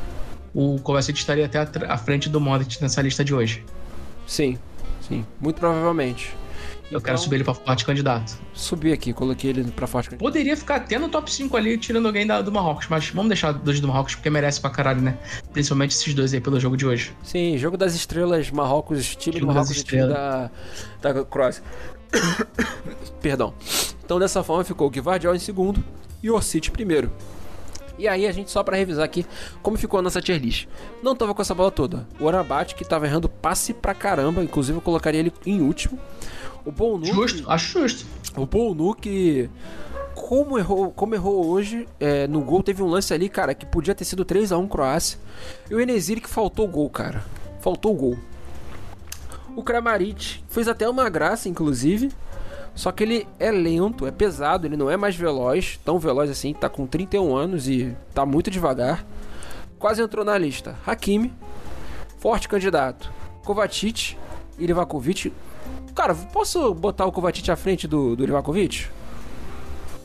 o Kovacic estaria até à frente do Modric nessa lista de hoje. Sim, sim. Muito provavelmente. Eu então, quero subir ele pra forte candidato. Subi aqui, coloquei ele pra forte candidato. Poderia ficar até no top cinco ali, tirando alguém da, do Marrocos, mas vamos deixar dois do Marrocos porque merece pra caralho, né? Principalmente esses dois aí pelo jogo de hoje. Sim, jogo das estrelas, Marrocos, time do Marrocos e time da, da Croácia. Perdão. Então dessa forma ficou o Gvardiol em segundo e o Orsic primeiro. E aí a gente, só pra revisar aqui como ficou a nossa tier list. Não tava com essa bola toda. O Orabat, que tava errando passe pra caramba, inclusive eu colocaria ele em último. O Bonu, justo, acho justo. O Bonu, que como errou, como errou hoje é, no gol, teve um lance ali, cara, que podia ter sido três a um Croácia. E o Enesiri, que faltou o gol, cara. Faltou o gol. O Kramaric fez até uma graça, inclusive. Só que ele é lento, é pesado, ele não é mais veloz, tão veloz assim, tá com trinta e um anos e tá muito devagar. Quase entrou na lista. Hakimi, forte candidato. Kovacic e Livakovic. Cara, posso botar o Kovacic à frente do, do Livakovic?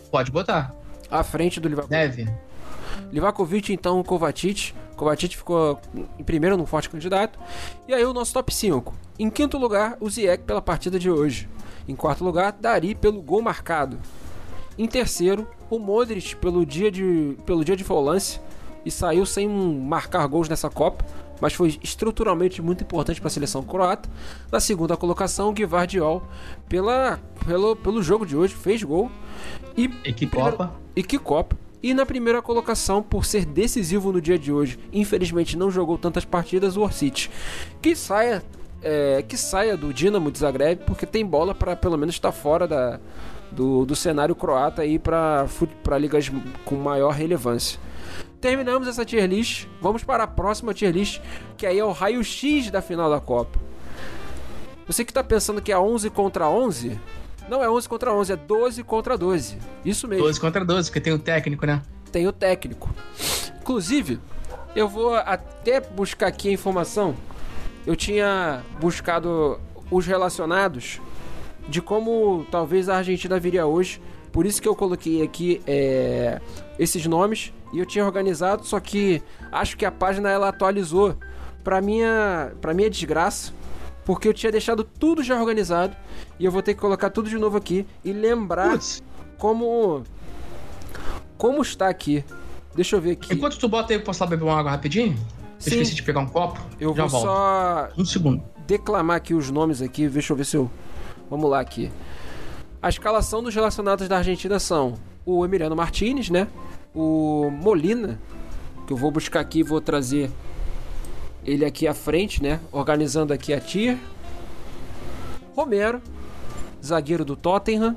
Pode botar. À frente do Livakovic. Deve. Livakovic, então, Kovacic. Kovacic ficou em primeiro num forte candidato. E aí o nosso top cinco. Em quinto lugar, o Ziyech pela partida de hoje. Em quarto lugar, Dari pelo gol marcado. Em terceiro, o Modric pelo dia de, pelo dia de volância. E saiu sem marcar gols nessa Copa, mas foi estruturalmente muito importante para a seleção croata. Na segunda colocação, o Gvardiol pela, pelo, pelo jogo de hoje, fez gol. E, e que Copa. E que Copa. E na primeira colocação, por ser decisivo no dia de hoje, infelizmente não jogou tantas partidas, o Orsic. Que saia, é, que saia do Dinamo de Zagreb, porque tem bola para pelo menos estar fora da, do, do cenário croata e para ligas com maior relevância. Terminamos essa tier list, vamos para a próxima tier list, que aí é o raio-x da final da Copa. Você que está pensando que é onze contra onze, não é onze contra onze, é doze contra doze. Isso mesmo. doze contra doze, porque tem o técnico, né? Tem o técnico. Inclusive, eu vou até buscar aqui a informação. Eu tinha buscado os relacionados de como talvez a Argentina viria hoje. Por isso que eu coloquei aqui é, esses nomes e eu tinha organizado, só que acho que a página ela atualizou para minha, para minha desgraça, porque eu tinha deixado tudo já organizado e eu vou ter que colocar tudo de novo aqui e lembrar Putz. como como está aqui. Deixa eu ver aqui. Enquanto tu bota aí, eu posso lá beber uma água rapidinho? Sim. Eu esqueci de pegar um copo. Eu já vou volto. só um segundo. declamar aqui os nomes aqui, deixa eu ver se eu... Vamos lá aqui. A escalação dos relacionados da Argentina são o Emiliano Martínez, né? O Molina, que eu vou buscar aqui e vou trazer ele aqui à frente, né? Organizando aqui a tier. Romero, zagueiro do Tottenham.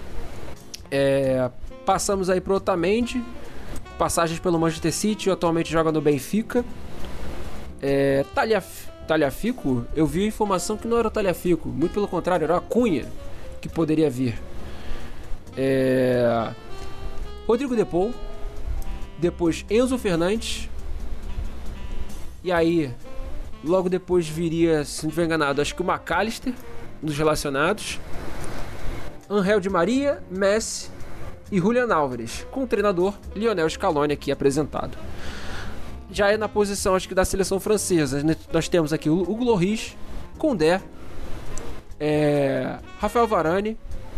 É, passamos aí pro Otamendi, passagens pelo Manchester City, atualmente joga no Benfica. É, Talhaf, Talhafico, eu vi a informação que não era o Talhafico, muito pelo contrário, era o Acunha que poderia vir. É... Rodrigo De Paul, depois Enzo Fernandes, e aí logo depois viria, se não estiver enganado, acho que o McAllister dos relacionados, Angel Di Maria, Messi e Julián Álvares, com o treinador Lionel Scaloni aqui apresentado. Já é na posição, acho que da seleção francesa, nós temos aqui o Hugo Lloris, Koundé, É, Rafael Varane,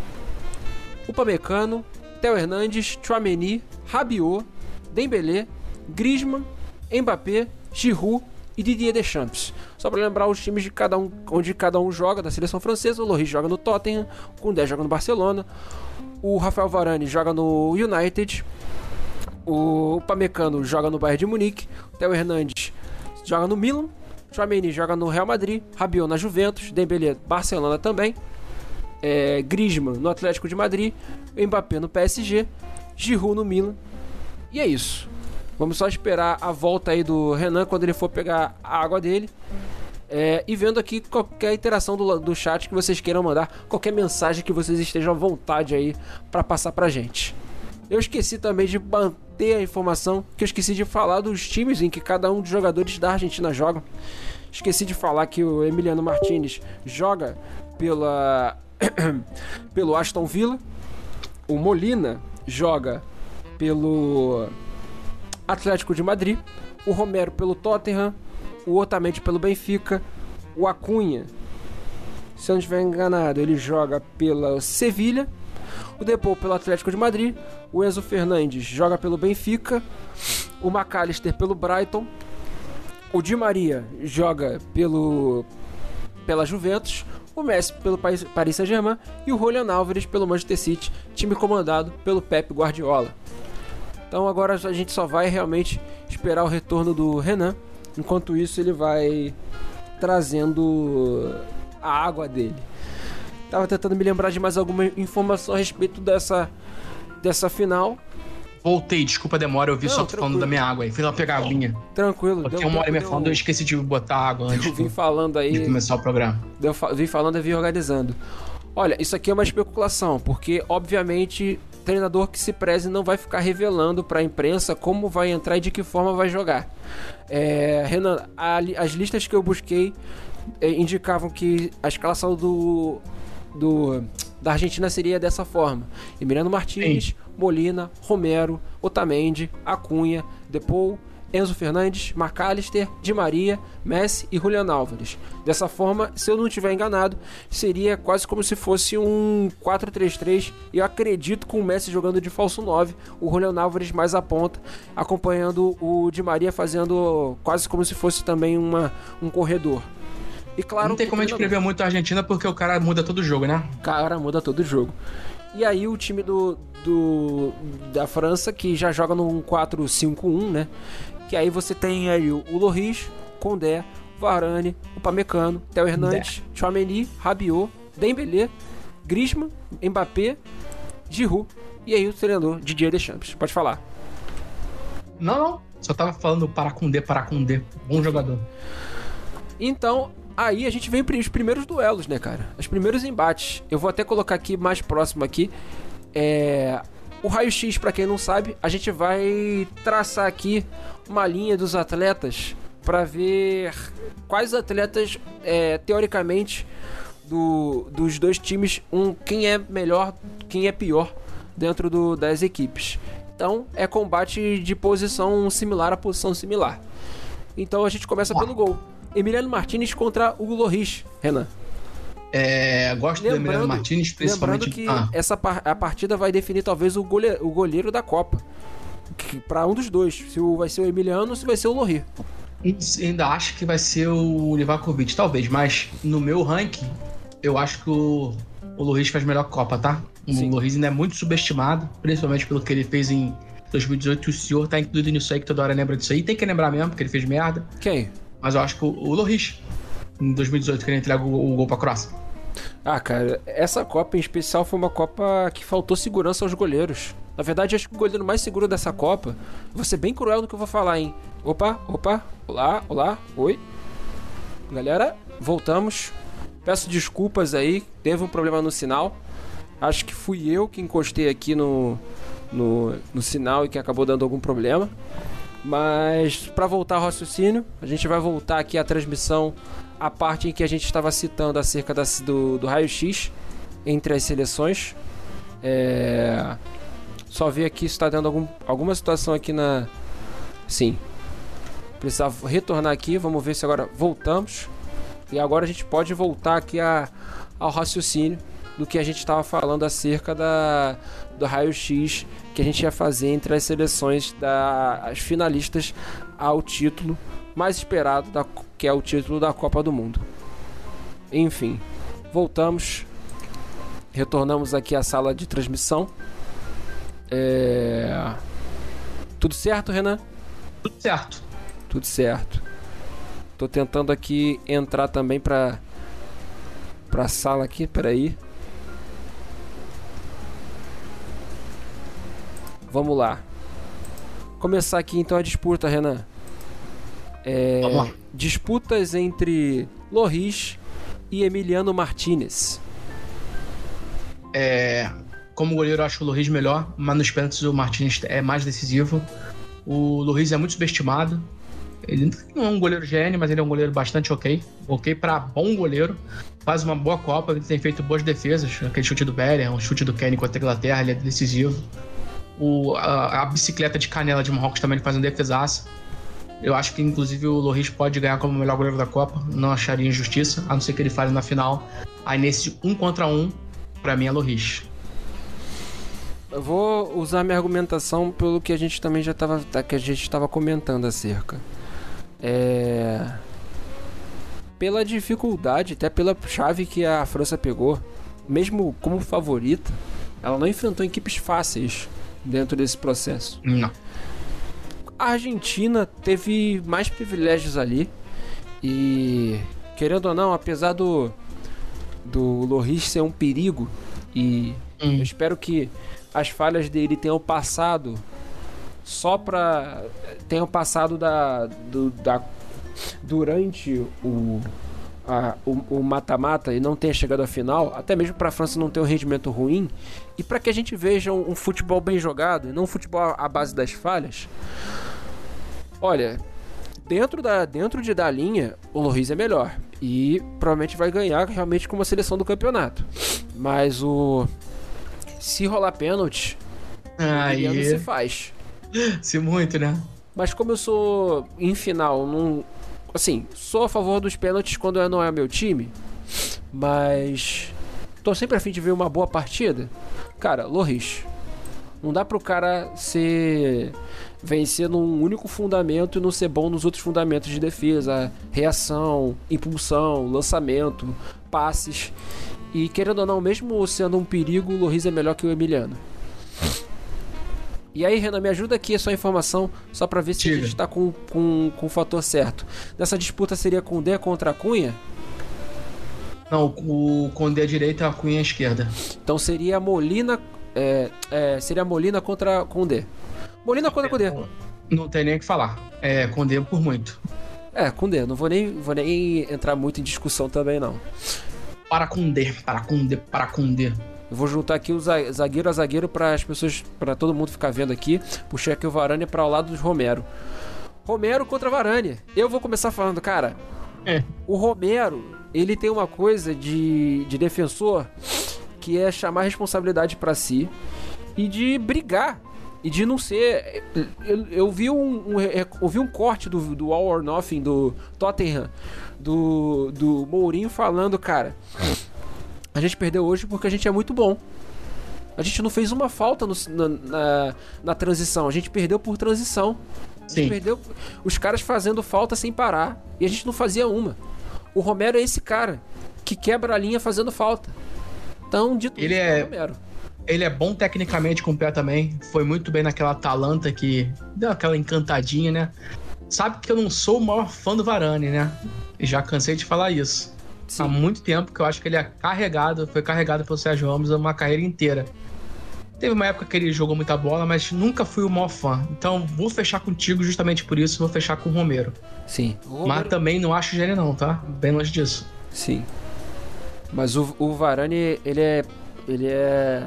Upamecano, Theo Hernandes, Tchouaméni, Rabiot, Dembélé, Griezmann, Mbappé, Giroud e Didier Deschamps. Só para lembrar os times de cada um, onde cada um joga da seleção francesa. O Lloris joga no Tottenham, o Koundé joga no Barcelona, o Rafael Varane joga no United, o Upamecano joga no Bayern de Munique, o Theo Hernandes joga no Milan, Tchouaméni joga no Real Madrid, Rabiot na Juventus, Dembélé Barcelona também, é, Griezmann no Atlético de Madrid, Mbappé no P S G, Giroud no Milan. E é isso. Vamos só esperar a volta aí do Renan quando ele for pegar a água dele. É, e vendo aqui qualquer interação do, do chat que vocês queiram mandar, qualquer mensagem que vocês estejam à vontade aí para passar pra gente. Eu esqueci também de manter a informação, que eu esqueci de falar dos times em que cada um dos jogadores da Argentina joga. Esqueci de falar que o Emiliano Martínez joga pela pelo Aston Villa, o Molina joga pelo Atlético de Madrid, o Romero pelo Tottenham, o Otamendi pelo Benfica, o Acunha, se eu não estiver enganado, ele joga pela Sevilha, o De Paul pelo Atlético de Madrid, o Enzo Fernandes joga pelo Benfica, o McAllister pelo Brighton, o Di Maria joga pelo pela Juventus, o Messi pelo Paris Saint-Germain e o Julián Álvares pelo Manchester City, time comandado pelo Pep Guardiola. Então agora a gente só vai realmente esperar o retorno do Renan. Enquanto isso ele vai trazendo a água dele. Tava tentando me lembrar de mais alguma informação a respeito dessa, dessa final. Voltei, desculpa a demora, eu vi Não, só tu falando da minha água aí. Fui lá pegar a aguinha. Tranquilo. Tem uma hora e meia falando, eu esqueci de botar água antes eu vim falando aí, de começar o programa. Eu vim falando e vim organizando. Olha, isso aqui é uma especulação, porque obviamente treinador que se preze não vai ficar revelando para a imprensa como vai entrar e de que forma vai jogar. É, Renan, a, as listas que eu busquei é, indicavam que a escalação do, do da Argentina seria dessa forma: Emiliano Martínez, Sim. Molina, Romero, Otamendi, Acunha, Depou, Enzo Fernandes, McAllister, Di Maria, Messi e Julián Álvares. Dessa forma, se eu não estiver enganado, seria quase como se fosse um quatro três três, e eu acredito com o Messi jogando de falso nove, o Julián Álvares mais à ponta, acompanhando o Di Maria, fazendo quase como se fosse também uma, um corredor. E claro, não tem como a gente prever muito a Argentina, porque o cara muda todo o jogo, né? O cara muda todo o jogo. E aí o time do, do, da França, que já joga num quatro cinco um, né? Que aí você tem aí o, o Lloris, Condé, Varane, o Pamecano, Theo Hernandes, Tchouaméni, Rabiot, Dembélé, Griezmann, Mbappé, Giroud e aí o treinador Didier Deschamps. Pode falar. Não, não. Só tava falando para Condé, para Condé. Bom jogador. Então, aí a gente vem os primeiros duelos, né, cara? Os primeiros embates. Eu vou até colocar aqui mais próximo aqui. É... O raio-x, pra quem não sabe, a gente vai traçar aqui uma linha dos atletas para ver quais atletas, é, teoricamente, do, dos dois times, um, quem é melhor, quem é pior dentro do, das equipes. Então, é combate de posição similar a posição similar. Então, a gente começa pelo gol. Emiliano Martínez contra Hugo Lloris, Renan. É, gosto lembrando, do Emiliano Martínez, principalmente... Lembrando que ah. essa, a partida vai definir talvez o goleiro, o goleiro da Copa. Para um dos dois. Se vai ser o Emiliano ou se vai ser o Lloris. Ainda acho que vai ser o Livakovic, talvez. Mas no meu ranking, eu acho que o, o Lloris faz melhor Copa, tá? Sim. O Lloris ainda é muito subestimado, principalmente pelo que ele fez em dois mil e dezoito. O senhor tá incluído nisso aí, que toda hora lembra disso aí. Tem que lembrar mesmo, porque ele fez merda. Quem? Mas eu acho que o, o Lloris, em dois mil e dezoito, que ele entrega o, o gol pra Croácia. Ah, cara, essa Copa em especial foi uma Copa que faltou segurança aos goleiros. Na verdade, acho que o goleiro mais seguro dessa Copa... Vou ser bem cruel no que eu vou falar, hein? Opa, opa, olá, olá, oi. Galera, voltamos. Peço desculpas aí, teve um problema no sinal. Acho que fui eu que encostei aqui no, no, no sinal e que acabou dando algum problema. Mas, para voltar ao raciocínio, a gente vai voltar aqui à transmissão, a parte em que a gente estava citando acerca da, do, do raio-x entre as seleções. É... Só ver aqui se está dando algum, alguma situação aqui na... Sim. Precisava retornar aqui, vamos ver se agora voltamos. E agora a gente pode voltar aqui a, ao raciocínio do que a gente estava falando acerca da, do raio-x que a gente ia fazer entre as seleções, da, as finalistas ao título mais esperado, da, que é o título da Copa do Mundo. Enfim, voltamos, retornamos aqui à sala de transmissão. É... Tudo certo, Renan? Tudo certo. Tudo certo. Tô tentando aqui entrar também para para a sala aqui, peraí. Vamos lá. Começar aqui então a disputa, Renan. É, Vamos lá. Disputas entre Lloris e Emiliano Martínez. É, como goleiro, eu acho o Lloris melhor, mas nos pênaltis o Martínez é mais decisivo. O Lloris é muito subestimado. Ele não é um goleiro gênio, mas ele é um goleiro bastante ok. Ok para bom goleiro. Faz uma boa Copa, ele tem feito boas defesas. Aquele chute do Bellingham, o chute do Kane contra a Inglaterra, ele é decisivo. O, a, a bicicleta de canela de Marrocos também ele faz um defesaço. Eu acho que inclusive o Lloris pode ganhar como o melhor goleiro da Copa. Não acharia injustiça, a não ser que ele fale na final. Aí nesse um contra um, pra mim é Lloris. Eu vou usar minha argumentação pelo que a gente também já estava que a gente estava comentando acerca. É... Pela dificuldade, até pela chave que a França pegou, mesmo como favorita, ela não enfrentou equipes fáceis dentro desse processo. Não. A Argentina teve mais privilégios ali e, querendo ou não, apesar do do Lloris ser um perigo, e hum. eu espero que as falhas dele tenham passado só para tenham passado da, do, da durante o a, o, o mata-mata e não tenha chegado à final, até mesmo para a França não ter um rendimento ruim, e para que a gente veja um, um futebol bem jogado e não um futebol à base das falhas. Olha, dentro da, dentro de da linha, o Lloris é melhor e provavelmente vai ganhar realmente com uma seleção do campeonato. Mas o... Se rolar pênalti, Aí. não se faz. Se muito, né? Mas como eu sou, em final, não... Assim, sou a favor dos pênaltis quando não é meu time, mas tô sempre a fim de ver uma boa partida. Cara, Lloris. Não dá pro cara ser... vencer num único fundamento e não ser bom nos outros fundamentos de defesa, reação, impulsão, lançamento, passes. E querendo ou não, mesmo sendo um perigo, o Lloris é melhor que o Emiliano. E aí, Renan, me ajuda aqui a sua informação, só pra ver se Diga. a gente tá com, com, com o fator certo. Nessa disputa seria Koundé contra a Cunha? Não, o Koundé à direita e a Cunha à esquerda. Então seria Molina... É, é, seria Molina contra Koundé. Molina contra Koundé. Não, não tem nem o que falar. É, Koundé por muito. É, Koundé. Não vou nem, vou nem entrar muito em discussão também, não. Para Koundé, para Koundé, para Koundé. Eu vou juntar aqui o zagueiro a zagueiro para as pessoas, para todo mundo ficar vendo aqui. Puxei aqui o Varane para o lado do Romero. Romero contra Varane. Eu vou começar falando, cara. É. O Romero, ele tem uma coisa de, de defensor que é chamar a responsabilidade para si e de brigar. E de não ser... Eu, eu, vi, um, um, eu vi um corte do, do All or Nothing, do Tottenham, do, do Mourinho falando, cara... A gente perdeu hoje porque a gente é muito bom. A gente não fez uma falta no, na, na, na transição. A gente perdeu por transição. A gente Sim. perdeu os caras fazendo falta sem parar. E a gente não fazia uma. O Romero é esse cara que quebra a linha fazendo falta. Então, dito ele isso, é o Romero. Ele é bom tecnicamente com o pé também. Foi muito bem naquela Atalanta que deu aquela encantadinha, né? Sabe que eu não sou o maior fã do Varane, né? E já cansei de falar isso. Sim. Há muito tempo que eu acho que ele é carregado, foi carregado pelo Sérgio Ramos uma carreira inteira. Teve uma época que ele jogou muita bola, mas nunca fui o maior fã. Então vou fechar contigo justamente por isso, vou fechar com o Romero. Sim. O Romero... Mas também não acho gênio não, tá? Bem longe disso. Sim. Mas o, o Varane, ele é... Ele é...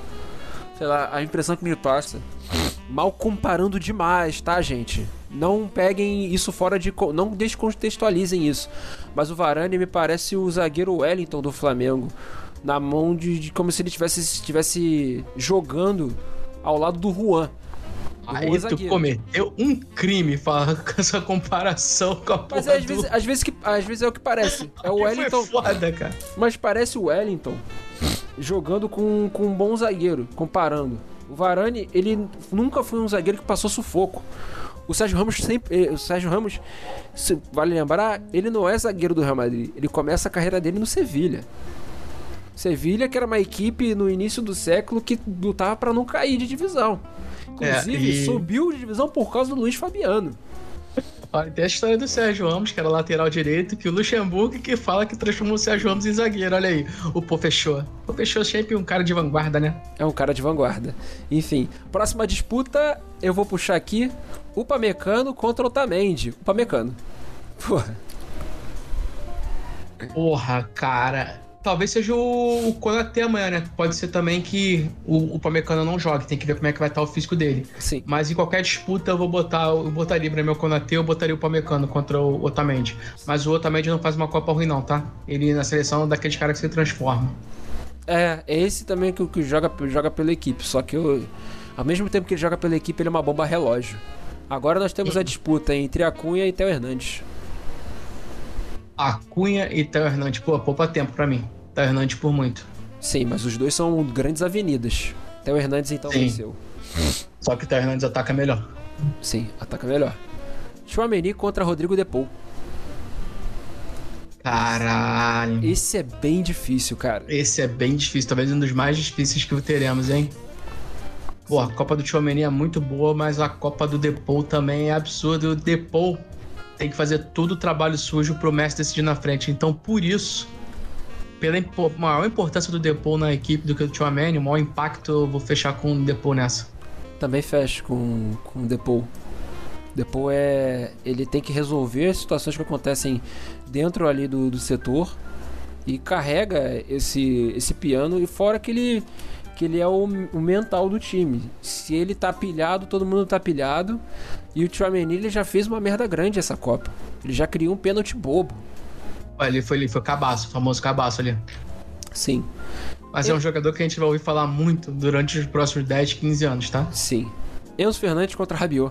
Sei lá, a impressão que me passa... Mal comparando demais, tá, gente? Não peguem isso fora de... Não descontextualizem isso. Mas o Varane me parece o zagueiro Wellington do Flamengo. Na mão de... de como se ele estivesse estivesse jogando ao lado do Juan. Aí tu cometeu um crime falando com essa comparação com a porra. Mas é, às, do... vezes, às, vezes que, às vezes é o que parece. É o Wellington. Foi foda, cara. Mas parece o Wellington jogando com, com um bom zagueiro, comparando. O Varane, ele nunca foi um zagueiro que passou sufoco. O Sérgio Ramos sempre... O Sérgio Ramos, vale lembrar, ele não é zagueiro do Real Madrid. Ele começa a carreira dele no Sevilha. Sevilha, que era uma equipe no início do século que lutava para não cair de divisão. Inclusive, é, e... subiu de divisão por causa do Luiz Fabiano. Olha, tem a história do Sérgio Ramos, que era lateral direito, que o Luxemburgo que fala que transformou o Sérgio Ramos em zagueiro. Olha aí, o Pô fechou. O Pô fechou sempre um cara de vanguarda, né? É um cara de vanguarda. Enfim, próxima disputa, eu vou puxar aqui o Upamecano contra o Otamendi. Upamecano. Porra. Porra, cara... Talvez seja o Konaté amanhã, né? Pode ser também que o Upamecano não jogue. Tem que ver como é que vai estar o físico dele. Sim. Mas em qualquer disputa eu vou botar... Eu botaria pra meu Konaté, eu botaria o Upamecano contra o Otamendi. Mas o Otamendi não faz uma Copa ruim não, tá? Ele na seleção é daqueles caras que se transforma. É, é esse também que, que joga, joga pela equipe. Só que eu, ao mesmo tempo que ele joga pela equipe, ele é uma bomba relógio. Agora nós temos a disputa entre Acunha e Theo Hernandes. Acunha e Theo Hernandes, pô, poupa tempo pra mim. Theo Hernandes por muito. Sim, mas os dois são grandes avenidas. Theo Hernandes então Sim. venceu. Só que Theo Hernandes ataca melhor. Sim, ataca melhor. Tchouaméni contra Rodrigo De Paul. Caralho. Esse é bem difícil, cara. Esse é bem difícil, talvez um dos mais difíceis que teremos, hein? Pô, a Copa do Tchouaméni é muito boa, mas a Copa do De Paul também é absurda. O De Paul tem que fazer todo o trabalho sujo pro Messi decidir na frente. Então, por isso, pela impo- maior importância do De Paul na equipe do que o Tchouaméni, o maior impacto, eu vou fechar com o De Paul nessa. Também fecho com, com o De Paul. De Paul é... Ele tem que resolver as situações que acontecem dentro ali do, do setor e carrega esse, esse piano, e fora que ele, que ele é o, o mental do time. Se ele tá pilhado, todo mundo tá pilhado. E o Tchouaméni, ele já fez uma merda grande essa Copa. Ele já criou um pênalti bobo. Olha, ele foi, ele foi cabaço, o famoso cabaço ali. Sim. Mas é um jogador que a gente vai ouvir falar muito durante os próximos dez, quinze anos, tá? Sim. Enzo Fernandes contra Rabiot.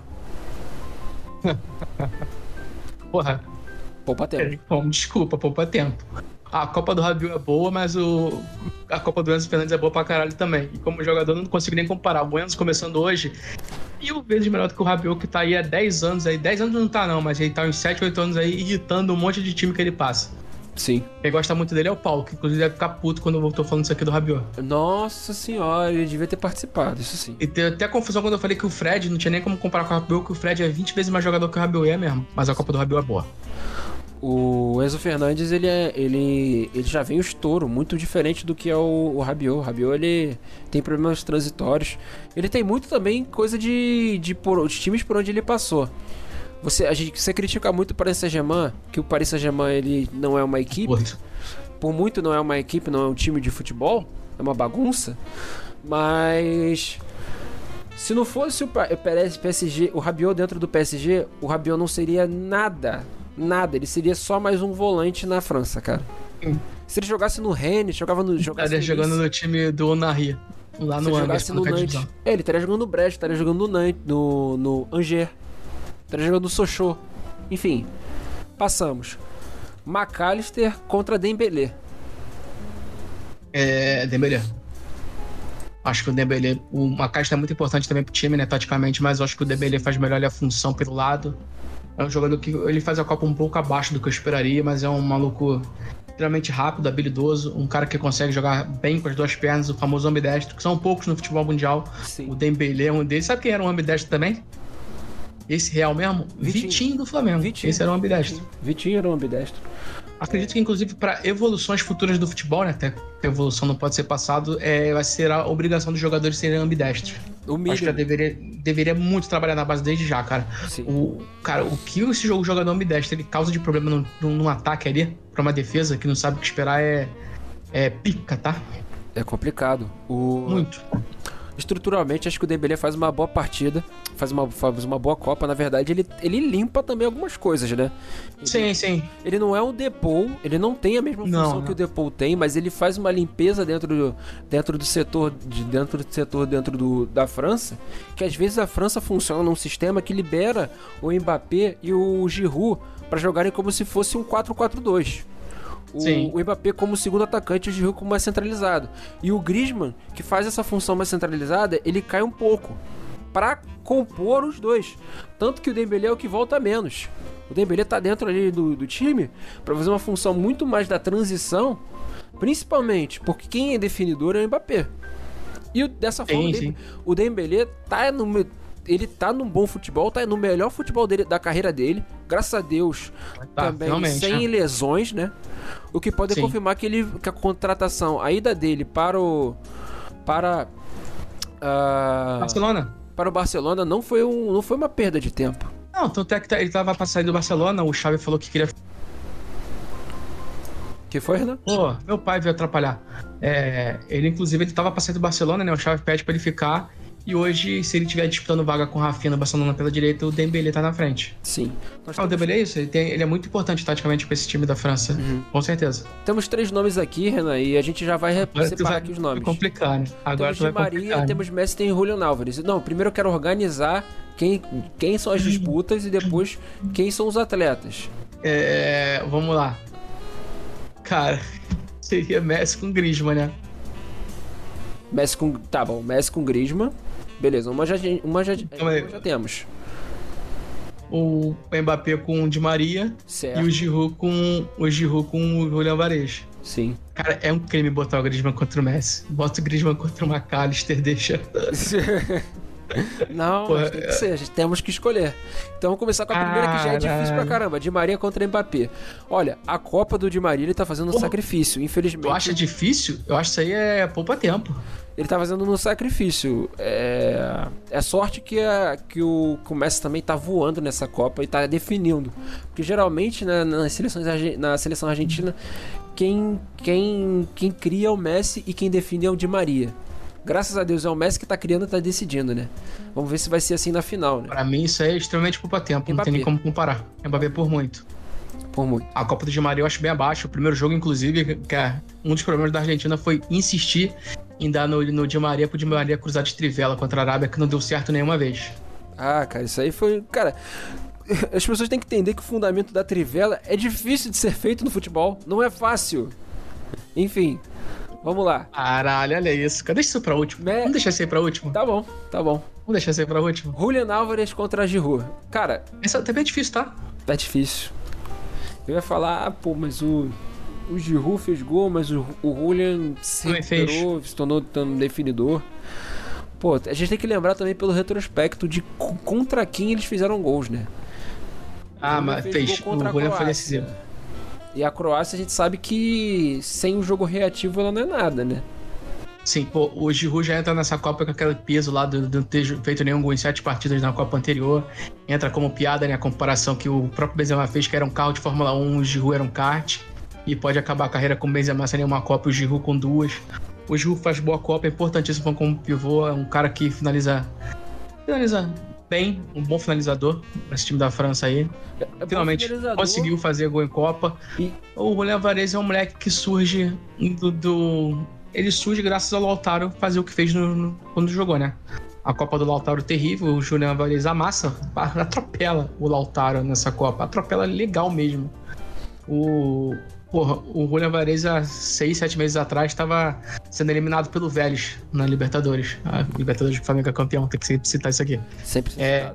Porra. Poupa tempo. Bom, desculpa, poupa tempo. A Copa do Rabiot é boa, mas o... a Copa do Enzo Fernandes é boa pra caralho também. E como jogador, não consigo nem comparar. O Enzo começando hoje, mil vezes melhor do que o Rabiot, que tá aí há dez anos aí. dez anos não tá não, mas ele tá uns sete, oito anos aí irritando um monte de time que ele passa. Sim. Quem gosta muito dele é o Paulo, que inclusive deve ficar puto quando eu tô falando isso aqui do Rabiot. Nossa senhora, ele devia ter participado, isso sim. E tem até confusão quando eu falei que o Fred, não tinha nem como comparar com o Rabiot, que o Fred é vinte vezes mais jogador que o Rabiot é mesmo. Mas a Copa do Rabiot é boa. O Enzo Fernandes, ele, é, ele, ele já vem o estouro, muito diferente do que é o, o Rabiot. O Rabiot, ele tem problemas transitórios. Ele tem muito também coisa de, de, por, de times por onde ele passou. Você, a gente, você critica muito o Paris Saint-Germain, que o Paris Saint-Germain ele não é uma equipe. Muito. Por muito não é uma equipe, não é um time de futebol. É uma bagunça. Mas... se não fosse o P S G, o Rabiot dentro do P S G, o Rabiot não seria nada. Nada. Ele seria só mais um volante na França, cara. Hum. Se ele jogasse no Rennes, jogava no... Jogasse estaria jogando no time do Onari. Lá no Angers. Se ele jogasse no Nantes. É, ele estaria jogando no Brest, estaria jogando no Nantes, no, no Angers. Estaria jogando no Sochaux. Enfim, passamos. McAllister contra Dembélé. É, Dembélé. Acho que o Dembélé... O McAllister é muito importante também pro time, né, taticamente, mas eu acho que o Dembélé faz melhor a função pelo lado. É um jogador que ele faz a Copa um pouco abaixo do que eu esperaria, mas é um maluco extremamente rápido, habilidoso, um cara que consegue jogar bem com as duas pernas, o famoso ambidestro, que são poucos no futebol mundial. Sim. O Dembélé é um deles. Sabe quem era um ambidestro também? Esse real mesmo? Vitinho, Vitinho do Flamengo. Vitinho. Esse era um ambidestro. Vitinho era um ambidestro. Acredito que, inclusive, para evoluções futuras do futebol, né? Até que a evolução não pode ser passado, é, vai ser a obrigação dos jogadores serem ambidestros. O Acho que já deveria, deveria muito trabalhar na base desde já, cara. Sim. O, cara, o que esse jogo jogador ambidestro ele causa de problema num, num ataque ali, pra uma defesa que não sabe o que esperar, é, é pica, tá? É complicado. O... Muito. Estruturalmente, acho que o Dembélé faz uma boa partida, faz uma, faz uma boa Copa. Na verdade, ele, ele limpa também algumas coisas, né? Ele, sim, sim. Ele não é um Depou, ele não tem a mesma função não, não. que o Depou tem, mas ele faz uma limpeza dentro do, dentro do setor, de, dentro do setor dentro do, da França, que às vezes a França funciona num sistema que libera o Mbappé e o Giroud para jogarem como se fosse um quatro quatro dois. O, o Mbappé como segundo atacante e o Giroud como mais centralizado. E o Griezmann, que faz essa função mais centralizada, ele cai um pouco para compor os dois. Tanto que o Dembélé é o que volta menos. O Dembélé tá dentro ali do, do time para fazer uma função muito mais da transição, principalmente porque quem é definidor é o Mbappé. E dessa forma, sim, sim. o Dembélé tá no... ele tá num bom futebol, tá no melhor futebol dele, da carreira dele, graças a Deus, tá, também sem né? lesões, né? O que pode Sim. confirmar que, ele, que a contratação, a ida dele para o para uh, Barcelona, para o Barcelona não foi um, não foi uma perda de tempo. Não, tanto é que ele tava pra sair do Barcelona, o Xavi falou que queria. Que foi, Renan? Pô, meu pai veio atrapalhar. É, ele inclusive ele tava pra sair do Barcelona, né? O Xavi pede pra ele ficar. E hoje, se ele estiver disputando vaga com o Rafinha no Barcelona pela direita, o Dembélé tá na frente. Sim. Nós ah, temos... O Dembélé é isso, ele, tem, ele é muito importante taticamente pra esse time da França, uhum. com certeza. Temos três nomes aqui, Renan, e a gente já vai separar aqui os nomes. Vai complicar, né? Agora temos Di Maria, complicar, né? Temos Messi, tem Julián Álvares. Não, primeiro eu quero organizar quem, quem são as disputas e depois quem são os atletas. É, vamos lá. Cara, seria Messi com Griezmann, né? Messi com... Tá bom, Messi com Griezmann. Beleza, uma já, uma já, então, uma já temos. O Mbappé com o Di Maria. Certo. E o Giroud com o Giroud com o Julián Álvares. Sim. Cara, é um crime botar o Griezmann contra o Messi. Bota o Griezmann contra o McAllister, deixa... Não, Pô, tem que ser, a gente temos que escolher. Então vamos começar com a primeira, que já é difícil pra caramba. Di Maria contra Mbappé. Olha, a Copa do Di Maria, ele tá fazendo um Pô, sacrifício, infelizmente. Tu acha difícil? Eu acho que isso aí é poupa tempo. Ele tá fazendo um sacrifício. É, é sorte que, a, que, o, que o Messi também tá voando nessa Copa e tá definindo. Porque geralmente né, nas seleções, na seleção argentina, quem, quem, quem cria é o Messi e quem define é o Di Maria. Graças a Deus é o Messi que tá criando e tá decidindo, né? Vamos ver se vai ser assim na final, né? Pra mim isso aí é extremamente poupa tempo, Mbappé. Não tem nem como comparar. Mbappé por muito. Por muito. A Copa do Di Maria eu acho bem abaixo. O primeiro jogo, inclusive, que é um dos problemas da Argentina foi insistir em dar no, no Di Maria pro Di Maria cruzar de trivela contra a Arábia, que não deu certo nenhuma vez. Ah, cara, isso aí foi... Cara, as pessoas têm que entender que o fundamento da trivela é difícil de ser feito no futebol. Não é fácil. Enfim, vamos lá. Caralho, olha isso. Deixa isso pra último. Me... Vamos deixar isso aí pra último? Tá bom, tá bom. Vamos deixar isso aí pra último. Julian Álvares contra Giroud. Cara... Essa também é difícil, tá? É difícil. Eu ia falar, ah, pô, mas o... O Giroud fez gol, mas o, o Julian se recuperou, se tornou um definidor. Pô, a gente tem que lembrar também pelo retrospecto de contra quem eles fizeram gols, né? Ah, mas fez. O Julian foi decisivo. E a Croácia a gente sabe que sem um jogo reativo ela não é nada, né? Sim, pô, o Giroud já entra nessa Copa com aquele peso lá de não ter feito nenhum gol em sete partidas na Copa anterior. Entra como piada, né? A comparação que o próprio Benzema fez, que era um carro de Fórmula um, o Giroud era um kart. E pode acabar a carreira com o Benzema sem nenhuma Copa e o Giroud com duas. O Giroud faz boa Copa, é importantíssimo como pivô, é um cara que finaliza finaliza bem, um bom finalizador nesse time da França aí. É Finalmente conseguiu fazer gol em Copa. E o Julian Álvares é um moleque que surge do, do... Ele surge graças ao Lautaro fazer o que fez no, no, quando jogou, né? A Copa do Lautaro terrível, o Julian Álvares amassa, atropela o Lautaro nessa Copa. Atropela legal mesmo. O... Porra, o Julian Álvares há seis, sete meses atrás estava sendo eliminado pelo Vélez na Libertadores. A Libertadores que o Flamengo é campeão, tem que citar isso aqui. Sempre é,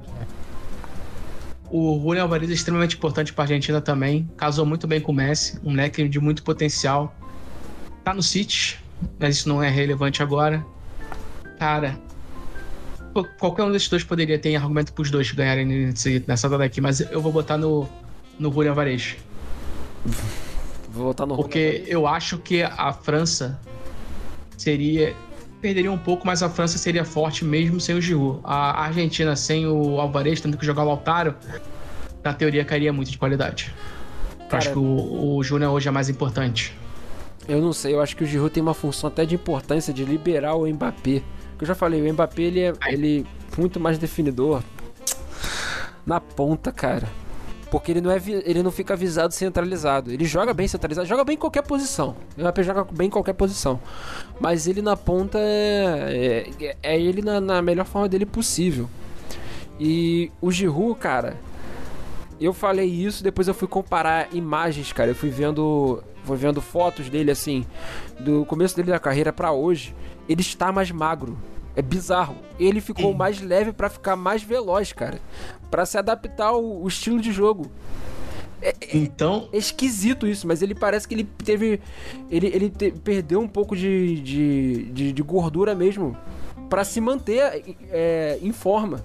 O Julian Álvares é extremamente importante para a Argentina também. Casou muito bem com o Messi, um moleque de muito potencial. Tá no City, mas isso não é relevante agora. Cara, qualquer um desses dois poderia ter argumento para os dois ganharem nesse, nessa data aqui, mas eu vou botar no, no Julian Álvares. Vou voltar no Porque eu acho que a França seria... Perderia um pouco, mas a França seria forte mesmo sem o Giroud. A Argentina sem o Álvares, tendo que jogar o Lautaro, na teoria cairia muito de qualidade. Cara, eu acho que o, o Júnior hoje é mais importante. Eu não sei, eu acho que o Giroud tem uma função até de importância de liberar o Mbappé. Que eu já falei, o Mbappé ele é ele muito mais definidor na ponta, cara. Porque ele não, é, ele não fica avisado centralizado. Ele joga bem centralizado, joga bem em qualquer posição. O Mbappé joga bem em qualquer posição. Mas ele na ponta é, é, é ele na, na melhor forma dele possível. E o Giroud, cara, eu falei isso, depois eu fui comparar imagens, cara. Eu fui vendo, fui vendo fotos dele, assim, do começo dele da carreira pra hoje. Ele está mais magro. É bizarro. Ele ficou mais leve pra ficar mais veloz, cara. Pra se adaptar ao, ao estilo de jogo. É, então... é esquisito isso, mas ele parece que ele teve... Ele, ele te, perdeu um pouco de, de, de, de gordura mesmo pra se manter é, em forma.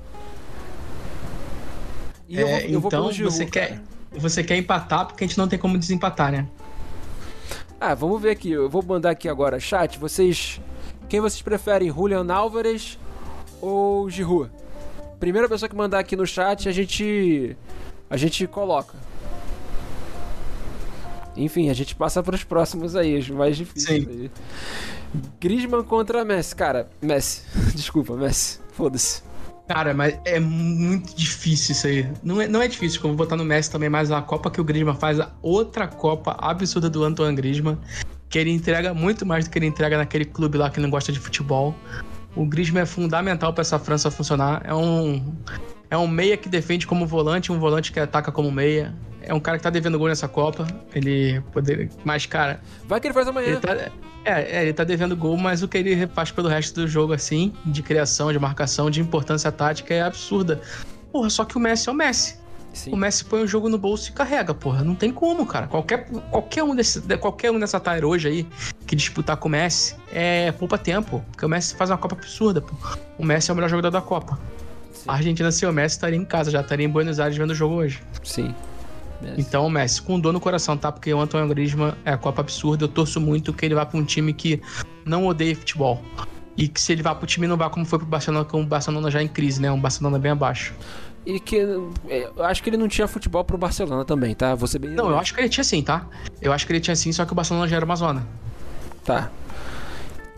E é, eu, vou, eu vou então Giroud, você, quer, você quer empatar porque a gente não tem como desempatar, né? Ah, vamos ver aqui. Eu vou mandar aqui agora. Chat, vocês... Quem vocês preferem, Julian Álvares ou Giroud? Primeira pessoa que mandar aqui no chat, a gente a gente coloca. Enfim, a gente passa para os próximos aí, os mais difíceis. Aí. Griezmann contra Messi. Cara, Messi. Desculpa, Messi. Foda-se. Cara, mas é muito difícil isso aí. Não é, não é difícil, como vou botar no Messi também, mas a Copa que o Griezmann faz, a outra Copa absurda do Antoine Griezmann, que ele entrega muito mais do que ele entrega naquele clube lá que ele não gosta de futebol. O Griezmann é fundamental para essa França funcionar. É um, é um meia que defende como volante, um volante que ataca como meia. É um cara que tá devendo gol nessa Copa. Ele poderia... Mas, cara... Vai que ele faz amanhã. Ele tá, é, é, ele tá devendo gol, mas o que ele faz pelo resto do jogo, assim, de criação, de marcação, de importância tática, é absurda. Porra, só que o Messi é o Messi. Sim. O Messi põe o jogo no bolso e carrega, porra. Não tem como, cara. Qualquer, qualquer, um, desse, qualquer um dessa tire hoje aí que disputar com o Messi é poupa tempo. Porque o Messi faz uma Copa absurda, pô. O Messi é o melhor jogador da Copa. Sim. A Argentina, sem o Messi, estaria em casa, já estaria em Buenos Aires vendo o jogo hoje. Sim. Messi. Então o Messi, com dor no coração, tá? Porque o Antoine Griezmann é a Copa absurda. Eu torço muito que ele vá pra um time que não odeia futebol. E que se ele vá pro time, não vá como foi pro Barcelona, com o Barcelona já em crise, né? Um Barcelona bem abaixo. E que eu acho que ele não tinha futebol pro Barcelona também, tá? Você bem. Não, eu acho que ele tinha sim, tá? Eu acho que ele tinha sim, só que o Barcelona já era uma zona. Tá.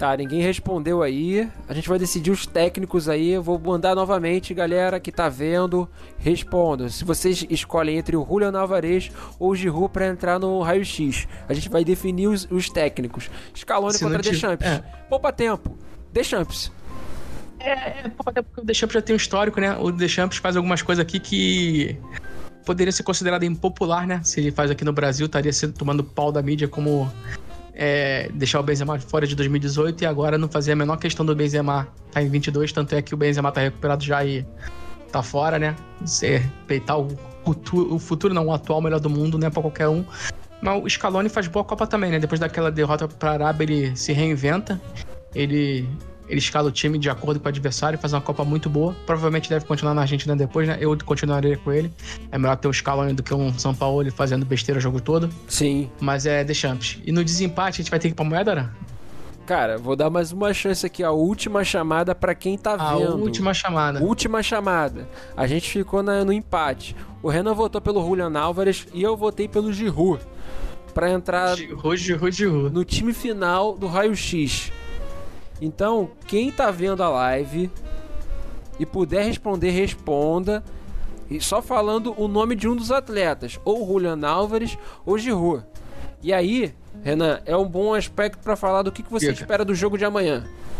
Tá, ninguém respondeu aí. A gente vai decidir os técnicos aí. Eu vou mandar novamente, galera que tá vendo. Respondam. Se vocês escolhem entre o Julian Alvarez ou o Giroud pra entrar no raio-x, a gente vai definir os, os técnicos. Scaloni contra Deschamps. É. Poupa tempo. Deschamps. É, é poupa tempo porque o Deschamps já tem um histórico, né? O Deschamps faz algumas coisas aqui que poderia ser considerado impopular, né? Se ele faz aqui no Brasil, estaria sendo tomando pau da mídia como... É, deixar o Benzema fora de dois mil e dezoito e agora não fazer a menor questão do Benzema tá em vinte e dois, tanto é que o Benzema tá recuperado já e tá fora, né? Você peitar o futuro, o futuro não, o atual melhor do mundo, não é pra qualquer um. Mas o Scaloni faz boa Copa também, né? Depois daquela derrota pra Arábia, ele se reinventa, ele, ele escala o time de acordo com o adversário, faz uma Copa muito boa. Provavelmente deve continuar na Argentina depois, né? Eu continuaria com ele. É melhor ter o Scaloni do que um São Paulo fazendo besteira o jogo todo. Sim. Mas é Deschamps. E no desempate, a gente vai ter que ir pra moeda, né? Cara, vou dar mais uma chance aqui. A última chamada pra quem tá a vendo. A última chamada. Última chamada. A gente ficou na, no empate. O Renan votou pelo Julian Álvares e eu votei pelo Giroud. Pra entrar Giroud, Giroud, Giroud. no time final do raio-x. Então, quem tá vendo a live e puder responder, responda. E só falando o nome de um dos atletas, ou Julian Álvares ou Giroud. E aí, Renan, é um bom aspecto para falar do que, que você Fica. espera do jogo de amanhã.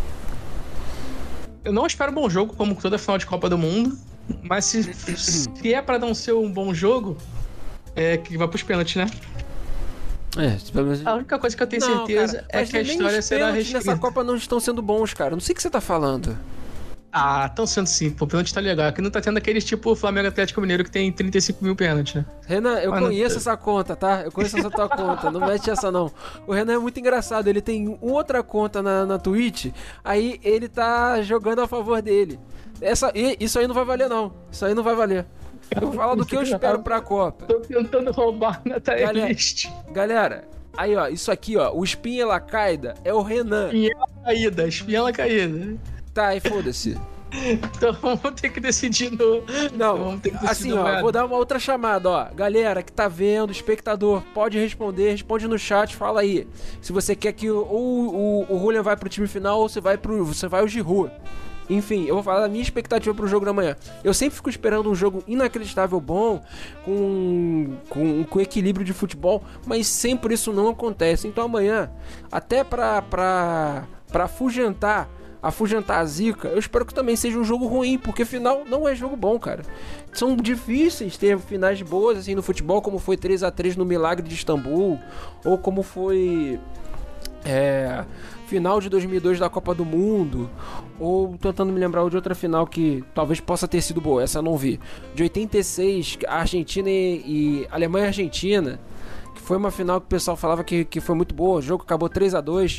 Eu não espero um bom jogo, como toda final de Copa do Mundo. Mas se, se é para não ser um bom jogo, é que vai pros pênaltis, né? É, a única coisa que eu tenho não, certeza cara, é que a história será reescrita. Nessa Copa não estão sendo bons, cara. Não sei o que você tá falando. Ah, estão sendo sim. Pô, o pênalti tá legal. Aqui não tá tendo aqueles tipo Flamengo Atlético Mineiro que tem trinta e cinco mil pênaltis, né? Renan, eu Mas conheço não... essa conta, tá? Eu conheço essa tua conta. Não mete essa, não. O Renan é muito engraçado. Ele tem outra conta na, na Twitch, aí ele tá jogando a favor dele. Essa, isso aí não vai valer, não. Isso aí não vai valer. Eu vou falar do que eu espero pra Copa. Tô tentando roubar na tier-list. Galera, aí, ó, isso aqui, ó, o Espinhela Caída é o Renan. Espinhela Caída, Espinhela Caída. Tá, e foda-se. Então vamos ter que decidir no... Não, vamos ter que decidir assim, ó, moeda. Vou dar uma outra chamada, ó. Galera que tá vendo, espectador, pode responder, responde no chat, fala aí. Se você quer que o, o, o Julian vai pro time final ou você vai pro, você vai o Giroud. Enfim, eu vou falar da minha expectativa pro jogo da manhã. Eu sempre fico esperando um jogo inacreditável bom, com, com, com equilíbrio de futebol, mas sempre isso não acontece. Então amanhã, até pra, pra, pra afugentar, afugentar a zica, eu espero que também seja um jogo ruim, porque final não é jogo bom, cara. São difíceis ter finais boas assim no futebol, como foi três a três no Milagre de Istambul, ou como foi... É... final de dois mil e dois da Copa do Mundo, ou tentando me lembrar de outra final que talvez possa ter sido boa, essa eu não vi, de oitenta e seis, Argentina e, e Alemanha e Argentina, que foi uma final que o pessoal falava que, que foi muito boa, o jogo acabou três a dois,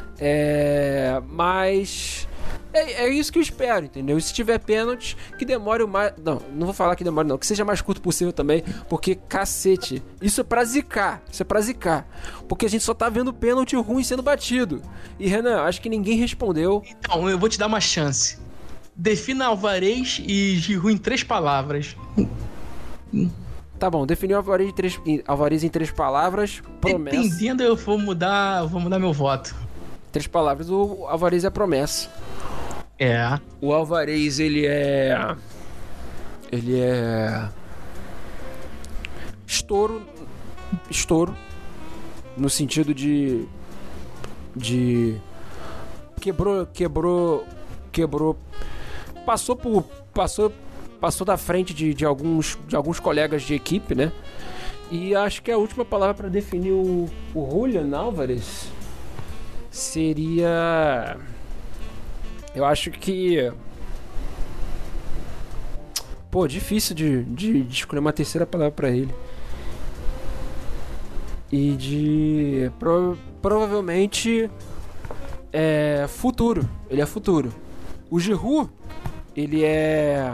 é, mas é, é isso que eu espero, entendeu? E se tiver pênalti, que demore o mais... Não, não vou falar que demore não, que seja mais curto possível também, porque cacete, isso é pra zicar, isso é pra zicar, porque a gente só tá vendo pênalti ruim sendo batido. E Renan, acho que ninguém respondeu. Então, eu vou te dar uma chance. Defina Alvarez e Giroud em três palavras. Tá bom, definiu Alvarez em três, Alvarez em três palavras, promessa. Entendendo, eu vou mudar, vou mudar meu voto. Três palavras, o Alvarez é promessa. É. O Alvarez, ele é... Ele é... Estouro. Estouro. No sentido de... De... Quebrou... Quebrou... Quebrou... Passou por... Passou... Passou da frente de, de, alguns, de alguns colegas de equipe, né? E acho que a última palavra para definir o, o Julian Álvares seria... Eu acho que... Pô, difícil de, de, de escolher uma terceira palavra pra ele. E de... Pro, provavelmente... É... Futuro. Ele é futuro. O Giroud, ele é...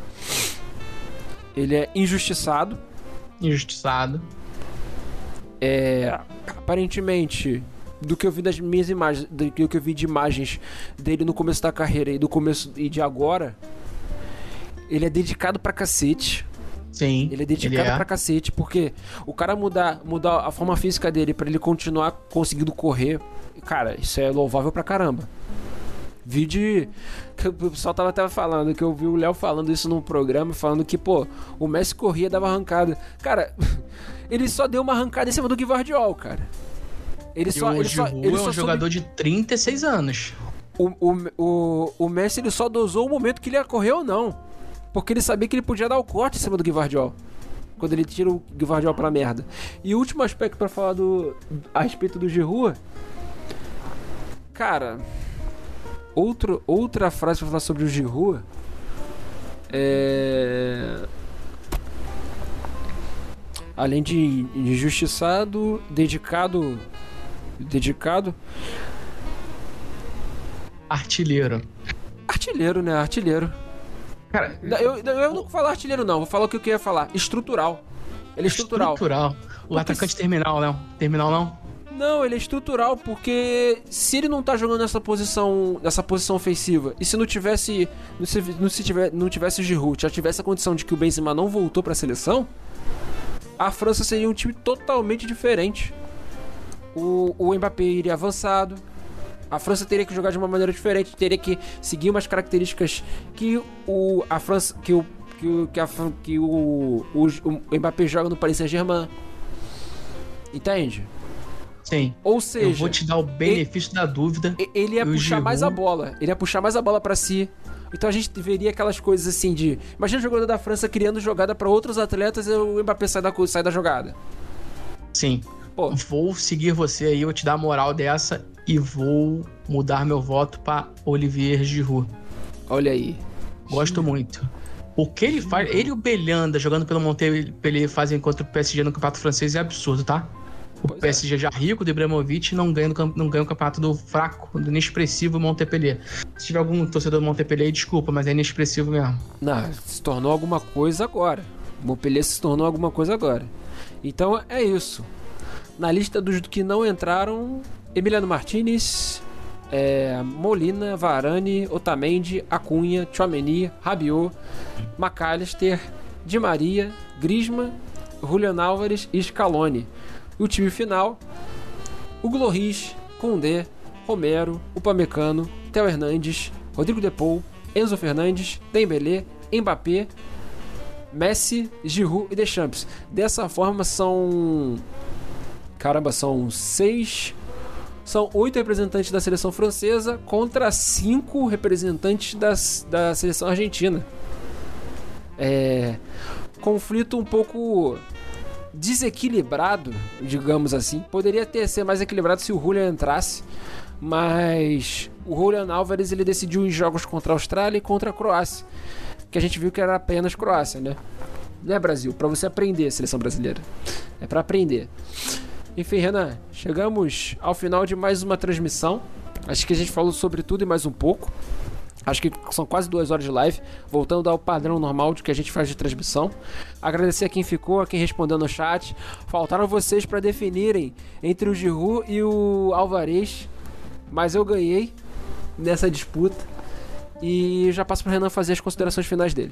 Ele é injustiçado. Injustiçado. É... Aparentemente... Do que eu vi das minhas imagens, do que eu vi de imagens dele no começo da carreira e do começo e de agora, ele é dedicado pra cacete. Sim. Ele é dedicado ele é. pra cacete, porque o cara mudar, mudar a forma física dele pra ele continuar conseguindo correr, cara, isso é louvável pra caramba. Vi de... que o pessoal tava até falando, que eu vi o Léo falando isso num programa, falando que, pô, o Messi corria, dava arrancada. Cara, ele só deu uma arrancada em cima do Gvardiol, cara. Ele E só, o ele só, Giroud ele é só um jogador soube... de trinta e seis anos. O, o, o, o Messi, ele só dosou o momento que ele ia correr ou não. Porque ele sabia que ele podia dar o corte em cima do Gvardiol. Quando ele tira o Gvardiol pra merda. E o último aspecto pra falar do, a respeito do Giroud... Cara... Outro, outra frase pra falar sobre o Giroud... É... Além de injustiçado, dedicado... Dedicado... Artilheiro. Artilheiro, né? Artilheiro. Cara, Eu, eu não vou falar artilheiro, não. Vou falar o que eu queria falar. Estrutural. Ele é estrutural. Estrutural. O Porque atacante se... terminal, não. Terminal, não? Não, ele é estrutural porque se ele não tá jogando nessa posição, nessa posição ofensiva, e se não tivesse, não se, não se tiver, não tivesse o Giroud, já tivesse a condição de que o Benzema não voltou pra seleção, a França seria um time totalmente diferente. O, o Mbappé iria avançado. A França teria que jogar de uma maneira diferente, teria que seguir umas características que o a França que o que o que, a, que o, o, o Mbappé joga no Paris Saint-Germain. Entende? Sim. Ou seja, eu vou te dar o benefício ele, da dúvida. Ele ia puxar Giroud... mais a bola. Ele ia puxar mais a bola pra si. Então a gente veria aquelas coisas assim de... Imagina o jogador da França criando jogada pra outros atletas e o Mbappé sai da, sai da jogada. Sim. Pô. Vou seguir você aí, vou te dar a moral dessa e vou mudar meu voto pra Olivier Giroud. Olha aí. Gosto Giroud. muito. O que ele faz... Ele e o Belhanda jogando pelo Montpellier fazem contra o P S G no Campeonato Francês é absurdo, tá? O pois P S G é. já rico do Ibrahimovic não ganha, no, não ganha o campeonato do fraco, do inexpressivo Montpellier. Se tiver algum torcedor do Montpellier, desculpa, mas é inexpressivo mesmo. Não, se tornou alguma coisa agora. O Montpellier se tornou alguma coisa agora. Então é isso. Na lista dos que não entraram, Emiliano Martinez, é, Molina, Varane, Otamendi, Acunha, Tchouaméni, Rabiot, McAllister, Di Maria, Griezmann, Julian Álvares e Scaloni. E o time final, Hugo Lloris, Koundé, Romero, Upamecano, Theo Hernandes, Rodrigo De Paul, Enzo Fernandes, Dembélé, Mbappé, Messi, Giroud e Deschamps. Dessa forma são... Caramba, são seis... São oito representantes da seleção francesa contra cinco representantes das, da seleção argentina. É... Conflito um pouco... desequilibrado, digamos assim. Poderia ter ser mais equilibrado se o Julian entrasse, mas o Julian Álvares ele decidiu em jogos contra a Austrália e contra a Croácia, que a gente viu que era apenas Croácia, né? Não é Brasil, pra você aprender a seleção brasileira. É pra aprender. Enfim, Renan, chegamos ao final de mais uma transmissão. Acho que a gente falou sobre tudo e mais um pouco. Acho que são quase duas horas de live, voltando ao padrão normal de que a gente faz de transmissão. Agradecer a quem ficou, a quem respondeu no chat. Faltaram vocês para definirem entre o Giroud e o Alvarez, mas eu ganhei nessa disputa. E já passo pro Renan fazer as considerações finais dele.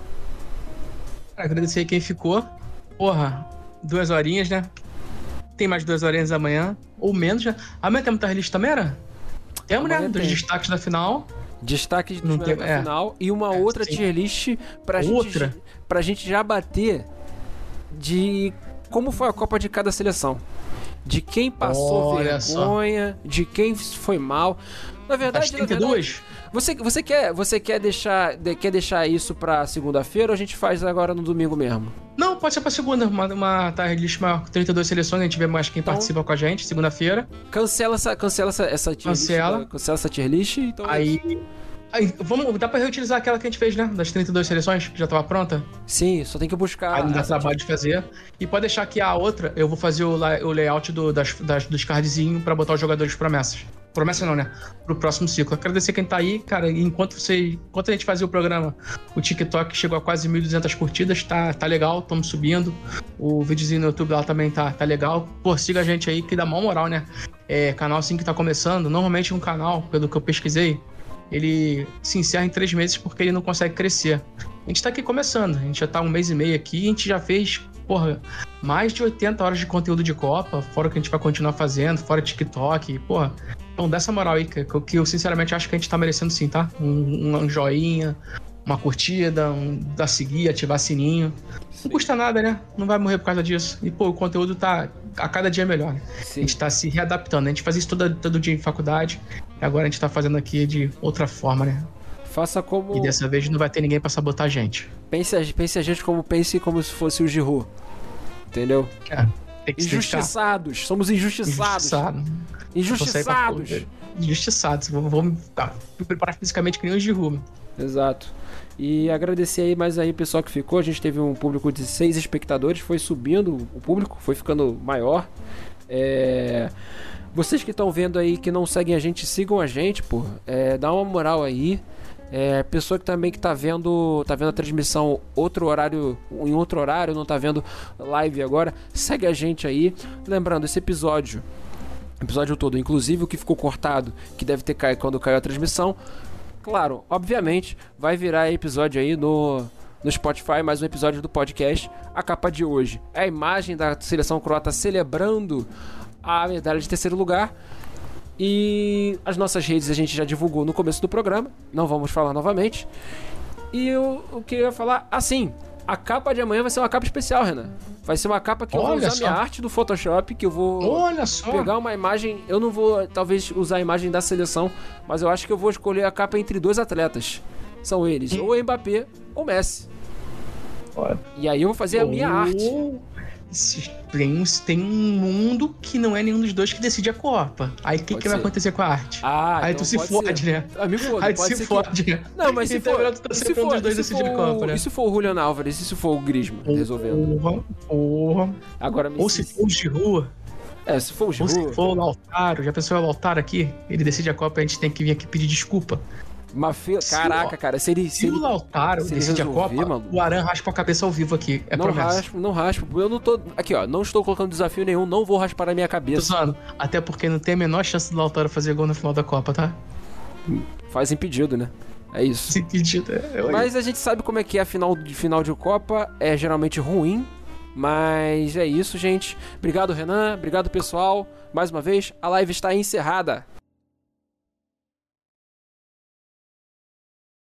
Agradecer a quem ficou. Porra, duas horinhas, né? Tem mais duas horinhas amanhã, ou menos já. Amanhã temos a lista também, era? Temos, né? Dos destaques da final. Destaque de tem, é. final e uma é, outra sim. tier list pra outra? gente, pra gente já bater de como foi a Copa de cada seleção. De quem passou Olha vergonha, só. de quem foi mal. Na verdade, As trinta e duas? Na verdade, você, você, quer, você quer, deixar, quer deixar isso pra segunda-feira ou a gente faz agora no domingo mesmo? Não, pode ser pra segunda. Uma, uma tier list maior, trinta e duas seleções, a gente vê mais quem então, participa com a gente, segunda-feira. Cancela essa, cancela essa, essa tier cancela. list. Cancela essa tier list. Então aí, aí, vamos, dá pra reutilizar aquela que a gente fez, né? Das trinta e duas seleções, que já tava pronta? Sim, só tem que buscar. Aí não dá trabalho de fazer. E pode deixar que a outra, eu vou fazer o, o layout do, das, das, dos cardzinhos pra botar os jogadores promessas. Promessa não, né? Pro próximo ciclo. Agradecer quem tá aí, cara. Enquanto você, enquanto a gente fazia o programa, o TikTok chegou a quase mil e duzentas curtidas. Tá, tá legal, estamos subindo. O videozinho no YouTube lá também tá, tá legal. Pô, siga a gente aí, que dá mó moral, né? É, canal assim que tá começando. Normalmente um canal, pelo que eu pesquisei, ele se encerra em três meses porque ele não consegue crescer. A gente tá aqui começando, a gente já tá um mês e meio aqui, a gente já fez, porra, mais de oitenta horas de conteúdo de Copa, fora o que a gente vai continuar fazendo, fora TikTok, porra. Então, dessa moral aí, que, que eu sinceramente acho que a gente tá merecendo sim, tá? Um, um joinha, uma curtida, um dar seguir, ativar sininho. Sim. Não custa nada, né? Não vai morrer por causa disso. E, pô, o conteúdo tá a cada dia melhor, né? Sim. A gente tá se readaptando. A gente faz isso todo, todo dia em faculdade, e agora a gente tá fazendo aqui de outra forma, né? Faça como... E dessa vez não vai ter ninguém pra sabotar a gente. Pense, pense a gente como pense como se fosse o Giroud. Entendeu? É, tem que injustiçados. Somos injustiçados. Injustiçado. Injustiçados. Injustiçados. Vou, vou me, tá, me preparar fisicamente que nem o Giroud. Exato. E agradecer aí mais aí o pessoal que ficou. A gente teve um público de seis espectadores. Foi subindo o público. Foi ficando maior. É... Vocês que estão vendo aí, que não seguem a gente, sigam a gente, pô. É, dá uma moral aí. É, pessoa que também que tá vendo tá vendo a transmissão outro horário, em outro horário, não tá vendo live agora, segue a gente aí. Lembrando, esse episódio episódio todo, inclusive o que ficou cortado, que deve ter caído quando caiu a transmissão, claro, obviamente vai virar episódio aí no, no Spotify, mais um episódio do podcast. A capa de hoje é a imagem da seleção croata celebrando a medalha de terceiro lugar. E as nossas redes a gente já divulgou no começo do programa, não vamos falar novamente. E eu, o que eu ia falar, assim, a capa de amanhã vai ser uma capa especial, Renan. Vai ser uma capa que eu Olha vou usar só. minha arte do Photoshop, que eu vou Olha só. pegar uma imagem. Eu não vou, talvez, usar a imagem da seleção, mas eu acho que eu vou escolher a capa entre dois atletas. São eles, hum. ou Mbappé ou Messi. Olha. E aí eu vou fazer a minha oh. arte. Tem, tem um mundo que não é nenhum dos dois que decide a Copa. Aí o que, que vai acontecer com a arte? Ah, aí então tu se fode, ser. né? Ah, me foda, aí tu se fode, que... né? Não, mas se então for... é melhor tu se for, for, um dos dois decidir a Copa, né? E se for o Julian Álvares? E se for o Griezmann oh, resolvendo? Porra, porra. Agora me Ou se for o Giroud. É, se for o Giroud. Ou se for o Lautaro. Já pensou o Lautaro aqui? Ele decide a Copa e a gente tem que vir aqui pedir desculpa. Uma fila... Caraca, cara, se ele... Se, se o Lautaro decide a Copa, mano, o Aran raspa a cabeça ao vivo aqui. É não promessa. raspo, não raspo. Eu não tô... Aqui, ó, não estou colocando desafio nenhum, não vou raspar a minha cabeça. Tô zoando. Até porque não tem a menor chance do Lautaro fazer gol no final da Copa, tá? Faz impedido, né? É isso. Impedido, é. Mas a gente sabe como é que é a final de, final de Copa. É geralmente ruim. Mas é isso, gente. Obrigado, Renan. Obrigado, pessoal. Mais uma vez, a live está encerrada.